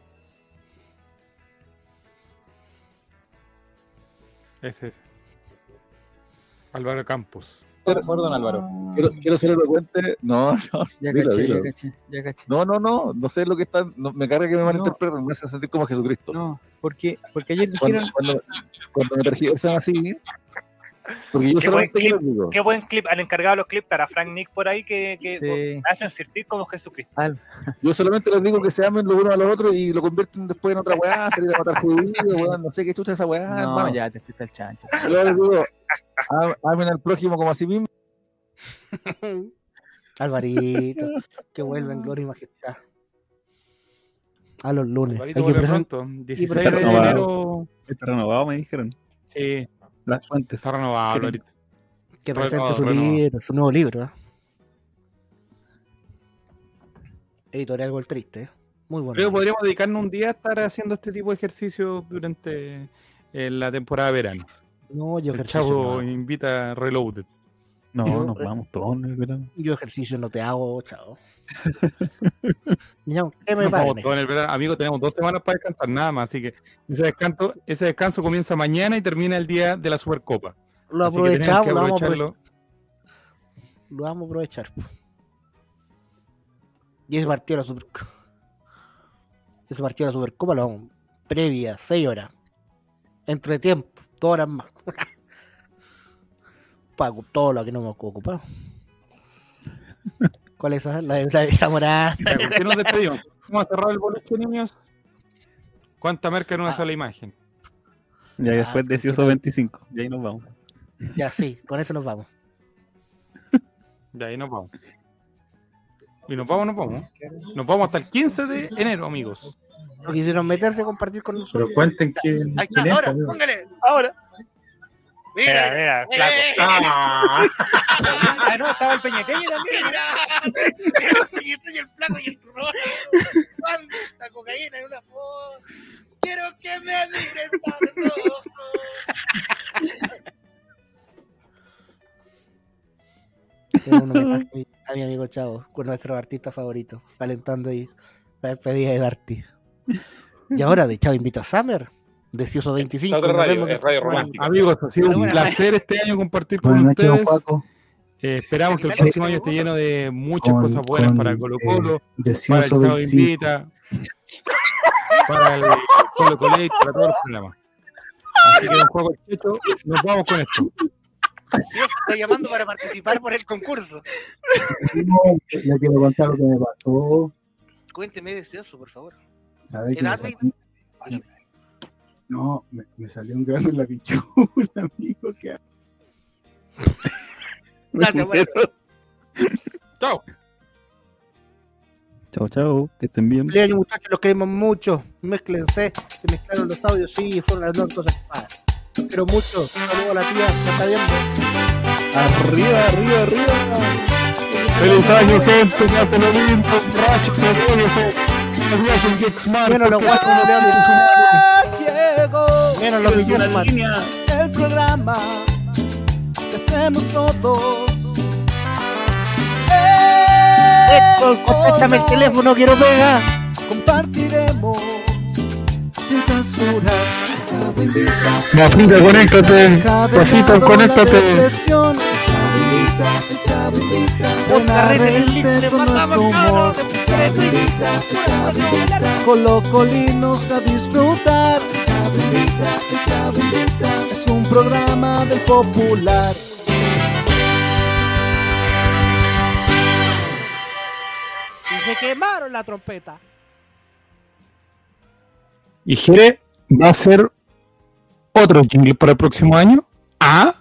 Ese es. Álvaro Campos. Perdón, Álvaro. Quiero ser elocuente. No. Ya Dilo, caché, dilo. ya caché. No sé lo que están. No, me carga que me malinterpreten, me hacen sentir como Jesucristo. No, porque ayer dijeron... Cuando me tergiversan así. Porque yo Qué buen solamente clip, yo digo. qué buen clip. Han encargado los clips para Frank Nick por ahí que Sí. me hacen sentir como Jesucristo. Yo solamente les digo que se amen los unos a los otros y lo convierten después en otra weá, salir a matar judíos, weón, no sé qué chucha esa weá, No, hermano. ya te fuiste al chancho. Yo les digo, amen al prójimo como a sí mismo. Alvarito, que vuelva en gloria y majestad. A los lunes. Alvarito Hay que vuelve presentar. pronto. 16 de renovado. enero. Está renovado, me dijeron. Sí, Las fuentes. está renovado, Sí. Alvarito. Que presente Renovado, su renovado. libro, su nuevo libro. ¿Eh? Editorial Gol Triste. ¿eh? Muy bueno. Creo que podríamos dedicarnos un día a estar haciendo este tipo de ejercicio durante la temporada de verano. No, yo El ejercicio Chavo no hago. invita a Reloaded. No, Yo, nos vamos todos en el verano. Yo ejercicio no te hago, chao. Ya, ¿qué me Nos vamos paguen? todos en el verano. Amigo, tenemos 2 semanas para descansar, nada más. Así que ese descanso comienza mañana y termina el día de la Supercopa. Lo Así que tenemos aprovechamos, que lo vamos a aprovecharlo. aprovechar. Lo vamos a aprovechar. Y ese partido de la Supercopa. Ese partido de la Supercopa lo vamos. Previa, 6 horas. Entre tiempo, 2 horas más. Para todo lo que no hemos ocupado. ¿Cuál es esa? La de Zamorano. Ya, ¿con qué nos despedimos? Vamos a cerrar el boliche, niños. ¿Cuánta merca en una sola imagen? Ya después de Cioso 25. Y ahí nos vamos. Ya, sí, con eso nos vamos. De ahí nos vamos. Y nos vamos. Nos vamos hasta el 15 de enero, amigos. No quisieron meterse a compartir con nosotros. Pero cuenten que... Ahí está, ahora, póngale. Ahora. Mira, Mira, flaco. Ah, no, estaba el Peñeteño también. Mira, el Peñeteño y el flaco y el turrón. ¿Cuánta cocaína en una foto? Quiero que me miren tan los Tengo un homenaje a mi amigo Chavo, con nuestro artista favorito, calentando ahí la despedida de Darty. Y ahora de Chavo invita a Summer, de Cioso 25. Otra nos radio, vemos es Radio después. Romántica. Amigos, ha sido un placer este año compartir con Buenas noches, don ustedes. Juaco. Esperamos que el próximo año esté lleno de muchas cosas buenas para Colo Colo, para el Deseoso Chavo 25. Invita, para el Colo Colate, para todos los programas. Así que don Juego Checho, nos vamos con esto. Dios está llamando para participar por el concurso. No, le quiero contar lo que me pasó. Cuénteme deseoso, por favor. ¿Sabes qué? ¿Edad? No, me salió un grano en la pichula, amigo. Que... Gracias, bueno. Chao. Chao, que estén bien. Cumpleaños, muchachos, los queremos mucho. Mézclense, se mezclaron los audios, sí, fueron las dos cosas pasadas. Los quiero mucho. Saludos a la tía, ¿me está viendo? Arriba. ¡Feliz año, gente! ¡Que hacen lo lindo! ¡Borrachos, olvídense! ¡Olvídense Gexmar! Menos los guachos Llegó menos los Gexmar. el programa que hacemos todos. Contéstame el teléfono, quiero pegar. Compartiremos sin censura. Mafita, conéctate. Pasito, conéctate. Con nuestro humor. Colocolinos a disfrutar. Es un programa del popular. Y se quemaron la trompeta. Y Jere va a ser ¿Otro jingle para el próximo año? ¿Ah?